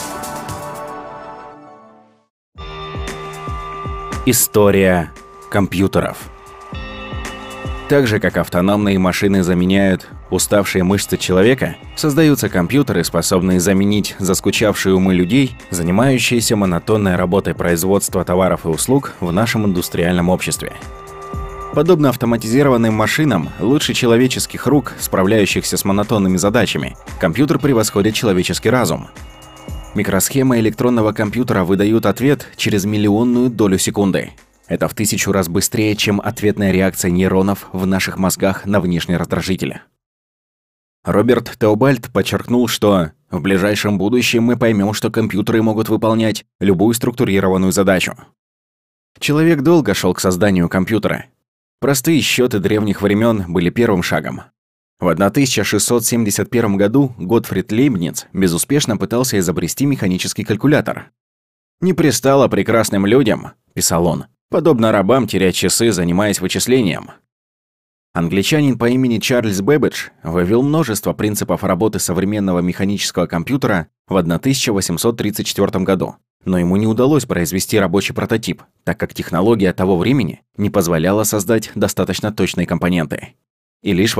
История компьютеров. Так же, как автономные машины заменяют уставшие мышцы человека, создаются компьютеры, способные заменить заскучавшие умы людей, занимающиеся монотонной работой производства товаров и услуг в нашем индустриальном обществе. Подобно автоматизированным машинам, лучше человеческих рук, справляющихся с монотонными задачами, компьютер превосходит человеческий разум. Микросхемы электронного компьютера выдают ответ через миллионную долю секунды. Это в 1000 раз быстрее, чем ответная реакция нейронов в наших мозгах на внешние раздражители. Роберт Теобальд подчеркнул, что в ближайшем будущем мы поймем, что компьютеры могут выполнять любую структурированную задачу. Человек долго шел к созданию компьютера. Простые счеты древних времен были первым шагом. В 1671 году Готфрид Лейбниц безуспешно пытался изобрести механический калькулятор. «Не пристало прекрасным людям», – писал он, – «подобно рабам терять часы, занимаясь вычислением». Англичанин по имени Чарльз Бэббидж вывел множество принципов работы современного механического компьютера в 1834 году, но ему не удалось произвести рабочий прототип, так как технология того времени не позволяла создать достаточно точные компоненты. И лишь в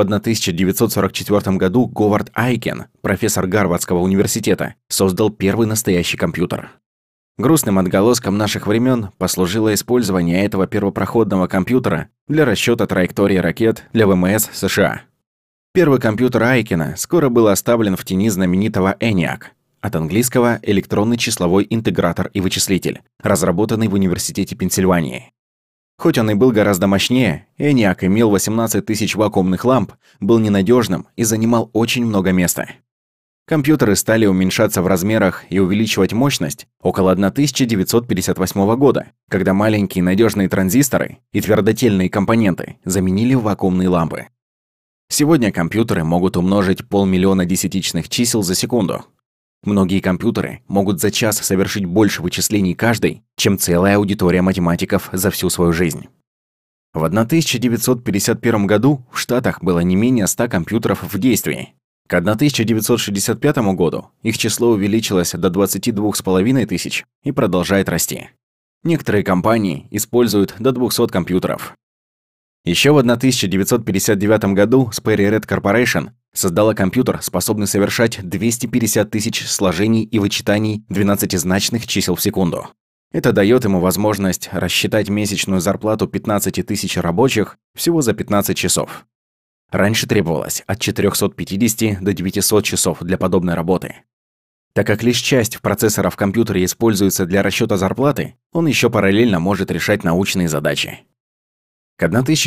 1944 году Говард Айкен, профессор Гарвардского университета, создал первый настоящий компьютер. Грустным отголоском наших времен послужило использование этого первопроходного компьютера для расчета траектории ракет для ВМС США. Первый компьютер Айкена скоро был оставлен в тени знаменитого ENIAC, от английского «электронный числовой интегратор и вычислитель», разработанный в Университете Пенсильвании. Хоть он и был гораздо мощнее, ENIAC имел 18 тысяч вакуумных ламп, был ненадежным и занимал очень много места. Компьютеры стали уменьшаться в размерах и увеличивать мощность около 1958 года, когда маленькие надежные транзисторы и твердотельные компоненты заменили вакуумные лампы. Сегодня компьютеры могут умножить 500 000 десятичных чисел за секунду. Многие компьютеры могут за час совершить больше вычислений каждый, чем целая аудитория математиков за всю свою жизнь. В 1951 году в Штатах было не менее 100 компьютеров в действии. К 1965 году их число увеличилось до 22,5 тысяч и продолжает расти. Некоторые компании используют до 200 компьютеров. Еще в 1959 году Sperry Red Corporation создала компьютер, способный совершать 250 тысяч сложений и вычитаний 12-значных чисел в секунду. Это дает ему возможность рассчитать месячную зарплату 15 тысяч рабочих всего за 15 часов. Раньше требовалось от 450 до 900 часов для подобной работы. Так как лишь часть процессора в компьютере используется для расчета зарплаты, он еще параллельно может решать научные задачи. К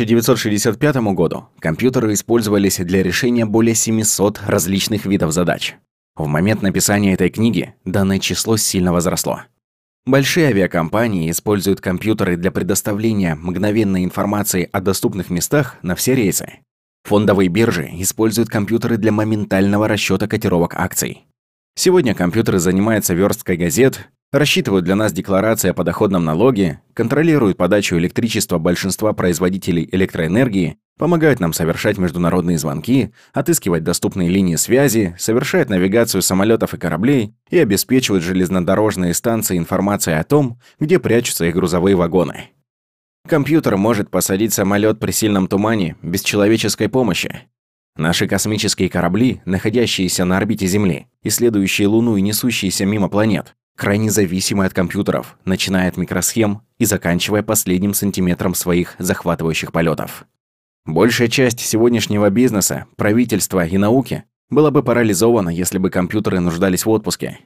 1965 году компьютеры использовались для решения более 700 различных видов задач. В момент написания этой книги данное число сильно возросло. Большие авиакомпании используют компьютеры для предоставления мгновенной информации о доступных местах на все рейсы. Фондовые биржи используют компьютеры для моментального расчета котировок акций. Сегодня компьютеры занимаются версткой газет, рассчитывают для нас декларации о подоходном налоге, контролируют подачу электричества большинства производителей электроэнергии, помогают нам совершать международные звонки, отыскивать доступные линии связи, совершают навигацию самолетов и кораблей и обеспечивают железнодорожные станции информацией о том, где прячутся их грузовые вагоны. Компьютер может посадить самолет при сильном тумане без человеческой помощи. Наши космические корабли, находящиеся на орбите Земли, исследующие Луну и несущиеся мимо планет, крайне зависимы от компьютеров, начиная от микросхем и заканчивая последним сантиметром своих захватывающих полетов. Большая часть сегодняшнего бизнеса, правительства и науки была бы парализована, если бы компьютеры нуждались в отпуске.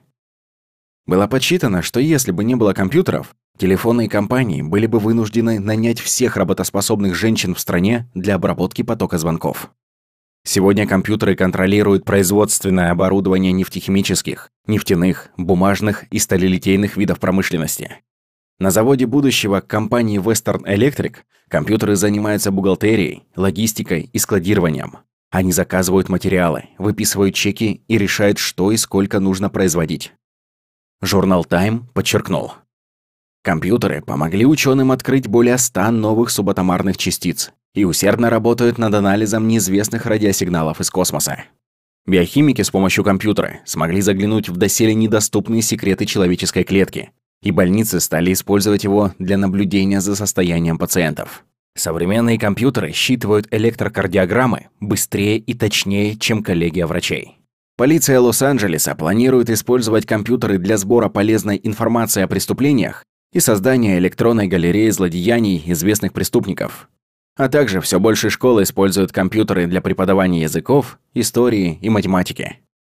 Было подсчитано, что если бы не было компьютеров, телефонные компании были бы вынуждены нанять всех работоспособных женщин в стране для обработки потока звонков. Сегодня компьютеры контролируют производственное оборудование нефтехимических, нефтяных, бумажных и сталелитейных видов промышленности. На заводе будущего компании Western Electric компьютеры занимаются бухгалтерией, логистикой и складированием. Они заказывают материалы, выписывают чеки и решают, что и сколько нужно производить. Журнал Time подчеркнул: компьютеры помогли ученым открыть более 100 новых субатомарных частиц и усердно работают над анализом неизвестных радиосигналов из космоса. Биохимики с помощью компьютера смогли заглянуть в доселе недоступные секреты человеческой клетки, и больницы стали использовать его для наблюдения за состоянием пациентов. Современные компьютеры считывают электрокардиограммы быстрее и точнее, чем коллегия врачей. Полиция Лос-Анджелеса планирует использовать компьютеры для сбора полезной информации о преступлениях и создания электронной галереи злодеяний известных преступников. А также все больше школ используют компьютеры для преподавания языков, истории и математики.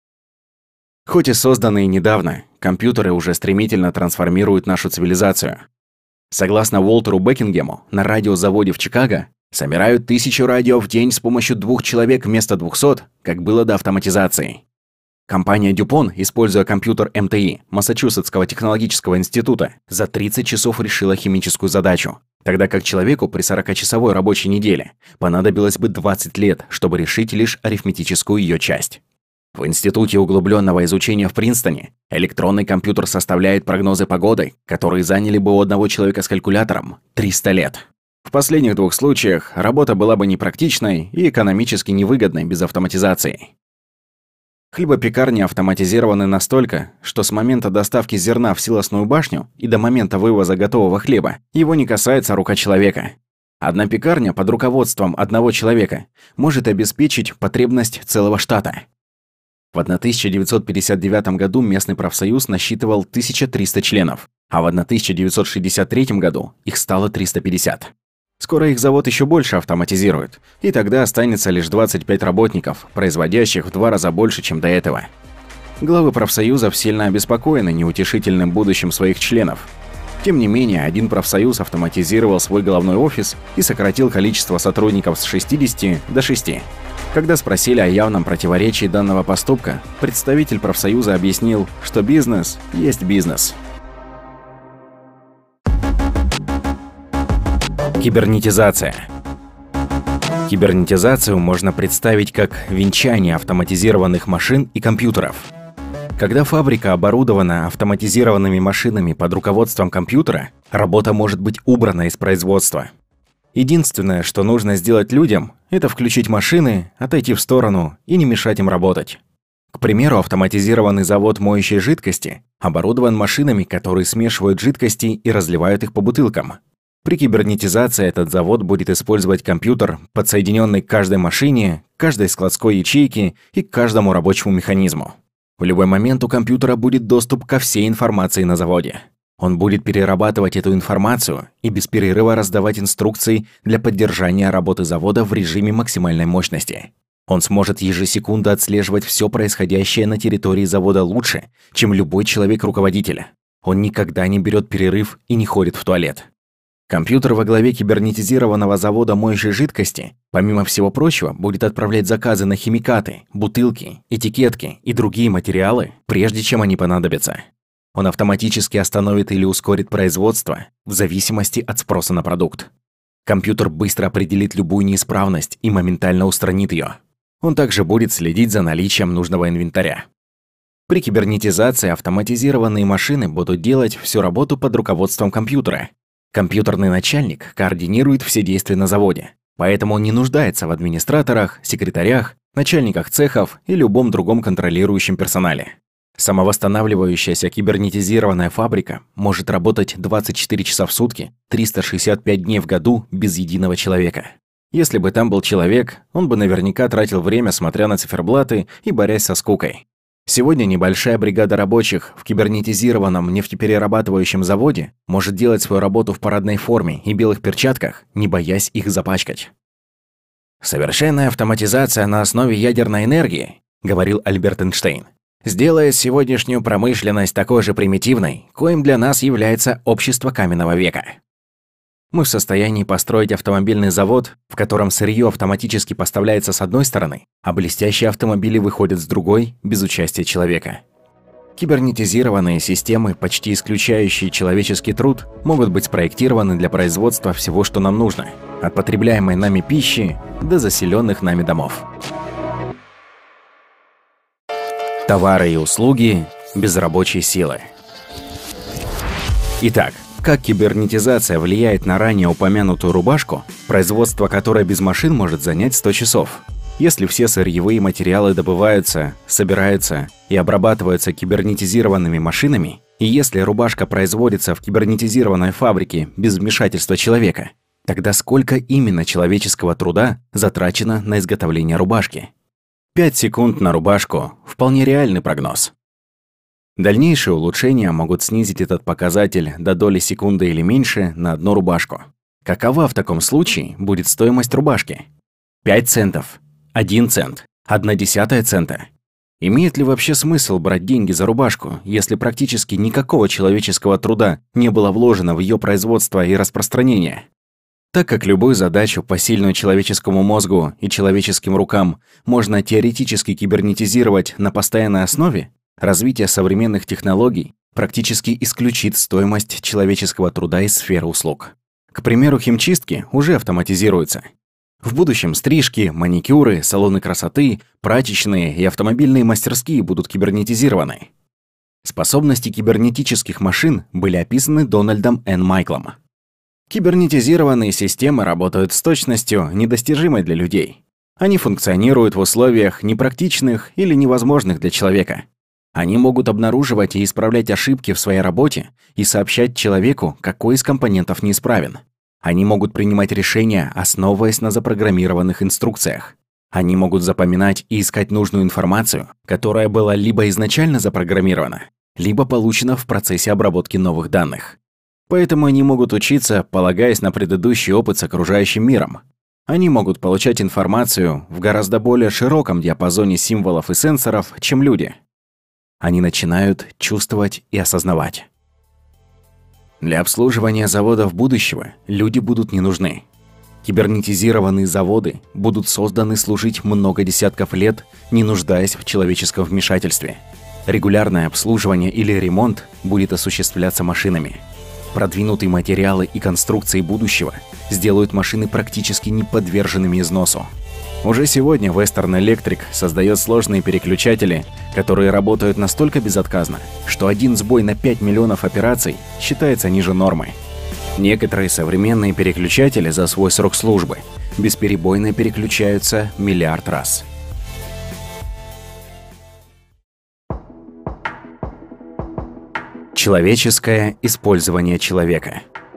Хоть и созданные недавно, компьютеры уже стремительно трансформируют нашу цивилизацию. Согласно Уолтеру Бекингему, на радиозаводе в Чикаго собирают 1000 радио в день с помощью 2 человек вместо 200, как было до автоматизации. Компания DuPont, используя компьютер МТИ, Массачусетского технологического института, за 30 часов решила химическую задачу, тогда как человеку при 40-часовой рабочей неделе понадобилось бы 20 лет, чтобы решить лишь арифметическую ее часть. В Институте углубленного изучения в Принстоне электронный компьютер составляет прогнозы погоды, которые заняли бы у одного человека с калькулятором 300 лет. В последних двух случаях работа была бы непрактичной и экономически невыгодной без автоматизации. Хлебопекарни автоматизированы настолько, что с момента доставки зерна в силосную башню и до момента вывоза готового хлеба его не касается рука человека. Одна пекарня под руководством одного человека может обеспечить потребность целого штата. В 1959 году местный профсоюз насчитывал 1300 членов, а в 1963 году их стало 350. Скоро их завод еще больше автоматизируют, и тогда останется лишь 25 работников, производящих в 2 раза больше, чем до этого. Главы профсоюзов сильно обеспокоены неутешительным будущим своих членов. Тем не менее, один профсоюз автоматизировал свой головной офис и сократил количество сотрудников с 60 до 6. Когда спросили о явном противоречии данного поступка, представитель профсоюза объяснил, что бизнес есть бизнес. Кибернетизация. Кибернетизацию можно представить как венчание автоматизированных машин и компьютеров. Когда фабрика оборудована автоматизированными машинами под руководством компьютера, работа может быть убрана из производства. Единственное, что нужно сделать людям, это включить машины, отойти в сторону и не мешать им работать. К примеру, автоматизированный завод моющей жидкости оборудован машинами, которые смешивают жидкости и разливают их по бутылкам. При кибернетизации этот завод будет использовать компьютер, подсоединенный к каждой машине, каждой складской ячейке и к каждому рабочему механизму. В любой момент у компьютера будет доступ ко всей информации на заводе. Он будет перерабатывать эту информацию и без перерыва раздавать инструкции для поддержания работы завода в режиме максимальной мощности. Он сможет ежесекунду отслеживать все происходящее на территории завода лучше, чем любой человек-руководитель. Он никогда не берет перерыв и не ходит в туалет. Компьютер во главе кибернетизированного завода моющей жидкости, помимо всего прочего, будет отправлять заказы на химикаты, бутылки, этикетки и другие материалы, прежде чем они понадобятся. Он автоматически остановит или ускорит производство в зависимости от спроса на продукт. Компьютер быстро определит любую неисправность и моментально устранит ее. Он также будет следить за наличием нужного инвентаря. При кибернетизации автоматизированные машины будут делать всю работу под руководством компьютера. Компьютерный начальник координирует все действия на заводе, поэтому он не нуждается в администраторах, секретарях, начальниках цехов и любом другом контролирующем персонале. Самовосстанавливающаяся кибернетизированная фабрика может работать 24 часа в сутки, 365 дней в году без единого человека. Если бы там был человек, он бы наверняка тратил время, смотря на циферблаты и борясь со скукой. Сегодня небольшая бригада рабочих в кибернетизированном нефтеперерабатывающем заводе может делать свою работу в парадной форме и белых перчатках, не боясь их запачкать. «Совершенная автоматизация на основе ядерной энергии», — говорил Альберт Эйнштейн, «сделает сегодняшнюю промышленность такой же примитивной, коим для нас является общество каменного века». Мы в состоянии построить автомобильный завод, в котором сырье автоматически поставляется с одной стороны, а блестящие автомобили выходят с другой, без участия человека. Кибернетизированные системы, почти исключающие человеческий труд, могут быть спроектированы для производства всего, что нам нужно, от потребляемой нами пищи до заселенных нами домов. Товары и услуги без рабочей силы. Итак, как кибернетизация влияет на ранее упомянутую рубашку, производство которой без машин может занять 100 часов? Если все сырьевые материалы добываются, собираются и обрабатываются кибернетизированными машинами, и если рубашка производится в кибернетизированной фабрике без вмешательства человека, тогда сколько именно человеческого труда затрачено на изготовление рубашки? 5 секунд на рубашку – вполне реальный прогноз. Дальнейшие улучшения могут снизить этот показатель до доли секунды или меньше на одну рубашку. Какова в таком случае будет стоимость рубашки? 5 центов, 1 цент, 1/10 цента. Имеет ли вообще смысл брать деньги за рубашку, если практически никакого человеческого труда не было вложено в ее производство и распространение? Так как любую задачу, посильную человеческому мозгу и человеческим рукам, можно теоретически кибернетизировать на постоянной основе, развитие современных технологий практически исключит стоимость человеческого труда из сферы услуг. К примеру, химчистки уже автоматизируются. В будущем стрижки, маникюры, салоны красоты, прачечные и автомобильные мастерские будут кибернетизированы. Способности кибернетических машин были описаны Дональдом Н. Майклом. Кибернетизированные системы работают с точностью, недостижимой для людей. Они функционируют в условиях непрактичных или невозможных для человека. Они могут обнаруживать и исправлять ошибки в своей работе и сообщать человеку, какой из компонентов неисправен. Они могут принимать решения, основываясь на запрограммированных инструкциях. Они могут запоминать и искать нужную информацию, которая была либо изначально запрограммирована, либо получена в процессе обработки новых данных. Поэтому они могут учиться, полагаясь на предыдущий опыт с окружающим миром. Они могут получать информацию в гораздо более широком диапазоне символов и сенсоров, чем люди. Они начинают чувствовать и осознавать. Для обслуживания заводов будущего люди будут не нужны. Кибернетизированные заводы будут созданы служить много десятков лет, не нуждаясь в человеческом вмешательстве. Регулярное обслуживание или ремонт будет осуществляться машинами. Продвинутые материалы и конструкции будущего сделают машины практически не подверженными износу. Уже сегодня Western Electric создает сложные переключатели, которые работают настолько безотказно, что один сбой на 5 миллионов операций считается ниже нормы. Некоторые современные переключатели за свой срок службы бесперебойно переключаются миллиард раз. Человеческое использование человека.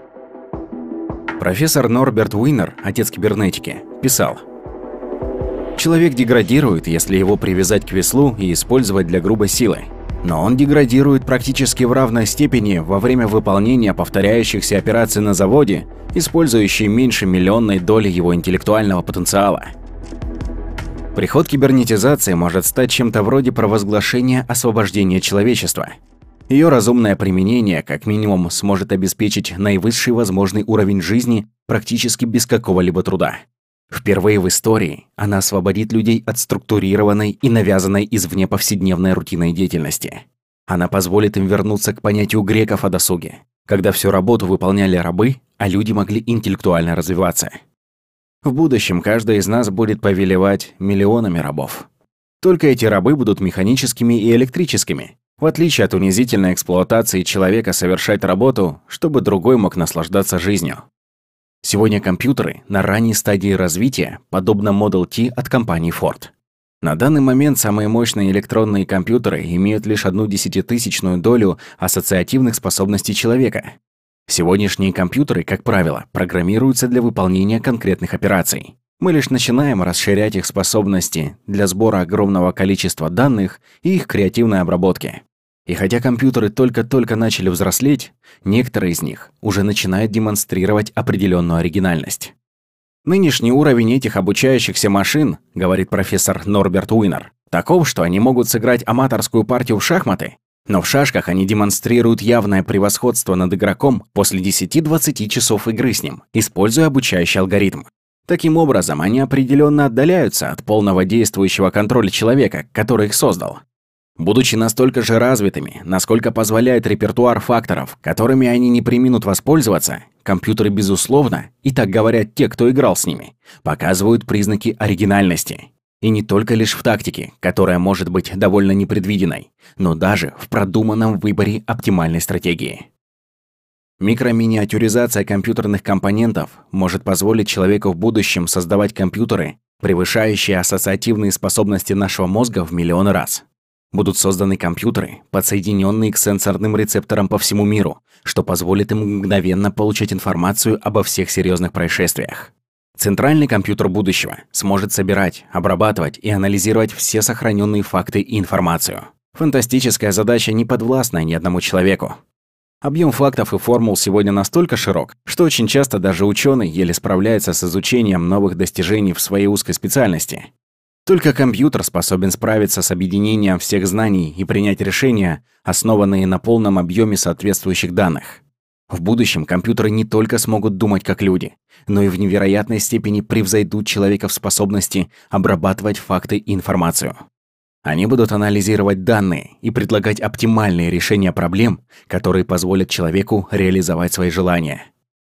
Профессор Норберт Уинер, отец кибернетики, писал: «Человек деградирует, если его привязать к веслу и использовать для грубой силы. Но он деградирует практически в равной степени во время выполнения повторяющихся операций на заводе, использующей меньше миллионной доли его интеллектуального потенциала». Приход кибернетизации может стать чем-то вроде провозглашения освобождения человечества. Ее разумное применение, как минимум, сможет обеспечить наивысший возможный уровень жизни практически без какого-либо труда. Впервые в истории она освободит людей от структурированной и навязанной извне повседневной рутинной деятельности. Она позволит им вернуться к понятию греков о досуге, когда всю работу выполняли рабы, а люди могли интеллектуально развиваться. В будущем каждый из нас будет повелевать миллионами рабов. Только эти рабы будут механическими и электрическими, в отличие от унизительной эксплуатации человека совершать работу, чтобы другой мог наслаждаться жизнью. Сегодня компьютеры на ранней стадии развития, подобно Model T от компании Ford. На данный момент самые мощные электронные компьютеры имеют лишь 0,1 долю ассоциативных способностей человека. Сегодняшние компьютеры, как правило, программируются для выполнения конкретных операций. Мы лишь начинаем расширять их способности для сбора огромного количества данных и их креативной обработки. И хотя компьютеры только-только начали взрослеть, некоторые из них уже начинают демонстрировать определенную оригинальность. Нынешний уровень этих обучающихся машин, говорит профессор Норберт Уинер, таков, что они могут сыграть аматорскую партию в шахматы, но в шашках они демонстрируют явное превосходство над игроком после 10-20 часов игры с ним, используя обучающий алгоритм. Таким образом, они определенно отдаляются от полного действующего контроля человека, который их создал. Будучи настолько же развитыми, насколько позволяет репертуар факторов, которыми они не преминут воспользоваться, компьютеры, безусловно, и так говорят те, кто играл с ними, показывают признаки оригинальности. И не только лишь в тактике, которая может быть довольно непредвиденной, но даже в продуманном выборе оптимальной стратегии. Микроминиатюризация компьютерных компонентов может позволить человеку в будущем создавать компьютеры, превышающие ассоциативные способности нашего мозга в миллионы раз. Будут созданы компьютеры, подсоединенные к сенсорным рецепторам по всему миру, что позволит им мгновенно получать информацию обо всех серьезных происшествиях. Центральный компьютер будущего сможет собирать, обрабатывать и анализировать все сохраненные факты и информацию. Фантастическая задача, не подвластная ни одному человеку. Объем фактов и формул сегодня настолько широк, что очень часто даже ученый еле справляется с изучением новых достижений в своей узкой специальности. Только компьютер способен справиться с объединением всех знаний и принять решения, основанные на полном объеме соответствующих данных. В будущем компьютеры не только смогут думать как люди, но и в невероятной степени превзойдут человека в способности обрабатывать факты и информацию. Они будут анализировать данные и предлагать оптимальные решения проблем, которые позволят человеку реализовать свои желания.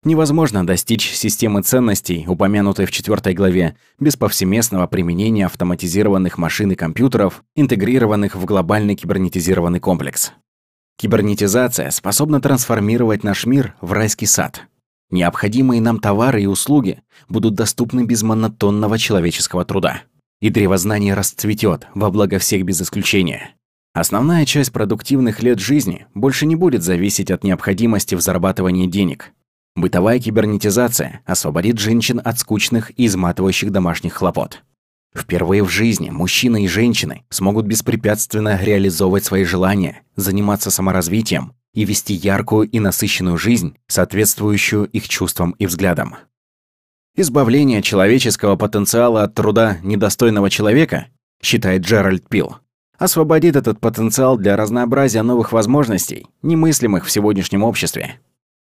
Невозможно достичь системы ценностей, упомянутой в 4 главе, без повсеместного применения автоматизированных машин и компьютеров, интегрированных в глобальный кибернетизированный комплекс. Кибернетизация способна трансформировать наш мир в райский сад. Необходимые нам товары и услуги будут доступны без монотонного человеческого труда. И древознание расцветет во благо всех без исключения. Основная часть продуктивных лет жизни больше не будет зависеть от необходимости в зарабатывании денег. Бытовая кибернетизация освободит женщин от скучных и изматывающих домашних хлопот. Впервые в жизни мужчины и женщины смогут беспрепятственно реализовывать свои желания, заниматься саморазвитием и вести яркую и насыщенную жизнь, соответствующую их чувствам и взглядам. Избавление человеческого потенциала от труда недостойного человека, считает Джеральд Пил, освободит этот потенциал для разнообразия новых возможностей, немыслимых в сегодняшнем обществе.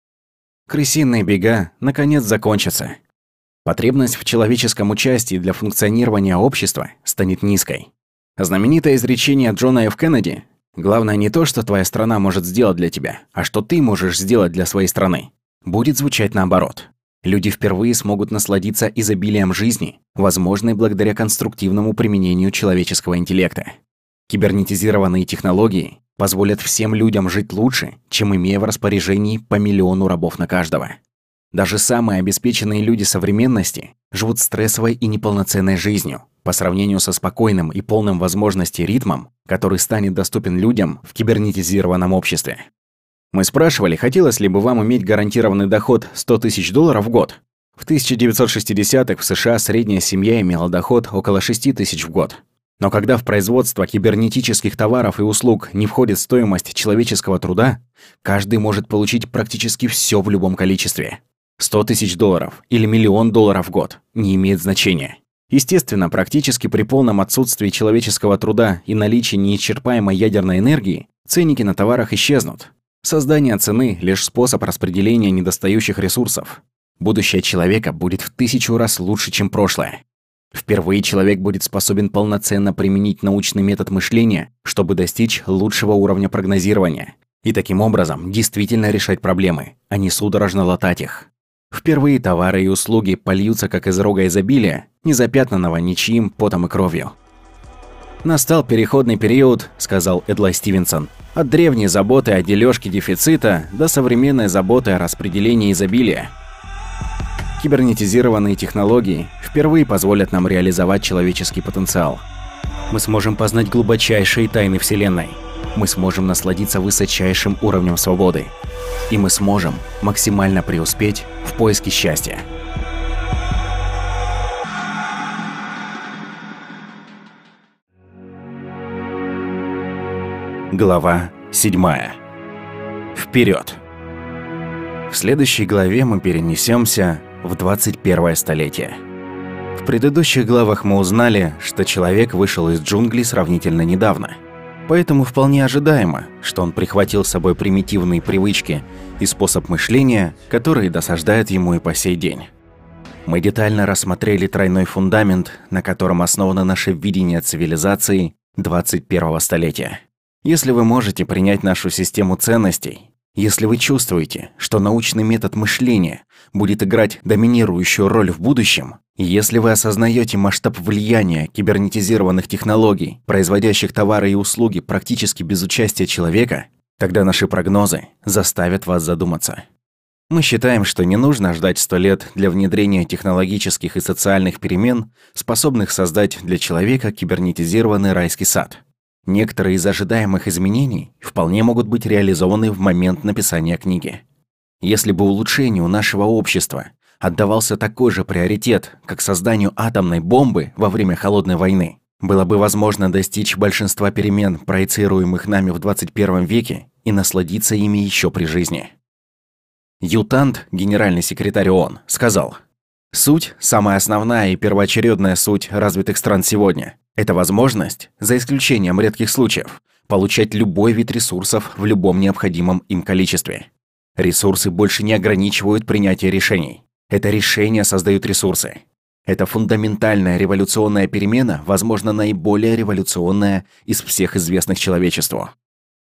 Крысиные бега, наконец, закончатся. Потребность в человеческом участии для функционирования общества станет низкой. Знаменитое изречение Джона Ф. Кеннеди «Главное не то, что твоя страна может сделать для тебя, а что ты можешь сделать для своей страны» будет звучать наоборот. Люди впервые смогут насладиться изобилием жизни, возможной благодаря конструктивному применению человеческого интеллекта. Кибернетизированные технологии позволят всем людям жить лучше, чем имея в распоряжении по миллиону рабов на каждого. Даже самые обеспеченные люди современности живут стрессовой и неполноценной жизнью по сравнению со спокойным и полным возможностей ритмом, который станет доступен людям в кибернетизированном обществе. Мы спрашивали, хотелось ли бы вам иметь гарантированный доход $100 тысяч в год. В 1960-х в США средняя семья имела доход около $6 тысяч в год. Но когда в производство кибернетических товаров и услуг не входит стоимость человеческого труда, каждый может получить практически все в любом количестве. $100 тысяч или $1 миллион в год не имеет значения. Естественно, практически при полном отсутствии человеческого труда и наличии неисчерпаемой ядерной энергии, ценники на товарах исчезнут. Создание цены – лишь способ распределения недостающих ресурсов. Будущее человека будет в 1000 раз лучше, чем прошлое. Впервые человек будет способен полноценно применить научный метод мышления, чтобы достичь лучшего уровня прогнозирования. И таким образом действительно решать проблемы, а не судорожно латать их. Впервые товары и услуги польются как из рога изобилия, не запятнанного ничьим потом и кровью. «Настал переходный период», – сказал Эдлай Стивенсон, – «от древней заботы о дележке дефицита до современной заботы о распределении изобилия». Кибернетизированные технологии впервые позволят нам реализовать человеческий потенциал. Мы сможем познать глубочайшие тайны Вселенной. Мы сможем насладиться высочайшим уровнем свободы. И мы сможем максимально преуспеть в поиске счастья. Глава 7. Вперед! В следующей главе мы перенесемся в 21 столетие. В предыдущих главах мы узнали, что человек вышел из джунглей сравнительно недавно. Поэтому вполне ожидаемо, что он прихватил с собой примитивные привычки и способ мышления, которые досаждают ему и по сей день. Мы детально рассмотрели тройной фундамент, на котором основано наше видение цивилизации 21 столетия. Если вы можете принять нашу систему ценностей, если вы чувствуете, что научный метод мышления будет играть доминирующую роль в будущем, и если вы осознаете масштаб влияния кибернетизированных технологий, производящих товары и услуги практически без участия человека, тогда наши прогнозы заставят вас задуматься. Мы считаем, что не нужно ждать 100 лет для внедрения технологических и социальных перемен, способных создать для человека кибернетизированный райский сад. Некоторые из ожидаемых изменений вполне могут быть реализованы в момент написания книги. Если бы улучшению нашего общества отдавался такой же приоритет, как созданию атомной бомбы во время Холодной войны, было бы возможно достичь большинства перемен, проецируемых нами в 21 веке, и насладиться ими еще при жизни. Ю Тант, генеральный секретарь ООН, сказал: «Суть, самая основная и первоочередная суть развитых стран сегодня – это возможность, за исключением редких случаев, получать любой вид ресурсов в любом необходимом им количестве. Ресурсы больше не ограничивают принятие решений. Это решения создают ресурсы. Эта фундаментальная революционная перемена, возможно, наиболее революционная из всех известных человечеству».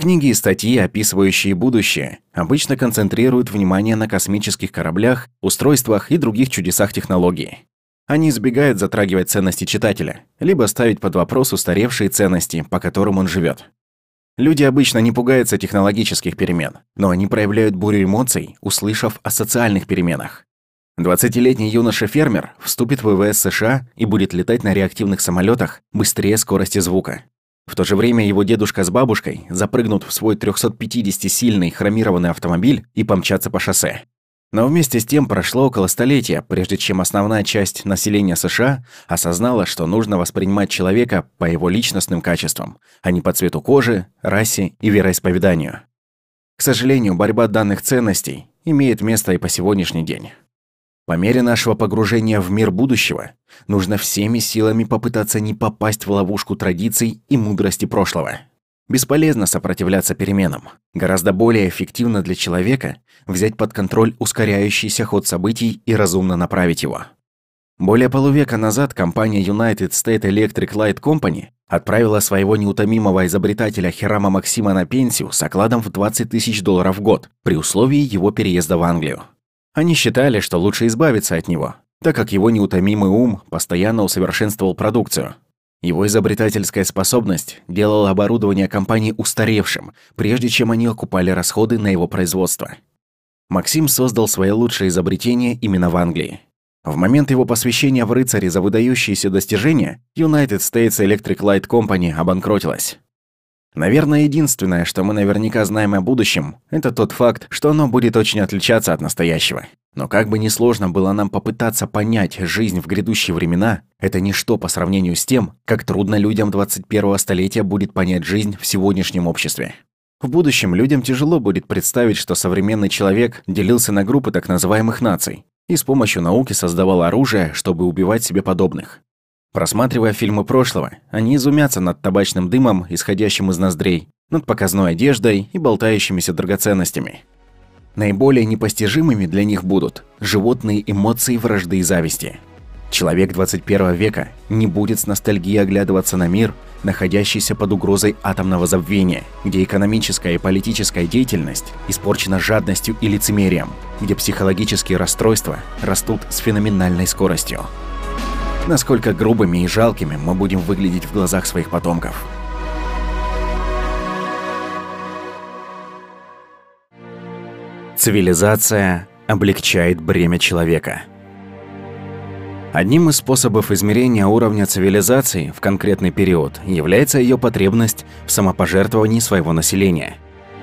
Книги и статьи, описывающие будущее, обычно концентрируют внимание на космических кораблях, устройствах и других чудесах технологии. Они избегают затрагивать ценности читателя, либо ставить под вопрос устаревшие ценности, по которым он живет. Люди обычно не пугаются технологических перемен, но они проявляют бурю эмоций, услышав о социальных переменах. 20-летний юноша-фермер вступит в ВВС США и будет летать на реактивных самолетах быстрее скорости звука. В то же время его дедушка с бабушкой запрыгнут в свой 350-сильный хромированный автомобиль и помчатся по шоссе. Но вместе с тем прошло около столетия, прежде чем основная часть населения США осознала, что нужно воспринимать человека по его личностным качествам, а не по цвету кожи, расе и вероисповеданию. К сожалению, борьба данных ценностей имеет место и по сегодняшний день. По мере нашего погружения в мир будущего, нужно всеми силами попытаться не попасть в ловушку традиций и мудрости прошлого. Бесполезно сопротивляться переменам. Гораздо более эффективно для человека взять под контроль ускоряющийся ход событий и разумно направить его. Более полувека назад компания United States Electric Light Company отправила своего неутомимого изобретателя Хирама Максима на пенсию с окладом в $20 тысяч в год при условии его переезда в Англию. Они считали, что лучше избавиться от него, так как его неутомимый ум постоянно усовершенствовал продукцию. Его изобретательская способность делала оборудование компании устаревшим, прежде чем они окупали расходы на его производство. Максим создал свои лучшие изобретения именно в Англии. В момент его посвящения в рыцари за выдающиеся достижения United States Electric Light Company обанкротилась. Наверное, единственное, что мы наверняка знаем о будущем, это тот факт, что оно будет очень отличаться от настоящего. Но как бы ни сложно было нам попытаться понять жизнь в грядущие времена, это ничто по сравнению с тем, как трудно людям 21-го столетия будет понять жизнь в сегодняшнем обществе. В будущем людям тяжело будет представить, что современный человек делился на группы так называемых наций и с помощью науки создавал оружие, чтобы убивать себе подобных. Просматривая фильмы прошлого, они изумятся над табачным дымом, исходящим из ноздрей, над показной одеждой и болтающимися драгоценностями. Наиболее непостижимыми для них будут животные эмоции вражды и зависти. Человек 21 века не будет с ностальгией оглядываться на мир, находящийся под угрозой атомного забвения, где экономическая и политическая деятельность испорчена жадностью и лицемерием, где психологические расстройства растут с феноменальной скоростью. Насколько грубыми и жалкими мы будем выглядеть в глазах своих потомков. Цивилизация облегчает бремя человека. Одним из способов измерения уровня цивилизации в конкретный период является ее потребность в самопожертвовании своего населения.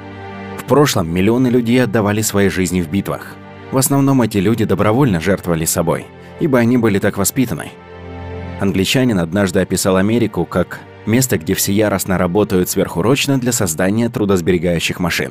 В прошлом миллионы людей отдавали свои жизни в битвах. В основном эти люди добровольно жертвовали собой, ибо они были так воспитаны. Англичанин однажды описал Америку как место, где все яростно работают сверхурочно для создания трудосберегающих машин.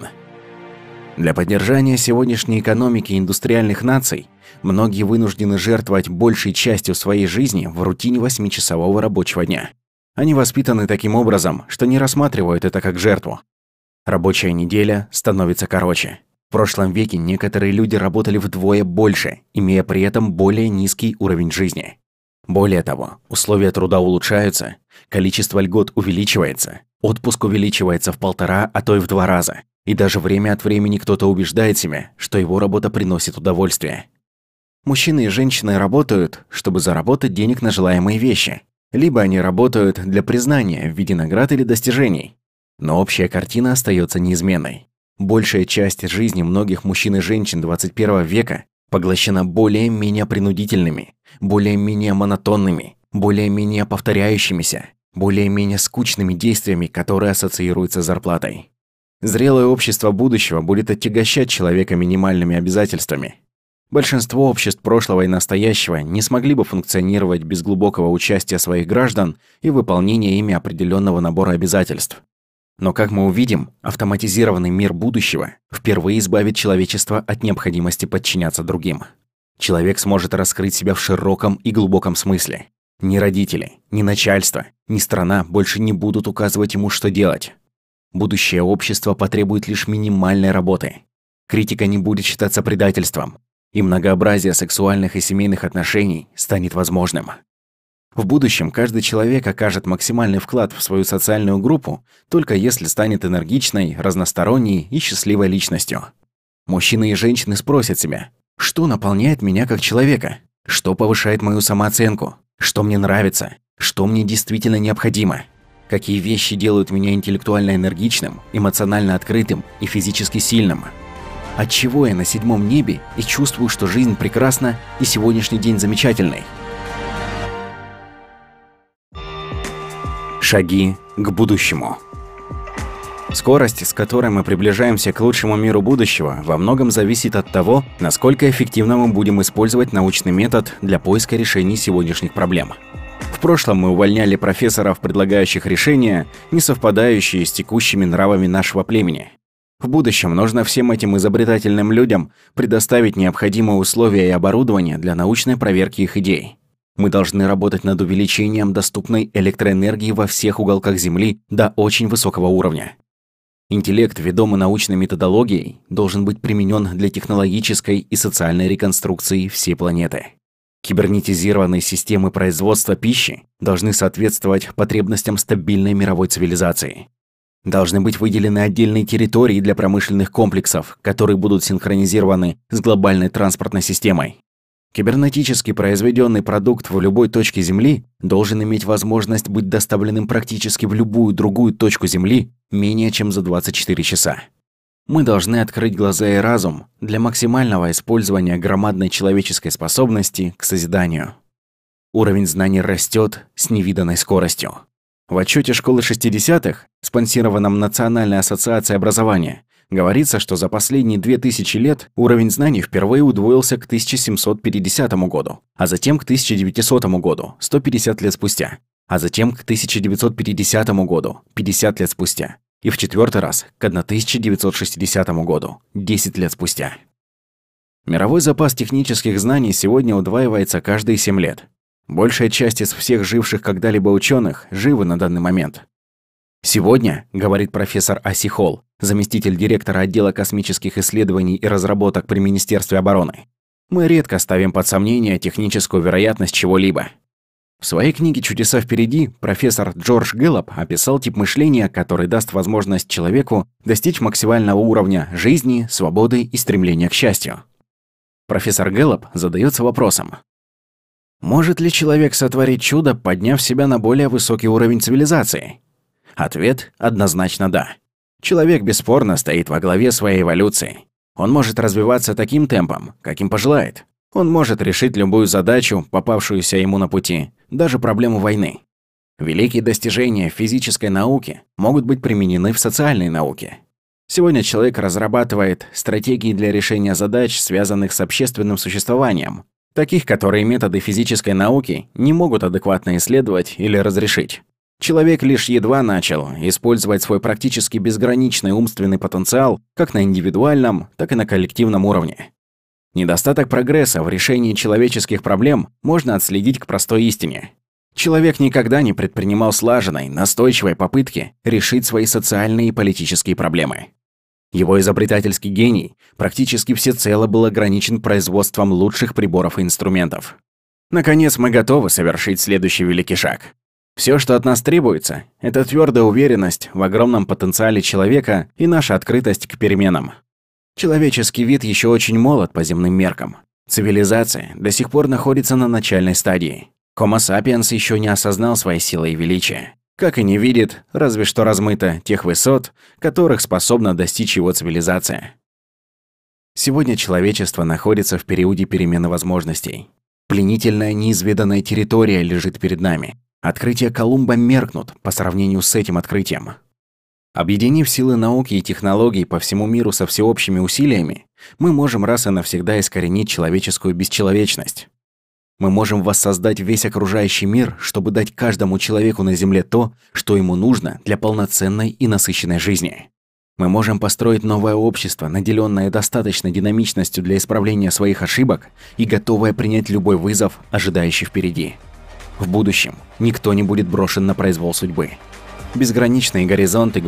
Для поддержания сегодняшней экономики индустриальных наций многие вынуждены жертвовать большей частью своей жизни в рутине 8-часового рабочего дня. Они воспитаны таким образом, что не рассматривают это как жертву. Рабочая неделя становится короче. В прошлом веке некоторые люди работали вдвое больше, имея при этом более низкий уровень жизни. Более того, условия труда улучшаются, количество льгот увеличивается, отпуск увеличивается в 1,5, а то и в 2 раза. И даже время от времени кто-то убеждает себя, что его работа приносит удовольствие. Мужчины и женщины работают, чтобы заработать денег на желаемые вещи. Либо они работают для признания в виде наград или достижений. Но общая картина остается неизменной. Большая часть жизни многих мужчин и женщин 21 века поглощена более-менее принудительными, более-менее монотонными, более-менее повторяющимися, более-менее скучными действиями, которые ассоциируются с зарплатой. Зрелое общество будущего будет отягощать человека минимальными обязательствами. Большинство обществ прошлого и настоящего не смогли бы функционировать без глубокого участия своих граждан и выполнения ими определенного набора обязательств. Но, как мы увидим, автоматизированный мир будущего впервые избавит человечество от необходимости подчиняться другим. Человек сможет раскрыть себя в широком и глубоком смысле. Ни родители, ни начальство, ни страна больше не будут указывать ему, что делать. Будущее общество потребует лишь минимальной работы. Критика не будет считаться предательством, и многообразие сексуальных и семейных отношений станет возможным. В будущем каждый человек окажет максимальный вклад в свою социальную группу, только если станет энергичной, разносторонней и счастливой личностью. Мужчины и женщины спросят себя, что наполняет меня как человека, что повышает мою самооценку, что мне нравится, что мне действительно необходимо, какие вещи делают меня интеллектуально энергичным, эмоционально открытым и физически сильным. Отчего я на 7-м небе и чувствую, что жизнь прекрасна и сегодняшний день замечательный. Шаги к будущему. Скорость, с которой мы приближаемся к лучшему миру будущего, во многом зависит от того, насколько эффективно мы будем использовать научный метод для поиска решений сегодняшних проблем. В прошлом мы увольняли профессоров, предлагающих решения, не совпадающие с текущими нравами нашего племени. В будущем нужно всем этим изобретательным людям предоставить необходимые условия и оборудование для научной проверки их идей. Мы должны работать над увеличением доступной электроэнергии во всех уголках Земли до очень высокого уровня. Интеллект, ведомый научной методологией, должен быть применен для технологической и социальной реконструкции всей планеты. Кибернетизированные системы производства пищи должны соответствовать потребностям стабильной мировой цивилизации. Должны быть выделены отдельные территории для промышленных комплексов, которые будут синхронизированы с глобальной транспортной системой. Кибернетически произведенный продукт в любой точке Земли должен иметь возможность быть доставленным практически в любую другую точку Земли менее чем за 24 часа. Мы должны открыть глаза и разум для максимального использования громадной человеческой способности к созиданию. Уровень знаний растет с невиданной скоростью. В отчете школы 60-х, спонсированном Национальной ассоциацией образования, говорится, что за последние 2000 лет уровень знаний впервые удвоился к 1750 году, а затем к 1900 году, 150 лет спустя, а затем к 1950 году, 50 лет спустя, и в 4-й раз к 1960 году, 10 лет спустя. Мировой запас технических знаний сегодня удваивается каждые 7 лет. Большая часть из всех живших когда-либо ученых живы на данный момент. Сегодня, говорит профессор Аси Холл, заместитель директора отдела космических исследований и разработок при Министерстве обороны, мы редко ставим под сомнение техническую вероятность чего-либо. В своей книге «Чудеса впереди» профессор Джордж Гэллоп описал тип мышления, который даст возможность человеку достичь максимального уровня жизни, свободы и стремления к счастью. Профессор Гэллоп задается вопросом: может ли человек сотворить чудо, подняв себя на более высокий уровень цивилизации? Ответ однозначно да. Человек бесспорно стоит во главе своей эволюции. Он может развиваться таким темпом, каким пожелает. Он может решить любую задачу, попавшуюся ему на пути, даже проблему войны. Великие достижения физической науки могут быть применены в социальной науке. Сегодня человек разрабатывает стратегии для решения задач, связанных с общественным существованием, таких, которые методы физической науки не могут адекватно исследовать или разрешить. Человек лишь едва начал использовать свой практически безграничный умственный потенциал как на индивидуальном, так и на коллективном уровне. Недостаток прогресса в решении человеческих проблем можно отследить к простой истине. Человек никогда не предпринимал слаженной, настойчивой попытки решить свои социальные и политические проблемы. Его изобретательский гений практически всецело был ограничен производством лучших приборов и инструментов. Наконец, мы готовы совершить следующий великий шаг. Все, что от нас требуется, это твердая уверенность в огромном потенциале человека и наша открытость к переменам. Человеческий вид еще очень молод по земным меркам. Цивилизация до сих пор находится на начальной стадии. Homo sapiens еще не осознал своей силы и величия, как и не видит, разве что размыто, тех высот, которых способна достичь его цивилизация. Сегодня человечество находится в периоде перемены возможностей. Пленительная неизведанная территория лежит перед нами. Открытия Колумба меркнут по сравнению с этим открытием. Объединив силы науки и технологий по всему миру со всеобщими усилиями, мы можем раз и навсегда искоренить человеческую бесчеловечность. Мы можем воссоздать весь окружающий мир, чтобы дать каждому человеку на Земле то, что ему нужно для полноценной и насыщенной жизни. Мы можем построить новое общество, наделенное достаточной динамичностью для исправления своих ошибок и готовое принять любой вызов, ожидающий впереди. В будущем никто не будет брошен на произвол судьбы. Безграничные горизонты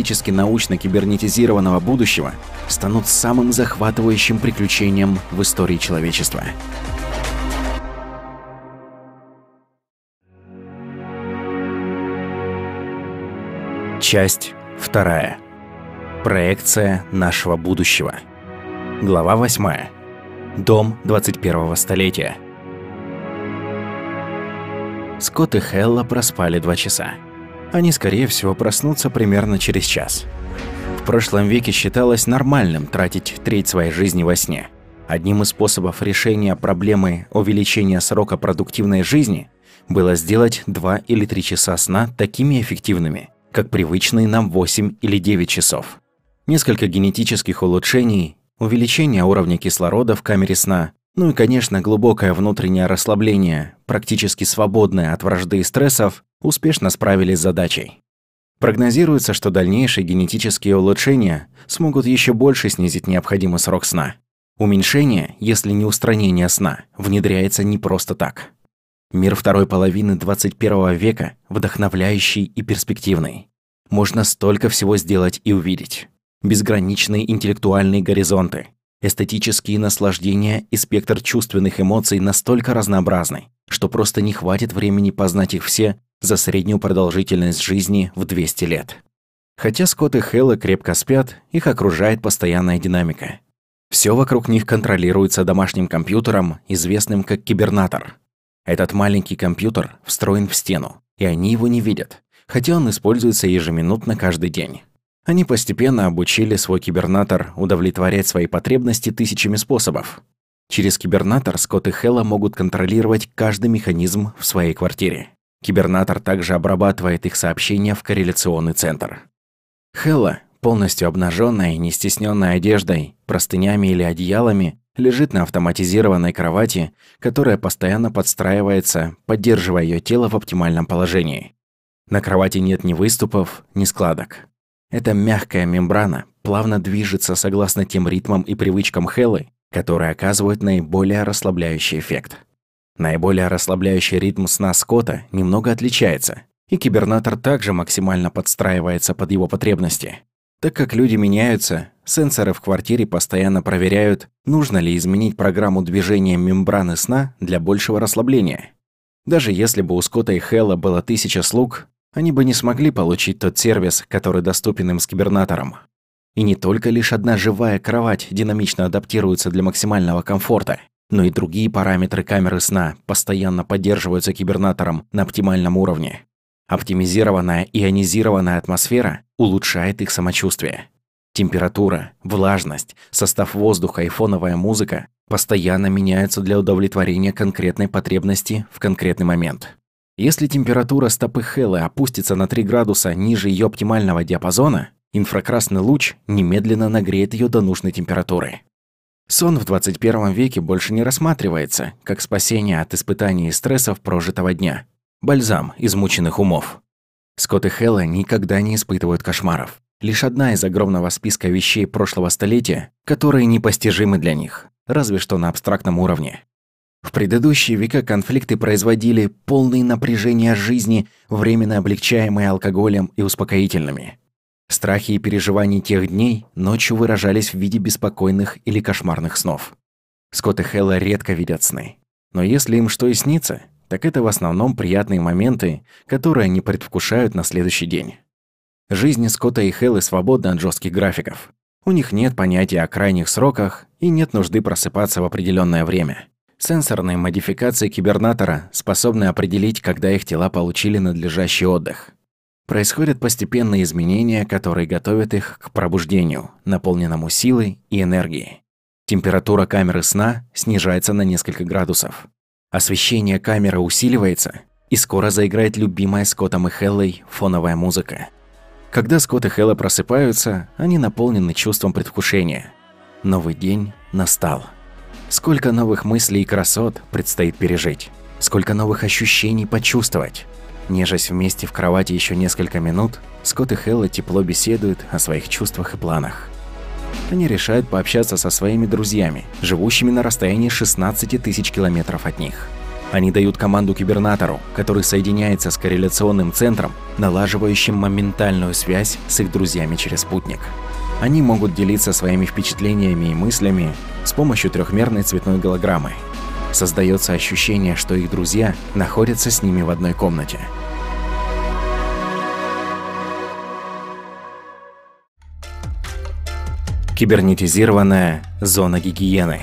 гуманистически-научно-кибернетизированного будущего станут самым захватывающим приключением в истории человечества. Часть 2. Проекция нашего будущего. Глава 8. Дом 21-го столетия. Скотт и Хелла проспали 2 часа. Они, скорее всего, проснутся примерно через час. В прошлом веке считалось нормальным тратить треть своей жизни во сне. Одним из способов решения проблемы увеличения срока продуктивной жизни было сделать 2 или 3 часа сна такими эффективными, как привычные нам 8 или 9 часов. Несколько генетических улучшений, увеличение уровня кислорода в камере сна, ну и, конечно, глубокое внутреннее расслабление, практически свободное от вражды и стрессов, успешно справились с задачей. Прогнозируется, что дальнейшие генетические улучшения смогут еще больше снизить необходимый срок сна. Уменьшение, если не устранение сна, внедряется не просто так. Мир второй половины 21 века вдохновляющий и перспективный. Можно столько всего сделать и увидеть. Безграничные интеллектуальные горизонты, эстетические наслаждения и спектр чувственных эмоций настолько разнообразны, что просто не хватит времени познать их все за среднюю продолжительность жизни в 200 лет. Хотя Скотт и Хелла крепко спят, их окружает постоянная динамика. Все вокруг них контролируется домашним компьютером, известным как кибернатор. Этот маленький компьютер встроен в стену, и они его не видят, хотя он используется ежеминутно каждый день. Они постепенно обучили свой кибернатор удовлетворять свои потребности тысячами способов. Через кибернатор Скотт и Хелла могут контролировать каждый механизм в своей квартире. Кибернатор также обрабатывает их сообщения в корреляционный центр. Хелла, полностью обнаженная и не стесненная одеждой, простынями или одеялами, лежит на автоматизированной кровати, которая постоянно подстраивается, поддерживая ее тело в оптимальном положении. На кровати нет ни выступов, ни складок. Эта мягкая мембрана плавно движется согласно тем ритмам и привычкам Хеллы, которые оказывают наиболее расслабляющий эффект. Наиболее расслабляющий ритм сна Скотта немного отличается, и кибернатор также максимально подстраивается под его потребности. Так как люди меняются, сенсоры в квартире постоянно проверяют, нужно ли изменить программу движения мембраны сна для большего расслабления. Даже если бы у Скотта и Хелла было 1000 слуг, они бы не смогли получить тот сервис, который доступен им с кибернатором. И не только лишь одна живая кровать динамично адаптируется для максимального комфорта, но и другие параметры камеры сна постоянно поддерживаются кибернатором на оптимальном уровне. Оптимизированная ионизированная атмосфера улучшает их самочувствие. Температура, влажность, состав воздуха и фоновая музыка постоянно меняются для удовлетворения конкретной потребности в конкретный момент. Если температура стопы Хеллы опустится на 3 градуса ниже ее оптимального диапазона, инфракрасный луч немедленно нагреет ее до нужной температуры. Сон в 21 веке больше не рассматривается как спасение от испытаний и стрессов прожитого дня. Бальзам измученных умов. Скотт и Хелла никогда не испытывают кошмаров. Лишь одна из огромного списка вещей прошлого столетия, которые непостижимы для них, разве что на абстрактном уровне. В предыдущие века конфликты производили полные напряжения жизни, временно облегчаемые алкоголем и успокоительными. Страхи и переживания тех дней ночью выражались в виде беспокойных или кошмарных снов. Скотт и Хелла редко видят сны. Но если им что и снится, так это в основном приятные моменты, которые они предвкушают на следующий день. Жизнь Скотта и Хеллы свободна от жестких графиков. У них нет понятия о крайних сроках и нет нужды просыпаться в определенное время. Сенсорные модификации кибернатора способны определить, когда их тела получили надлежащий отдых. Происходят постепенные изменения, которые готовят их к пробуждению, наполненному силой и энергией. Температура камеры сна снижается на несколько градусов. Освещение камеры усиливается, и скоро заиграет любимая Скоттом и Хеллой фоновая музыка. Когда Скотт и Хелла просыпаются, они наполнены чувством предвкушения. Новый день настал. Сколько новых мыслей и красот предстоит пережить. Сколько новых ощущений почувствовать. Нежась вместе в кровати еще несколько минут, Скотт и Хелла тепло беседуют о своих чувствах и планах. Они решают пообщаться со своими друзьями, живущими на расстоянии 16 тысяч километров от них. Они дают команду кибернатору, который соединяется с корреляционным центром, налаживающим моментальную связь с их друзьями через спутник. Они могут делиться своими впечатлениями и мыслями с помощью трехмерной цветной голограммы. Создается ощущение, что их друзья находятся с ними в одной комнате. Кибернетизированная зона гигиены.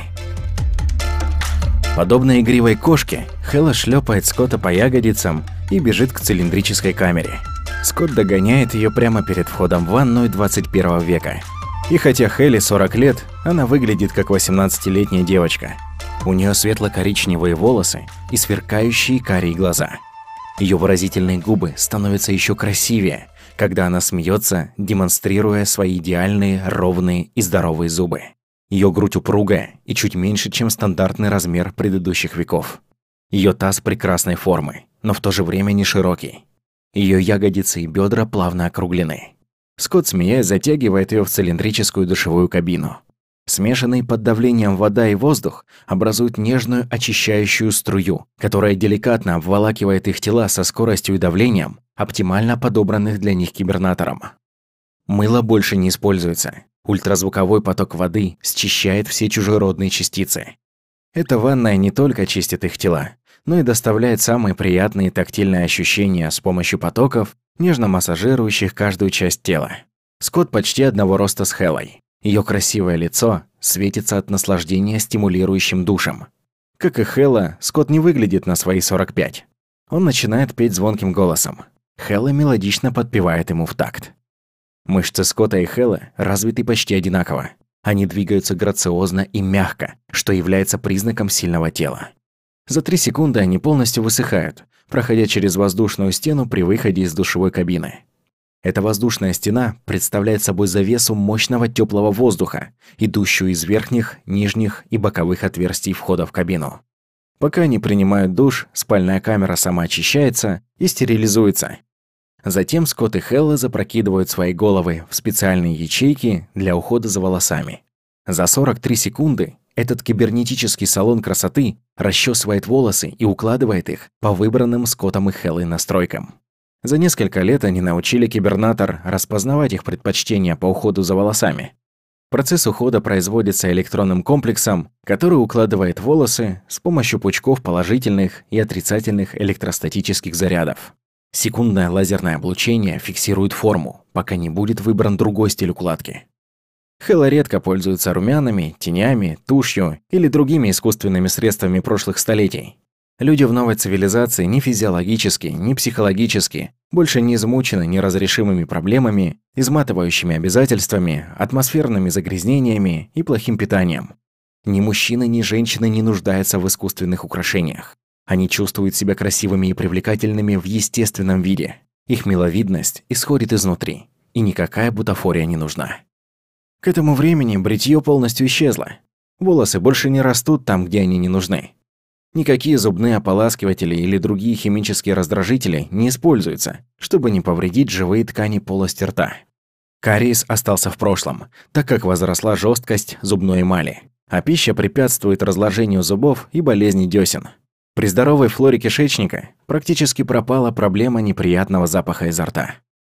Подобно игривой кошке, Хела шлепает Скотта по ягодицам и бежит к цилиндрической камере. Скотт догоняет ее прямо перед входом в ванную 21 века. И хотя Хеле 40 лет, она выглядит как 18-летняя девочка. У нее светло-коричневые волосы и сверкающие карие глаза. Ее выразительные губы становятся еще красивее, когда она смеется, демонстрируя свои идеальные, ровные и здоровые зубы. Ее грудь упругая и чуть меньше, чем стандартный размер предыдущих веков. Ее таз прекрасной формы, но в то же время не широкий. Ее ягодицы и бедра плавно округлены. Скотт, смеясь, затягивает ее в цилиндрическую душевую кабину. Смешанные под давлением вода и воздух образуют нежную очищающую струю, которая деликатно обволакивает их тела со скоростью и давлением, оптимально подобранных для них кибернатором. Мыло больше не используется. Ультразвуковой поток воды счищает все чужеродные частицы. Эта ванная не только чистит их тела, но и доставляет самые приятные тактильные ощущения с помощью потоков, нежно массажирующих каждую часть тела. Скотт почти одного роста с Хелой. Ее красивое лицо светится от наслаждения стимулирующим душем. Как и Хела, Скотт не выглядит на свои 45. Он начинает петь звонким голосом. Хела мелодично подпевает ему в такт. Мышцы Скотта и Хелы развиты почти одинаково. Они двигаются грациозно и мягко, что является признаком сильного тела. За 3 секунды они полностью высыхают, проходя через воздушную стену при выходе из душевой кабины. Эта воздушная стена представляет собой завесу мощного теплого воздуха, идущую из верхних, нижних и боковых отверстий входа в кабину. Пока они принимают душ, спальная камера сама очищается и стерилизуется. Затем Скотт и Хелла запрокидывают свои головы в специальные ячейки для ухода за волосами. За 43 секунды этот кибернетический салон красоты расчесывает волосы и укладывает их по выбранным Скоттом и Хеллой настройкам. За несколько лет они научили кибернатор распознавать их предпочтения по уходу за волосами. Процесс ухода производится электронным комплексом, который укладывает волосы с помощью пучков положительных и отрицательных электростатических зарядов. Секундное лазерное облучение фиксирует форму, пока не будет выбран другой стиль укладки. Хела редко пользуется румянами, тенями, тушью или другими искусственными средствами прошлых столетий. Люди в новой цивилизации ни физиологически, ни психологически больше не измучены неразрешимыми проблемами, изматывающими обязательствами, атмосферными загрязнениями и плохим питанием. Ни мужчины, ни женщины не нуждаются в искусственных украшениях. Они чувствуют себя красивыми и привлекательными в естественном виде. Их миловидность исходит изнутри, и никакая бутафория не нужна. К этому времени бритье полностью исчезло. Волосы больше не растут там, где они не нужны. Никакие зубные ополаскиватели или другие химические раздражители не используются, чтобы не повредить живые ткани полости рта. Кариес остался в прошлом, так как возросла жесткость зубной эмали, а пища препятствует разложению зубов и болезни десен. При здоровой флоре кишечника практически пропала проблема неприятного запаха изо рта.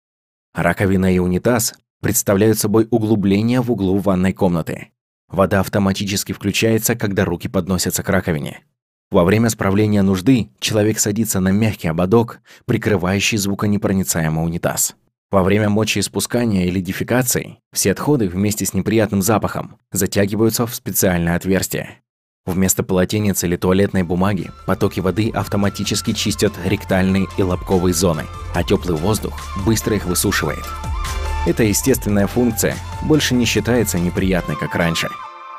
Раковина и унитаз представляют собой углубление в углу ванной комнаты. Вода автоматически включается, когда руки подносятся к раковине. Во время справления нужды человек садится на мягкий ободок, прикрывающий звуконепроницаемый унитаз. Во время мочеиспускания или дефекации все отходы вместе с неприятным запахом затягиваются в специальное отверстие. Вместо полотенец или туалетной бумаги потоки воды автоматически чистят ректальные и лобковые зоны, а теплый воздух быстро их высушивает. Эта естественная функция больше не считается неприятной, как раньше.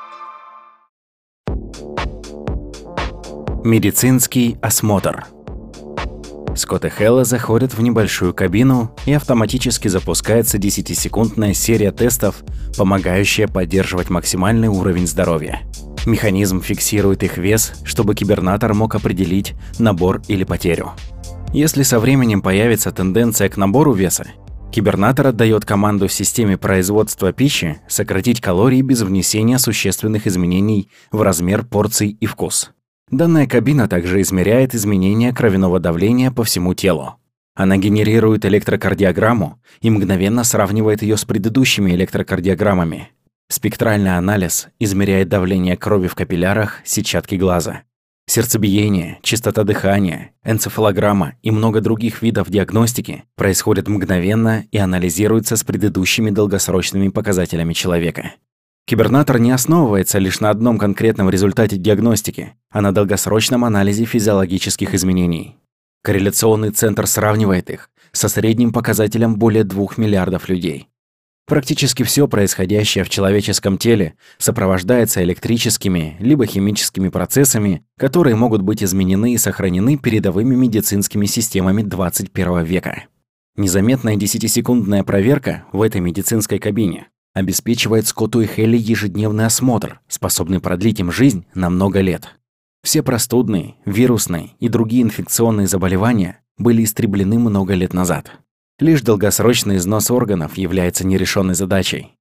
Медицинский осмотр. Скотт и Хела заходят в небольшую кабину, и автоматически запускается 10-секундная серия тестов, помогающая поддерживать максимальный уровень здоровья. Механизм фиксирует их вес, чтобы кибернатор мог определить набор или потерю. Если со временем появится тенденция к набору веса, кибернатор отдает команду системе производства пищи сократить калории без внесения существенных изменений в размер порций и вкус. Данная кабина также измеряет изменения кровяного давления по всему телу. Она генерирует электрокардиограмму и мгновенно сравнивает ее с предыдущими электрокардиограммами. Спектральный анализ измеряет давление крови в капиллярах сетчатки глаза. Сердцебиение, частота дыхания, энцефалограмма и много других видов диагностики происходят мгновенно и анализируются с предыдущими долгосрочными показателями человека. Кибернатор не основывается лишь на одном конкретном результате диагностики, а на долгосрочном анализе физиологических изменений. Корреляционный центр сравнивает их со средним показателем более 2 миллиардов людей. Практически все происходящее в человеческом теле сопровождается электрическими либо химическими процессами, которые могут быть изменены и сохранены передовыми медицинскими системами 21 века. Незаметная 10-секундная проверка в этой медицинской кабине обеспечивает Скотту и Хелли ежедневный осмотр, способный продлить им жизнь на много лет. Все простудные, вирусные и другие инфекционные заболевания были истреблены много лет назад. Лишь долгосрочный износ органов является нерешенной задачей.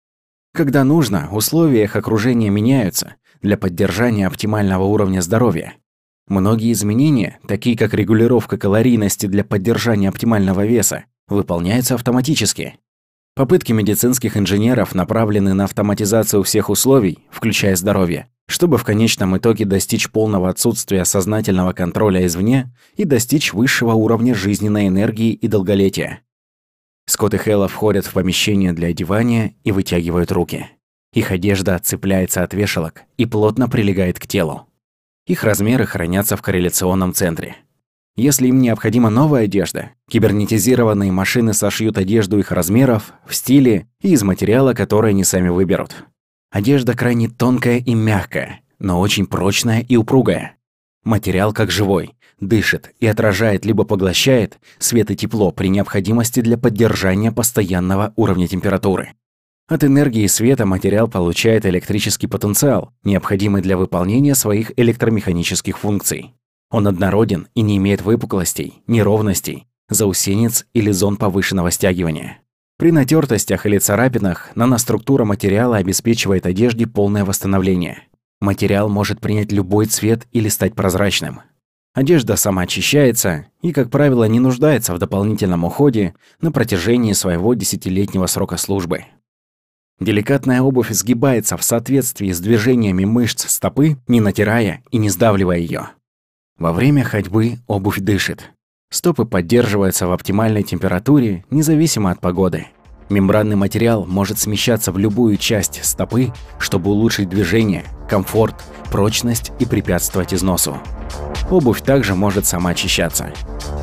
Когда нужно, условия их окружения меняются для поддержания оптимального уровня здоровья. Многие изменения, такие как регулировка калорийности для поддержания оптимального веса, выполняются автоматически. Попытки медицинских инженеров направлены на автоматизацию всех условий, включая здоровье, чтобы в конечном итоге достичь полного отсутствия сознательного контроля извне и достичь высшего уровня жизненной энергии и долголетия. Скотт и Хэлла входят в помещение для одевания и вытягивают руки. Их одежда отцепляется от вешалок и плотно прилегает к телу. Их размеры хранятся в корреляционном центре. Если им необходима новая одежда, кибернетизированные машины сошьют одежду их размеров, в стиле и из материала, который они сами выберут. Одежда крайне тонкая и мягкая, но очень прочная и упругая. Материал как живой, дышит и отражает либо поглощает свет и тепло при необходимости для поддержания постоянного уровня температуры. От энергии света материал получает электрический потенциал, необходимый для выполнения своих электромеханических функций. Он однороден и не имеет выпуклостей, неровностей, заусенец или зон повышенного стягивания. При натертостях или царапинах наноструктура материала обеспечивает одежде полное восстановление. Материал может принять любой цвет или стать прозрачным. Одежда самоочищается и, как правило, не нуждается в дополнительном уходе на протяжении своего 10-летнего срока службы. Деликатная обувь сгибается в соответствии с движениями мышц стопы, не натирая и не сдавливая ее. Во время ходьбы обувь дышит. Стопы поддерживаются в оптимальной температуре, независимо от погоды. Мембранный материал может смещаться в любую часть стопы, чтобы улучшить движение, комфорт, прочность и препятствовать износу. Обувь также может самоочищаться.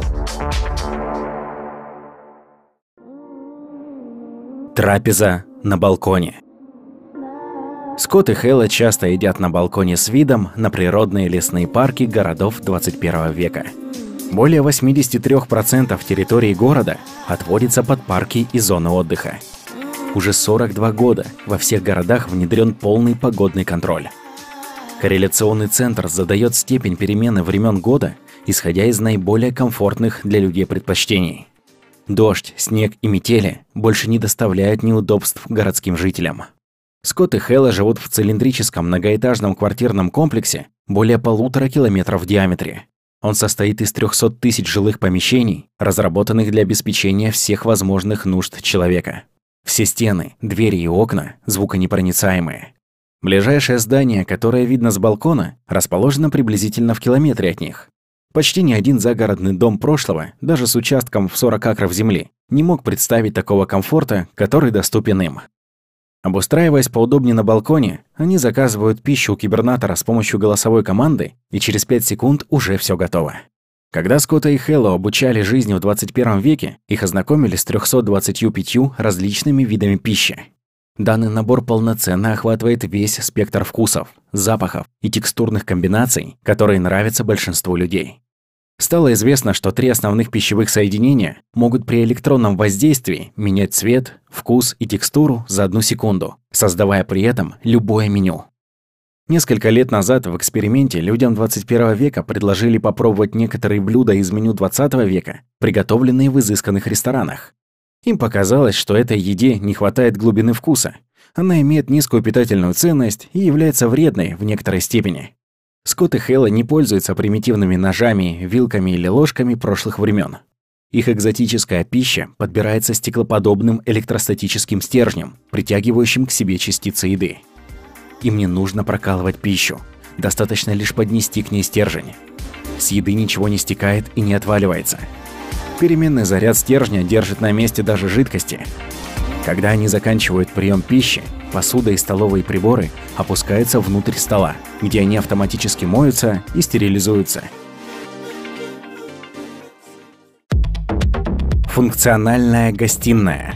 Трапеза на балконе. Скотт и Хэлла часто едят на балконе с видом на природные лесные парки городов 21 века. Более 83% территории города отводится под парки и зоны отдыха. Уже 42 года во всех городах внедрен полный погодный контроль. Корреляционный центр задает степень перемены времен года, исходя из наиболее комфортных для людей предпочтений. Дождь, снег и метели больше не доставляют неудобств городским жителям. Скотт и Хэлла живут в цилиндрическом многоэтажном квартирном комплексе более 1,5 километров в диаметре. Он состоит из 300 тысяч жилых помещений, разработанных для обеспечения всех возможных нужд человека. Все стены, двери и окна звуконепроницаемые. Ближайшее здание, которое видно с балкона, расположено приблизительно в километре от них. Почти ни один загородный дом прошлого, даже с участком в 40 акров земли, не мог представить такого комфорта, который доступен им. Обустраиваясь поудобнее на балконе, они заказывают пищу у кибернатора с помощью голосовой команды, и через 5 секунд уже все готово. Когда Скотта и Хэлла обучали жизни в 21 веке, их ознакомили с 325 различными видами пищи. Данный набор полноценно охватывает весь спектр вкусов, запахов и текстурных комбинаций, которые нравятся большинству людей. Стало известно, что 3 основных пищевых соединения могут при электронном воздействии менять цвет, вкус и текстуру за 1 секунду, создавая при этом любое меню. Несколько лет назад в эксперименте людям 21 века предложили попробовать некоторые блюда из меню 20 века, приготовленные в изысканных ресторанах. Им показалось, что этой еде не хватает глубины вкуса. Она имеет низкую питательную ценность и является вредной в некоторой степени. Скотт и Хэлла не пользуются примитивными ножами, вилками или ложками прошлых времен. Их экзотическая пища подбирается стеклоподобным электростатическим стержнем, притягивающим к себе частицы еды. Им не нужно прокалывать пищу, достаточно лишь поднести к ней стержень. С еды ничего не стекает и не отваливается. Переменный заряд стержня держит на месте даже жидкости. Когда они заканчивают прием пищи, посуда и столовые приборы опускаются внутрь стола, где они автоматически моются и стерилизуются. Функциональная гостиная.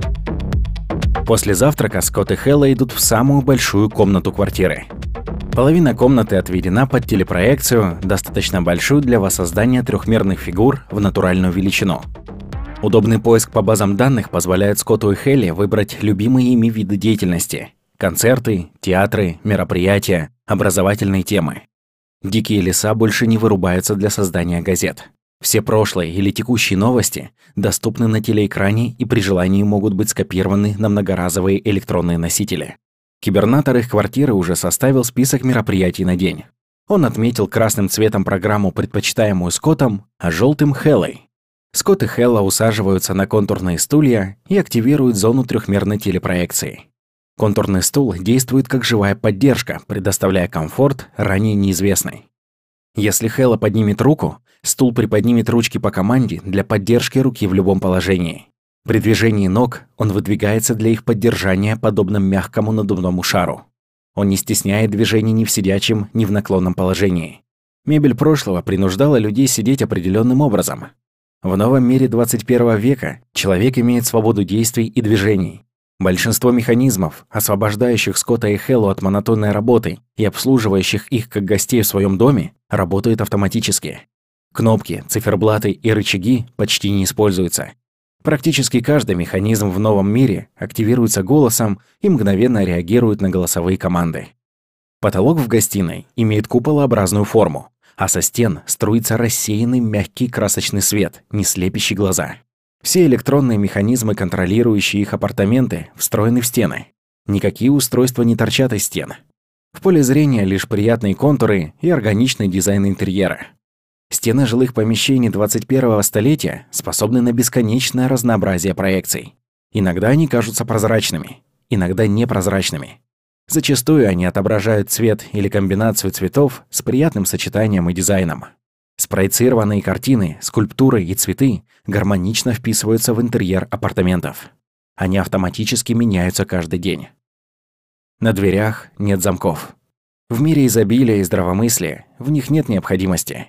После завтрака Скотт и Хэлла идут в самую большую комнату квартиры. Половина комнаты отведена под телепроекцию, достаточно большую для воссоздания трехмерных фигур в натуральную величину. Удобный поиск по базам данных позволяет Скотту и Хэлли выбрать любимые ими виды деятельности – концерты, театры, мероприятия, образовательные темы. Дикие леса больше не вырубаются для создания газет. Все прошлые или текущие новости доступны на телеэкране и при желании могут быть скопированы на многоразовые электронные носители. Кибернатор их квартиры уже составил список мероприятий на день. Он отметил красным цветом программу, предпочитаемую Скоттом, а желтым – Хэллой. Скотт и Хэлла усаживаются на контурные стулья и активируют зону трехмерной телепроекции. Контурный стул действует как живая поддержка, предоставляя комфорт, ранее неизвестный. Если Хэлла поднимет руку, стул приподнимет ручки по команде для поддержки руки в любом положении. При движении ног он выдвигается для их поддержания, подобно мягкому надувному шару. Он не стесняет движений ни в сидячем, ни в наклонном положении. Мебель прошлого принуждала людей сидеть определенным образом. В новом мире 21 века человек имеет свободу действий и движений. Большинство механизмов, освобождающих Скотта и Хэллу от монотонной работы и обслуживающих их как гостей в своем доме, работают автоматически. Кнопки, циферблаты и рычаги почти не используются. Практически каждый механизм в новом мире активируется голосом и мгновенно реагирует на голосовые команды. Потолок в гостиной имеет куполообразную форму, а со стен струится рассеянный мягкий красочный свет, не слепящий глаза. Все электронные механизмы, контролирующие их апартаменты, встроены в стены. Никакие устройства не торчат из стен. В поле зрения лишь приятные контуры и органичный дизайн интерьера. Стены жилых помещений 21-го столетия способны на бесконечное разнообразие проекций. Иногда они кажутся прозрачными, иногда непрозрачными. Зачастую они отображают цвет или комбинацию цветов с приятным сочетанием и дизайном. Спроецированные картины, скульптуры и цветы гармонично вписываются в интерьер апартаментов. Они автоматически меняются каждый день. На дверях нет замков. В мире изобилия и здравомыслия в них нет необходимости.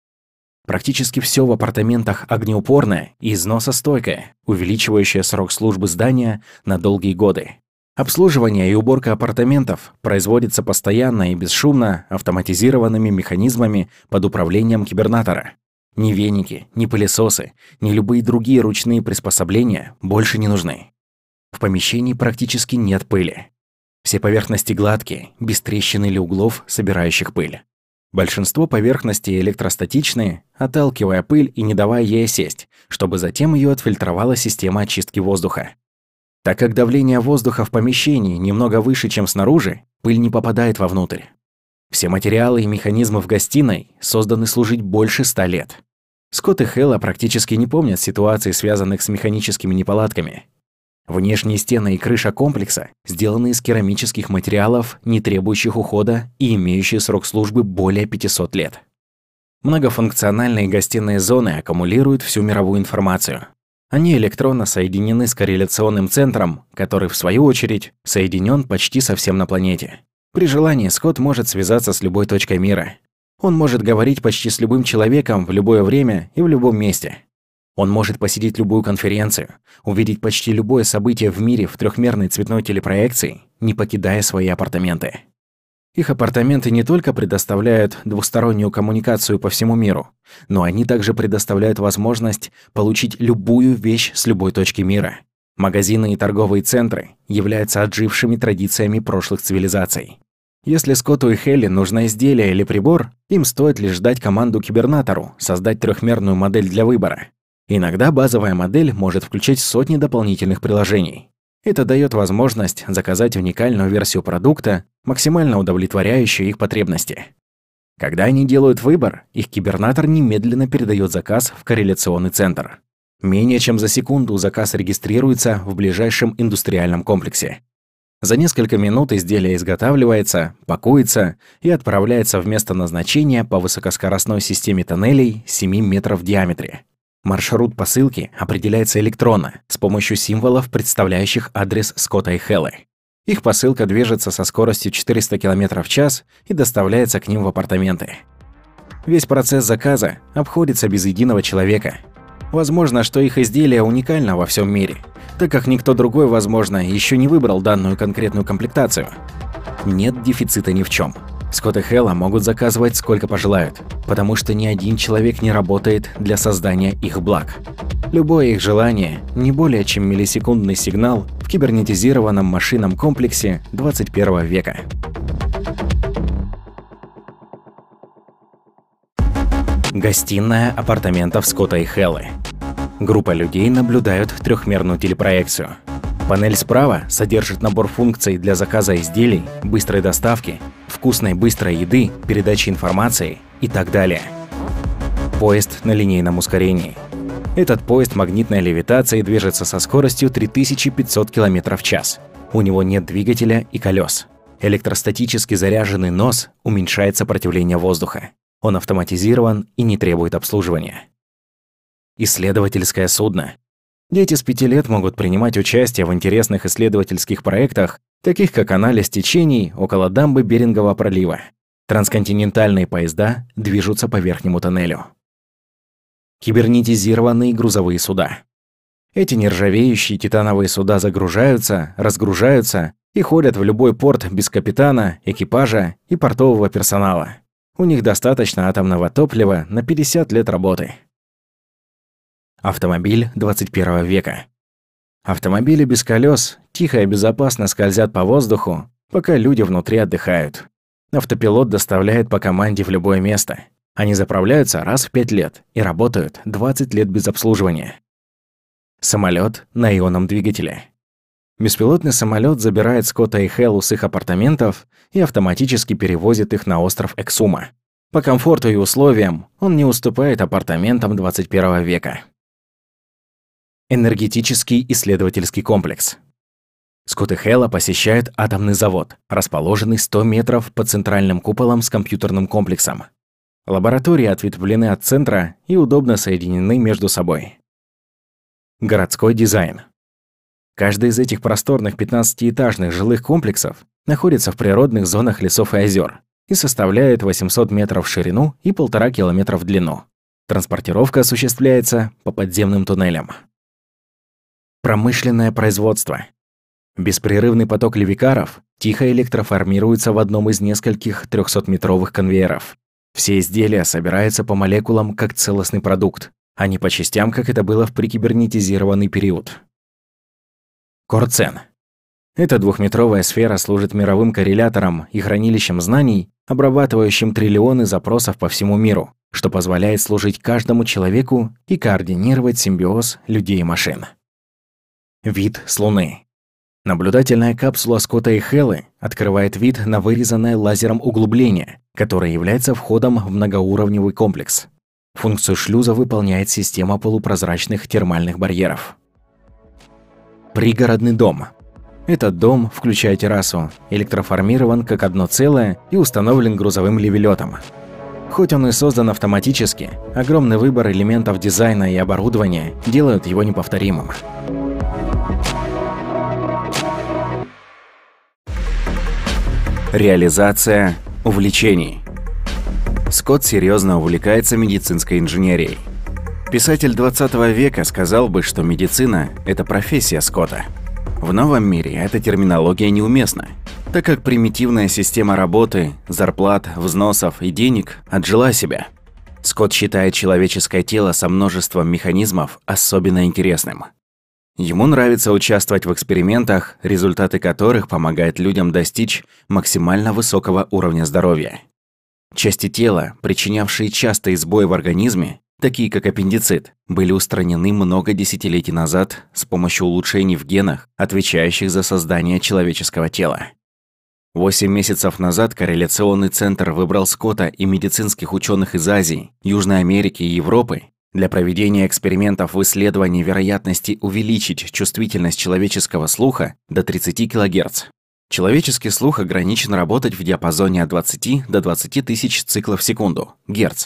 Практически все в апартаментах огнеупорное и износостойкое, увеличивающее срок службы здания на долгие годы. Обслуживание и уборка апартаментов производится постоянно и бесшумно автоматизированными механизмами под управлением кибернатора. Ни веники, ни пылесосы, ни любые другие ручные приспособления больше не нужны. В помещении практически нет пыли. Все поверхности гладкие, без трещин или углов, собирающих пыль. Большинство поверхностей электростатичные, отталкивая пыль и не давая ей осесть, чтобы затем ее отфильтровала система очистки воздуха. Так как давление воздуха в помещении немного выше, чем снаружи, пыль не попадает вовнутрь. Все материалы и механизмы в гостиной созданы служить больше 100 лет. Скотт и Хэлла практически не помнят ситуаций, связанных с механическими неполадками. Внешние стены и крыша комплекса сделаны из керамических материалов, не требующих ухода и имеющие срок службы более 500 лет. Многофункциональные гостиные зоны аккумулируют всю мировую информацию. Они электронно соединены с корреляционным центром, который, в свою очередь, соединен почти со всем на планете. При желании Скотт может связаться с любой точкой мира. Он может говорить почти с любым человеком в любое время и в любом месте. Он может посетить любую конференцию, увидеть почти любое событие в мире в трехмерной цветной телепроекции, не покидая свои апартаменты. Их апартаменты не только предоставляют двустороннюю коммуникацию по всему миру, но они также предоставляют возможность получить любую вещь с любой точки мира. Магазины и торговые центры являются отжившими традициями прошлых цивилизаций. Если Скотту и Хэлли нужно изделие или прибор, им стоит лишь дать команду кибернатору создать трехмерную модель для выбора. Иногда базовая модель может включать сотни дополнительных приложений. Это дает возможность заказать уникальную версию продукта, максимально удовлетворяющую их потребности. Когда они делают выбор, их кибернатор немедленно передает заказ в корреляционный центр. Менее чем за секунду заказ регистрируется в ближайшем индустриальном комплексе. За несколько минут изделие изготавливается, пакуется и отправляется в место назначения по высокоскоростной системе тоннелей 7 метров в диаметре. Маршрут посылки определяется электронно с помощью символов, представляющих адрес Скотта и Хеллы. Их посылка движется со скоростью 400 км в час и доставляется к ним в апартаменты. Весь процесс заказа обходится без единого человека. Возможно, что их изделие уникально во всем мире, так как никто другой, возможно, еще не выбрал данную конкретную комплектацию. Нет дефицита ни в чем. Скотт и Хелла могут заказывать сколько пожелают, потому что ни один человек не работает для создания их благ. Любое их желание – не более чем миллисекундный сигнал в кибернетизированном машинном комплексе 21 века. Гостиная апартаментов Скотта и Хеллы. Группа людей наблюдают трехмерную телепроекцию. Панель справа содержит набор функций для заказа изделий, быстрой доставки, вкусной быстрой еды, передачи информации и так далее. Поезд на линейном ускорении. Этот поезд магнитной левитации движется со скоростью 3500 км в час. У него нет двигателя и колес. Электростатически заряженный нос уменьшает сопротивление воздуха. Он автоматизирован и не требует обслуживания. Исследовательское судно. Дети с 5 лет могут принимать участие в интересных исследовательских проектах, таких как анализ течений около дамбы Берингового пролива. Трансконтинентальные поезда движутся по верхнему тоннелю. Кибернетизированные грузовые суда. Эти нержавеющие титановые суда загружаются, разгружаются и ходят в любой порт без капитана, экипажа и портового персонала. У них достаточно атомного топлива на 50 лет работы. Автомобиль 21 века. Автомобили без колес тихо и безопасно скользят по воздуху, пока люди внутри отдыхают. Автопилот доставляет по команде в любое место. Они заправляются раз в 5 лет и работают 20 лет без обслуживания. Самолет на ионном двигателе. Беспилотный самолет забирает Скотта и Хеллу с их апартаментов и автоматически перевозит их на остров Эксума. По комфорту и условиям он не уступает апартаментам 21 века. Энергетический исследовательский комплекс. Скотт и Хелла посещают атомный завод, расположенный 100 метров под центральным куполом с компьютерным комплексом. Лаборатории ответвлены от центра и удобно соединены между собой. Городской дизайн. Каждый из этих просторных 15-этажных жилых комплексов находится в природных зонах лесов и озер и составляет 800 метров в ширину и 1,5 километра в длину. Транспортировка осуществляется по подземным туннелям. Промышленное производство. Беспрерывный поток левикаров тихо электроформируется в одном из нескольких 300-метровых конвейеров. Все изделия собираются по молекулам как целостный продукт, а не по частям, как это было в прикибернетизированный период. Корцен. Эта двухметровая сфера служит мировым коррелятором и хранилищем знаний, обрабатывающим триллионы запросов по всему миру, что позволяет служить каждому человеку и координировать симбиоз людей и машин. Вид с Луны. Наблюдательная капсула Скотта и Хеллы открывает вид на вырезанное лазером углубление, которое является входом в многоуровневый комплекс. Функцию шлюза выполняет система полупрозрачных термальных барьеров. Пригородный дом. Этот дом, включая террасу, электроформирован как одно целое и установлен грузовым ливелетом. Хоть он и создан автоматически, огромный выбор элементов дизайна и оборудования делают его неповторимым. Реализация увлечений. Скотт серьезно увлекается медицинской инженерией. Писатель 20 века сказал бы, что медицина – это профессия Скотта. В новом мире эта терминология неуместна, так как примитивная система работы, зарплат, взносов и денег отжила себя. Скотт считает человеческое тело со множеством механизмов особенно интересным. Ему нравится участвовать в экспериментах, результаты которых помогают людям достичь максимально высокого уровня здоровья. Части тела, причинявшие частые сбои в организме, такие как аппендицит, были устранены много десятилетий назад с помощью улучшений в генах, отвечающих за создание человеческого тела. 8 месяцев назад корреляционный центр выбрал Скотта и медицинских ученых из Азии, Южной Америки и Европы для проведения экспериментов в исследовании вероятности увеличить чувствительность человеческого слуха до 30 кГц. Человеческий слух ограничен работать в диапазоне от 20 до 20 тысяч циклов в секунду, герц.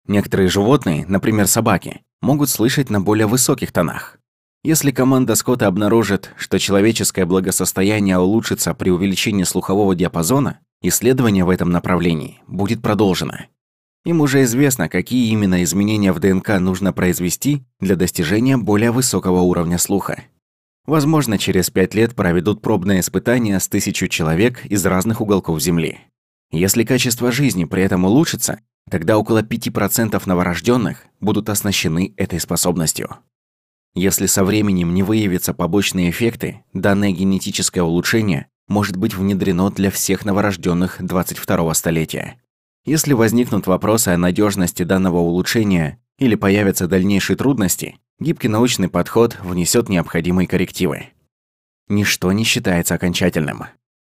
Некоторые животные, например собаки, могут слышать на более высоких тонах. Если команда Скотта обнаружит, что человеческое благосостояние улучшится при увеличении слухового диапазона, исследование в этом направлении будет продолжено. Им уже известно, какие именно изменения в ДНК нужно произвести для достижения более высокого уровня слуха. Возможно, через 5 лет проведут пробные испытания с 1000 человек из разных уголков Земли. Если качество жизни при этом улучшится, тогда около 5% новорожденных будут оснащены этой способностью. Если со временем не выявятся побочные эффекты, данное генетическое улучшение может быть внедрено для всех новорожденных 22-го столетия. Если возникнут вопросы о надежности данного улучшения или появятся дальнейшие трудности, гибкий научный подход внесет необходимые коррективы. Ничто не считается окончательным.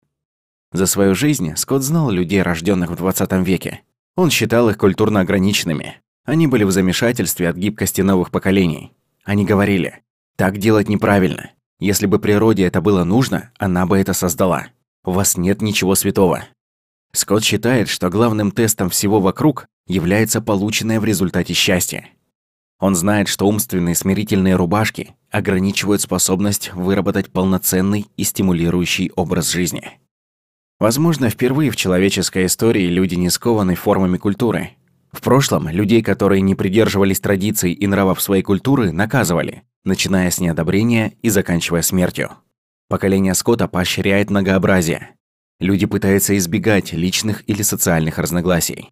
За свою жизнь Скотт знал людей, рожденных в 20 веке. Он считал их культурно ограниченными. Они были в замешательстве от гибкости новых поколений. Они говорили: «Так делать неправильно. Если бы природе это было нужно, она бы это создала. У вас нет ничего святого». Скотт считает, что главным тестом всего вокруг является полученное в результате счастье. Он знает, что умственные смирительные рубашки ограничивают способность выработать полноценный и стимулирующий образ жизни. Возможно, впервые в человеческой истории люди не скованы формами культуры. В прошлом людей, которые не придерживались традиций и нравов своей культуры, наказывали, начиная с неодобрения и заканчивая смертью. Поколение Скотта поощряет многообразие. Люди пытаются избегать личных или социальных разногласий.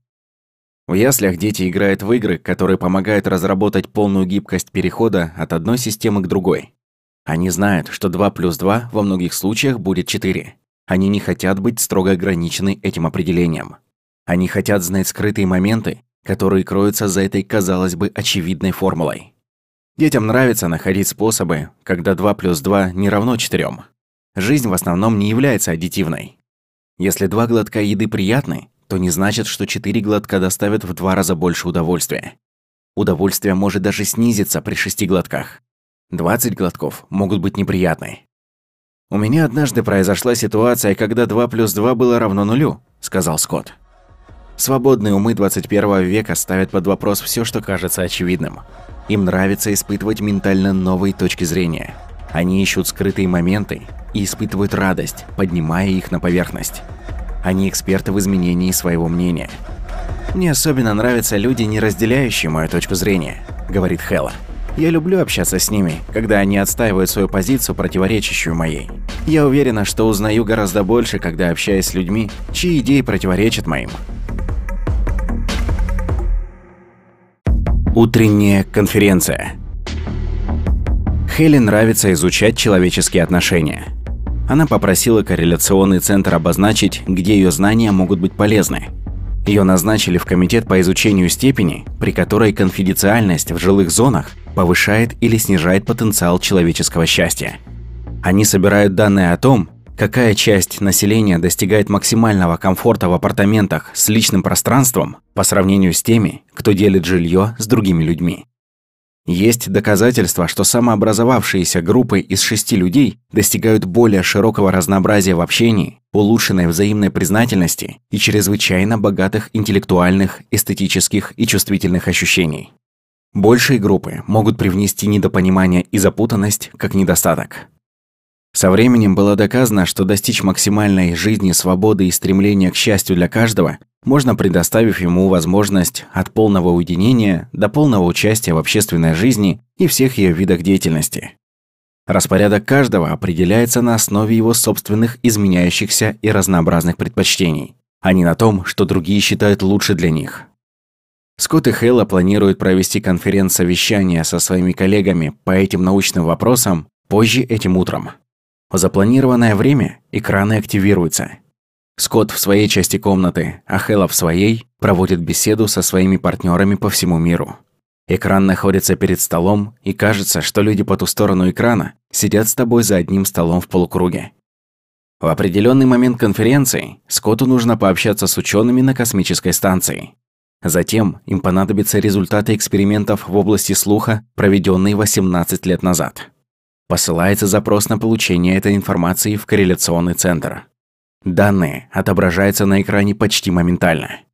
В яслях дети играют в игры, которые помогают разработать полную гибкость перехода от одной системы к другой. Они знают, что 2 плюс 2 во многих случаях будет 4. Они не хотят быть строго ограничены этим определением. Они хотят знать скрытые моменты, которые кроются за этой, казалось бы, очевидной формулой. Детям нравится находить способы, когда 2 плюс 2 не равно 4. Жизнь в основном не является аддитивной. Если 2 глотка еды приятны, то не значит, что 4 глотка доставят в 2 раза больше удовольствия. Удовольствие может даже снизиться при 6 глотках. 20 глотков могут быть неприятны. «У меня однажды произошла ситуация, когда 2 плюс 2 было равно 0, – сказал Скотт. Свободные умы 21 века ставят под вопрос все, что кажется очевидным. Им нравится испытывать ментально новые точки зрения. Они ищут скрытые моменты и испытывают радость, поднимая их на поверхность. Они эксперты в изменении своего мнения. «Мне особенно нравятся люди, не разделяющие мою точку зрения», – говорит Хэлла. «Я люблю общаться с ними, когда они отстаивают свою позицию, противоречащую моей. Я уверена, что узнаю гораздо больше, когда общаюсь с людьми, чьи идеи противоречат моим». Утренняя конференция. Хелли нравится изучать человеческие отношения. Она попросила корреляционный центр обозначить, где ее знания могут быть полезны. Ее назначили в комитет по изучению степени, при которой конфиденциальность в жилых зонах повышает или снижает потенциал человеческого счастья. Они собирают данные о том, какая часть населения достигает максимального комфорта в апартаментах с личным пространством по сравнению с теми, кто делит жилье с другими людьми. Есть доказательства, что самообразовавшиеся группы из 6 людей достигают более широкого разнообразия в общении, улучшенной взаимной признательности и чрезвычайно богатых интеллектуальных, эстетических и чувствительных ощущений. Большие группы могут привнести недопонимание и запутанность как недостаток. Со временем было доказано, что достичь максимальной жизни, свободы и стремления к счастью для каждого можно, предоставив ему возможность от полного уединения до полного участия в общественной жизни и всех ее видах деятельности. Распорядок каждого определяется на основе его собственных изменяющихся и разнообразных предпочтений, а не на том, что другие считают лучше для них. Скотт и Хэлла планируют провести конференц-совещание со своими коллегами по этим научным вопросам позже этим утром. В запланированное время экраны активируются. Скотт в своей части комнаты, а Хэлла в своей проводит беседу со своими партнерами по всему миру. Экран находится перед столом, и кажется, что люди по ту сторону экрана сидят с тобой за одним столом в полукруге. В определенный момент конференции Скотту нужно пообщаться с учеными на космической станции. Затем им понадобятся результаты экспериментов в области слуха, проведенные 18 лет назад. Посылается запрос на получение этой информации в корреляционный центр. Данные отображаются на экране почти моментально.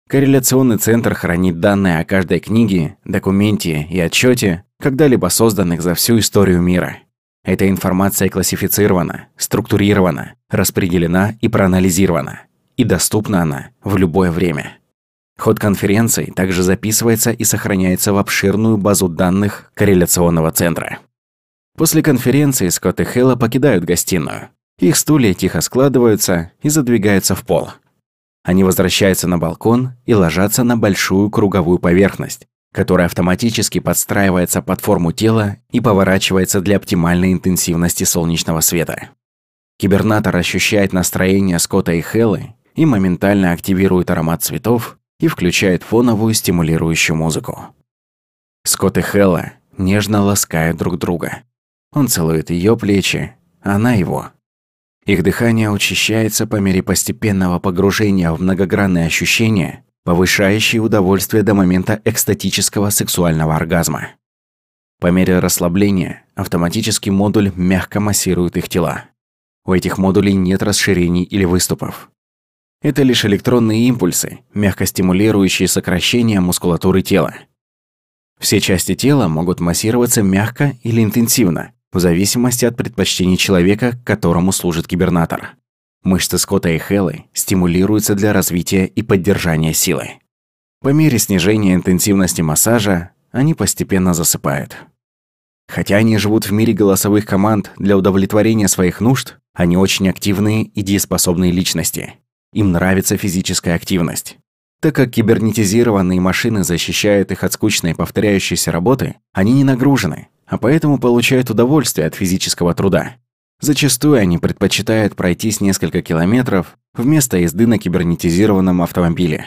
Корреляционный центр хранит данные о каждой книге, документе и отчете, когда-либо созданных за всю историю мира. Эта информация классифицирована, структурирована, распределена и проанализирована. И доступна она в любое время. Ход конференции также записывается и сохраняется в обширную базу данных корреляционного центра. После конференции Скотт и Хэлла покидают гостиную. Их стулья тихо складываются и задвигаются в пол. Они возвращаются на балкон и ложатся на большую круговую поверхность, которая автоматически подстраивается под форму тела и поворачивается для оптимальной интенсивности солнечного света. Кибернатор ощущает настроение Скотта и Хэллы и моментально активирует аромат цветов и включает фоновую стимулирующую музыку. Скотт и Хэлла нежно ласкают друг друга. Он целует ее плечи, она его. Их дыхание учащается по мере постепенного погружения в многогранные ощущения, повышающие удовольствие до момента экстатического сексуального оргазма. По мере расслабления автоматический модуль мягко массирует их тела. У этих модулей нет расширений или выступов. Это лишь электронные импульсы, мягко стимулирующие сокращение мускулатуры тела. Все части тела могут массироваться мягко или интенсивно, в зависимости от предпочтений человека, которому служит кибернатор. Мышцы Скотта и Хэллы стимулируются для развития и поддержания силы. По мере снижения интенсивности массажа они постепенно засыпают. Хотя они живут в мире голосовых команд для удовлетворения своих нужд, они очень активные и дееспособные личности. Им нравится физическая активность. Так как кибернетизированные машины защищают их от скучной повторяющейся работы, они не нагружены, а поэтому получают удовольствие от физического труда. Зачастую они предпочитают пройтись несколько километров вместо езды на кибернетизированном автомобиле.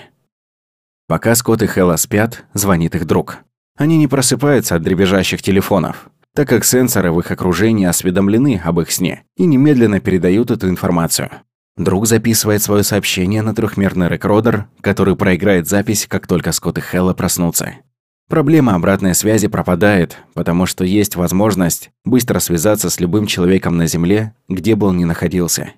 Пока Скотт и Хэлла спят, звонит их друг. Они не просыпаются от дребезжащих телефонов, так как сенсоры в их окружении осведомлены об их сне и немедленно передают эту информацию. Друг записывает свое сообщение на трехмерный рекордер, который проиграет запись, как только Скотт и Хэлла проснутся. Проблема обратной связи пропадает, потому что есть возможность быстро связаться с любым человеком на Земле, где бы он ни находился.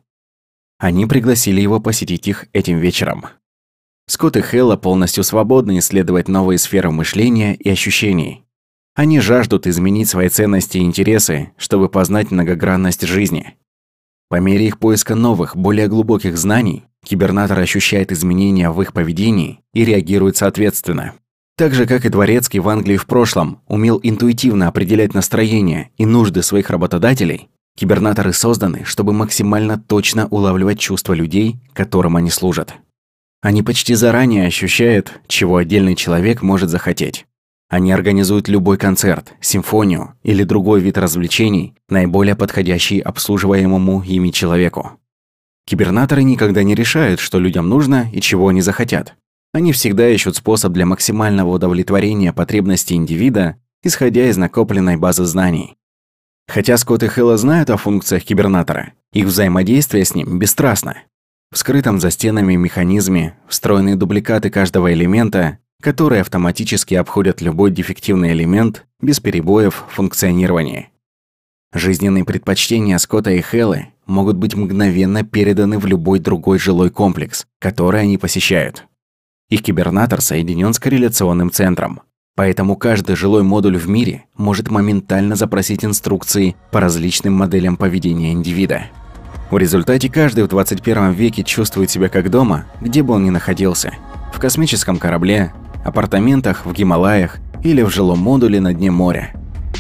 Они пригласили его посетить их этим вечером. Скотт и Хэлла полностью свободны исследовать новые сферы мышления и ощущений. Они жаждут изменить свои ценности и интересы, чтобы познать многогранность жизни. По мере их поиска новых, более глубоких знаний, кибернатор ощущает изменения в их поведении и реагирует соответственно. Так же, как и Дворецкий в Англии в прошлом умел интуитивно определять настроение и нужды своих работодателей, кибернаторы созданы, чтобы максимально точно улавливать чувства людей, которым они служат. Они почти заранее ощущают, чего отдельный человек может захотеть. Они организуют любой концерт, симфонию или другой вид развлечений, наиболее подходящий обслуживаемому ими человеку. Кибернаторы никогда не решают, что людям нужно и чего они захотят. Они всегда ищут способ для максимального удовлетворения потребностей индивида, исходя из накопленной базы знаний. Хотя Скотт и Хэлла знают о функциях кибернатора, их взаимодействие с ним бесстрастно. В скрытом за стенами механизме встроены дубликаты каждого элемента, которые автоматически обходят любой дефективный элемент без перебоев в функционировании. Жизненные предпочтения Скотта и Хэллы могут быть мгновенно переданы в любой другой жилой комплекс, который они посещают. Их кибернатор соединен с корреляционным центром, поэтому каждый жилой модуль в мире может моментально запросить инструкции по различным моделям поведения индивида. В результате каждый в 21 веке чувствует себя как дома, где бы он ни находился – в космическом корабле, апартаментах в Гималаях или в жилом модуле на дне моря.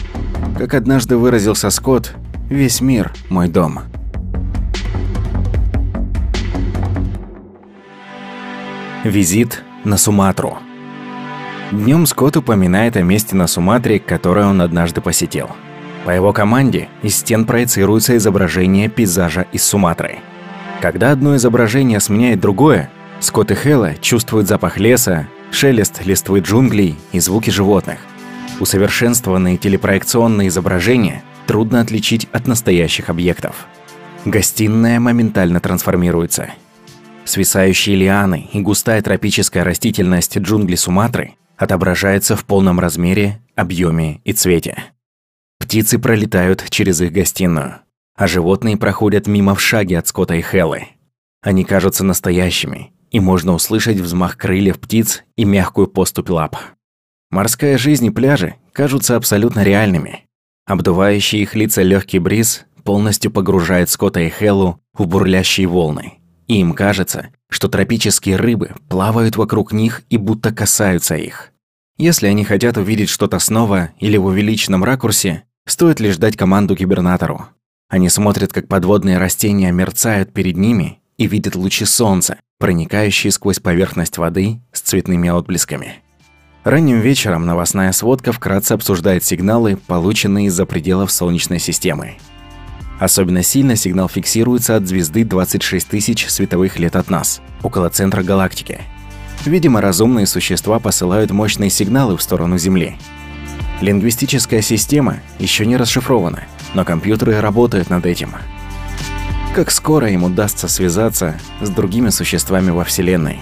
Как однажды выразился Скотт, «Весь мир – мой дом». Визит на Суматру. Днем Скотт упоминает о месте на Суматре, которое он однажды посетил. По его команде из стен проецируется изображение пейзажа из Суматры. Когда одно изображение сменяет другое, Скотт и Хэлла чувствуют запах леса, шелест листвы джунглей и звуки животных. Усовершенствованные телепроекционные изображения трудно отличить от настоящих объектов. Гостиная моментально трансформируется. Свисающие лианы и густая тропическая растительность джунглей Суматры отображается в полном размере, объеме и цвете. Птицы пролетают через их гостиную, а животные проходят мимо в шаге от Скотта и Хэллы. Они кажутся настоящими, и можно услышать взмах крыльев птиц и мягкую поступь лап. Морская жизнь и пляжи кажутся абсолютно реальными. Обдувающий их лица легкий бриз полностью погружает Скотта и Хеллу в бурлящие волны. И им кажется, что тропические рыбы плавают вокруг них и будто касаются их. Если они хотят увидеть что-то снова или в увеличенном ракурсе, стоит лишь дать команду кибернатору. Они смотрят, как подводные растения мерцают перед ними и видят лучи солнца, проникающие сквозь поверхность воды с цветными отблесками. Ранним вечером новостная сводка вкратце обсуждает сигналы, полученные из-за пределов Солнечной системы. Особенно сильно сигнал фиксируется от звезды 26 тысяч световых лет от нас, около центра галактики. Видимо, разумные существа посылают мощные сигналы в сторону Земли. Лингвистическая система еще не расшифрована, но компьютеры работают над этим. Как скоро им удастся связаться с другими существами во Вселенной?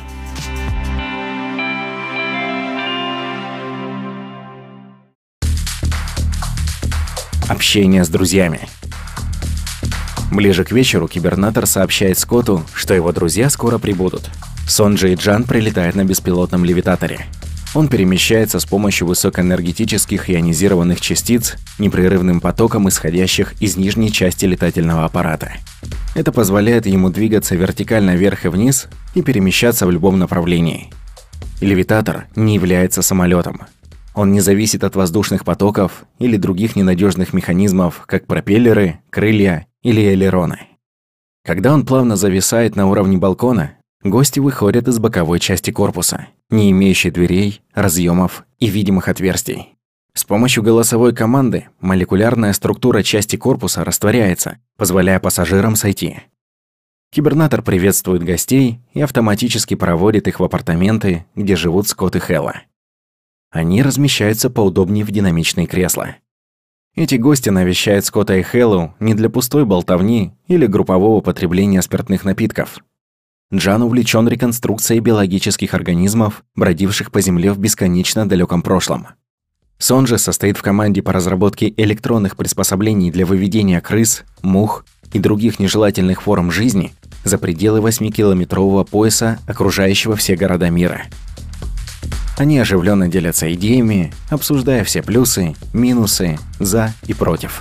Общение с друзьями. Ближе к вечеру кибернатор сообщает Скотту, что его друзья скоро прибудут. Сонджи и Джан прилетают на беспилотном левитаторе. Он перемещается с помощью высокоэнергетических ионизированных частиц непрерывным потоком, исходящих из нижней части летательного аппарата. Это позволяет ему двигаться вертикально вверх и вниз и перемещаться в любом направлении. Левитатор не является самолетом. Он не зависит от воздушных потоков или других ненадежных механизмов, как пропеллеры, крылья или элероны. Когда он плавно зависает на уровне балкона, гости выходят из боковой части корпуса, не имеющей дверей, разъемов и видимых отверстий. С помощью голосовой команды молекулярная структура части корпуса растворяется, позволяя пассажирам сойти. Кибернатор приветствует гостей и автоматически проводит их в апартаменты, где живут Скотт и Хелла. Они размещаются поудобнее в динамичные кресла. Эти гости навещают Скотта и Хеллу не для пустой болтовни или группового потребления спиртных напитков. Джан увлечен реконструкцией биологических организмов, бродивших по Земле в бесконечно далеком прошлом. Сон же состоит в команде по разработке электронных приспособлений для выведения крыс, мух и других нежелательных форм жизни за пределы 8-километрового пояса, окружающего все города мира. Они оживленно делятся идеями, обсуждая все плюсы, минусы, за и против.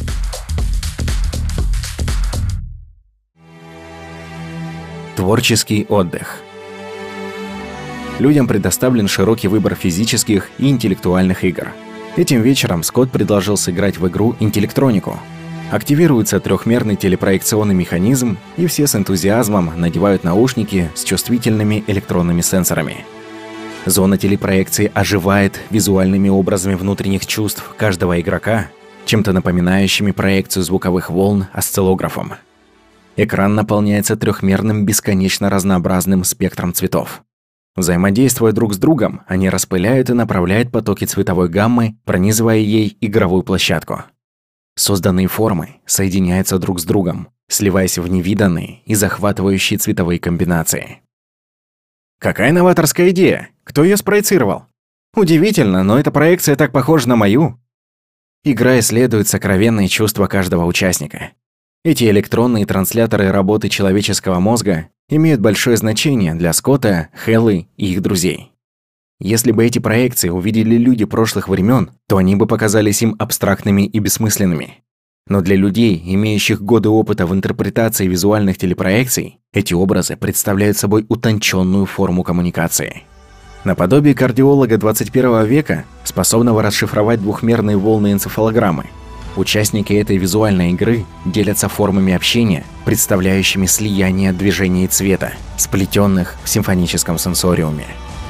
Творческий отдых. Людям предоставлен широкий выбор физических и интеллектуальных игр. Этим вечером Скотт предложил сыграть в игру «Интеллектронику». Активируется трехмерный телепроекционный механизм, и все с энтузиазмом надевают наушники с чувствительными электронными сенсорами. Зона телепроекции оживает визуальными образами внутренних чувств каждого игрока, чем-то напоминающими проекцию звуковых волн осциллографом. Экран наполняется трехмерным бесконечно разнообразным спектром цветов. Взаимодействуя друг с другом, они распыляют и направляют потоки цветовой гаммы, пронизывая ей игровую площадку. Созданные формы соединяются друг с другом, сливаясь в невиданные и захватывающие цветовые комбинации. Какая новаторская идея! Кто ее спроецировал? Удивительно, но эта проекция так похожа на мою. Игра исследует сокровенные чувства каждого участника. Эти электронные трансляторы работы человеческого мозга имеют большое значение для Скотта, Хеллы и их друзей. Если бы эти проекции увидели люди прошлых времен, то они бы показались им абстрактными и бессмысленными. Но для людей, имеющих годы опыта в интерпретации визуальных телепроекций, эти образы представляют собой утонченную форму коммуникации. Наподобие кардиолога 21 века, способного расшифровать двухмерные волны энцефалограммы, участники этой визуальной игры делятся формами общения, представляющими слияние движения и цвета, сплетенных в симфоническом сенсориуме.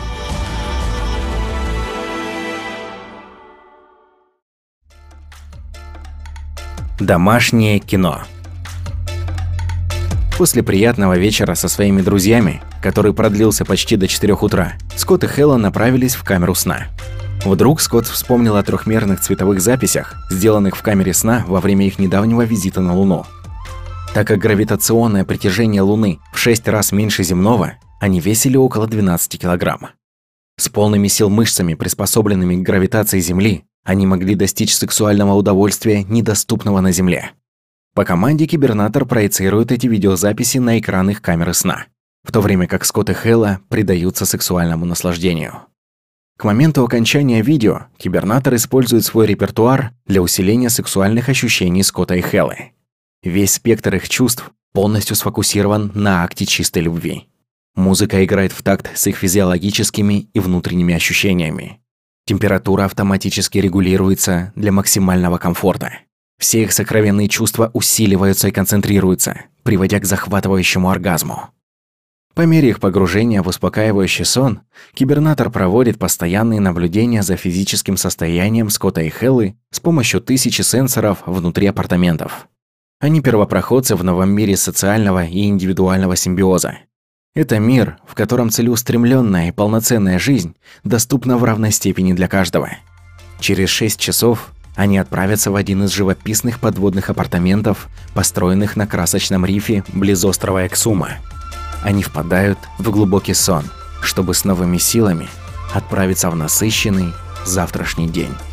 Домашнее кино. После приятного вечера со своими друзьями, который продлился почти до 4 утра, Скотт и Хелла направились в камеру сна. Вдруг Скотт вспомнил о трехмерных цветовых записях, сделанных в камере сна во время их недавнего визита на Луну. Так как гравитационное притяжение Луны в 6 раз меньше земного, они весили около 12 килограмм. С полными сил мышцами, приспособленными к гравитации Земли, они могли достичь сексуального удовольствия, недоступного на Земле. По команде кибернатор проецирует эти видеозаписи на экран их камеры сна. в то время как Скотт и Хэлла предаются сексуальному наслаждению. К моменту окончания видео Кибернатор использует свой репертуар для усиления сексуальных ощущений Скотта и Хэллы. Весь спектр их чувств полностью сфокусирован на акте чистой любви. Музыка играет в такт с их физиологическими и внутренними ощущениями. Температура автоматически регулируется для максимального комфорта. Все их сокровенные чувства усиливаются и концентрируются, приводя к захватывающему оргазму. По мере их погружения в успокаивающий сон, Кибернатор проводит постоянные наблюдения за физическим состоянием Скотта и Хэллы с помощью 1000 сенсоров внутри апартаментов. Они первопроходцы в новом мире социального и индивидуального симбиоза. Это мир, в котором целеустремленная и полноценная жизнь доступна в равной степени для каждого. Через 6 часов они отправятся в один из живописных подводных апартаментов, построенных на красочном рифе близ острова Эксума. Они впадают в глубокий сон, чтобы с новыми силами отправиться в насыщенный завтрашний день.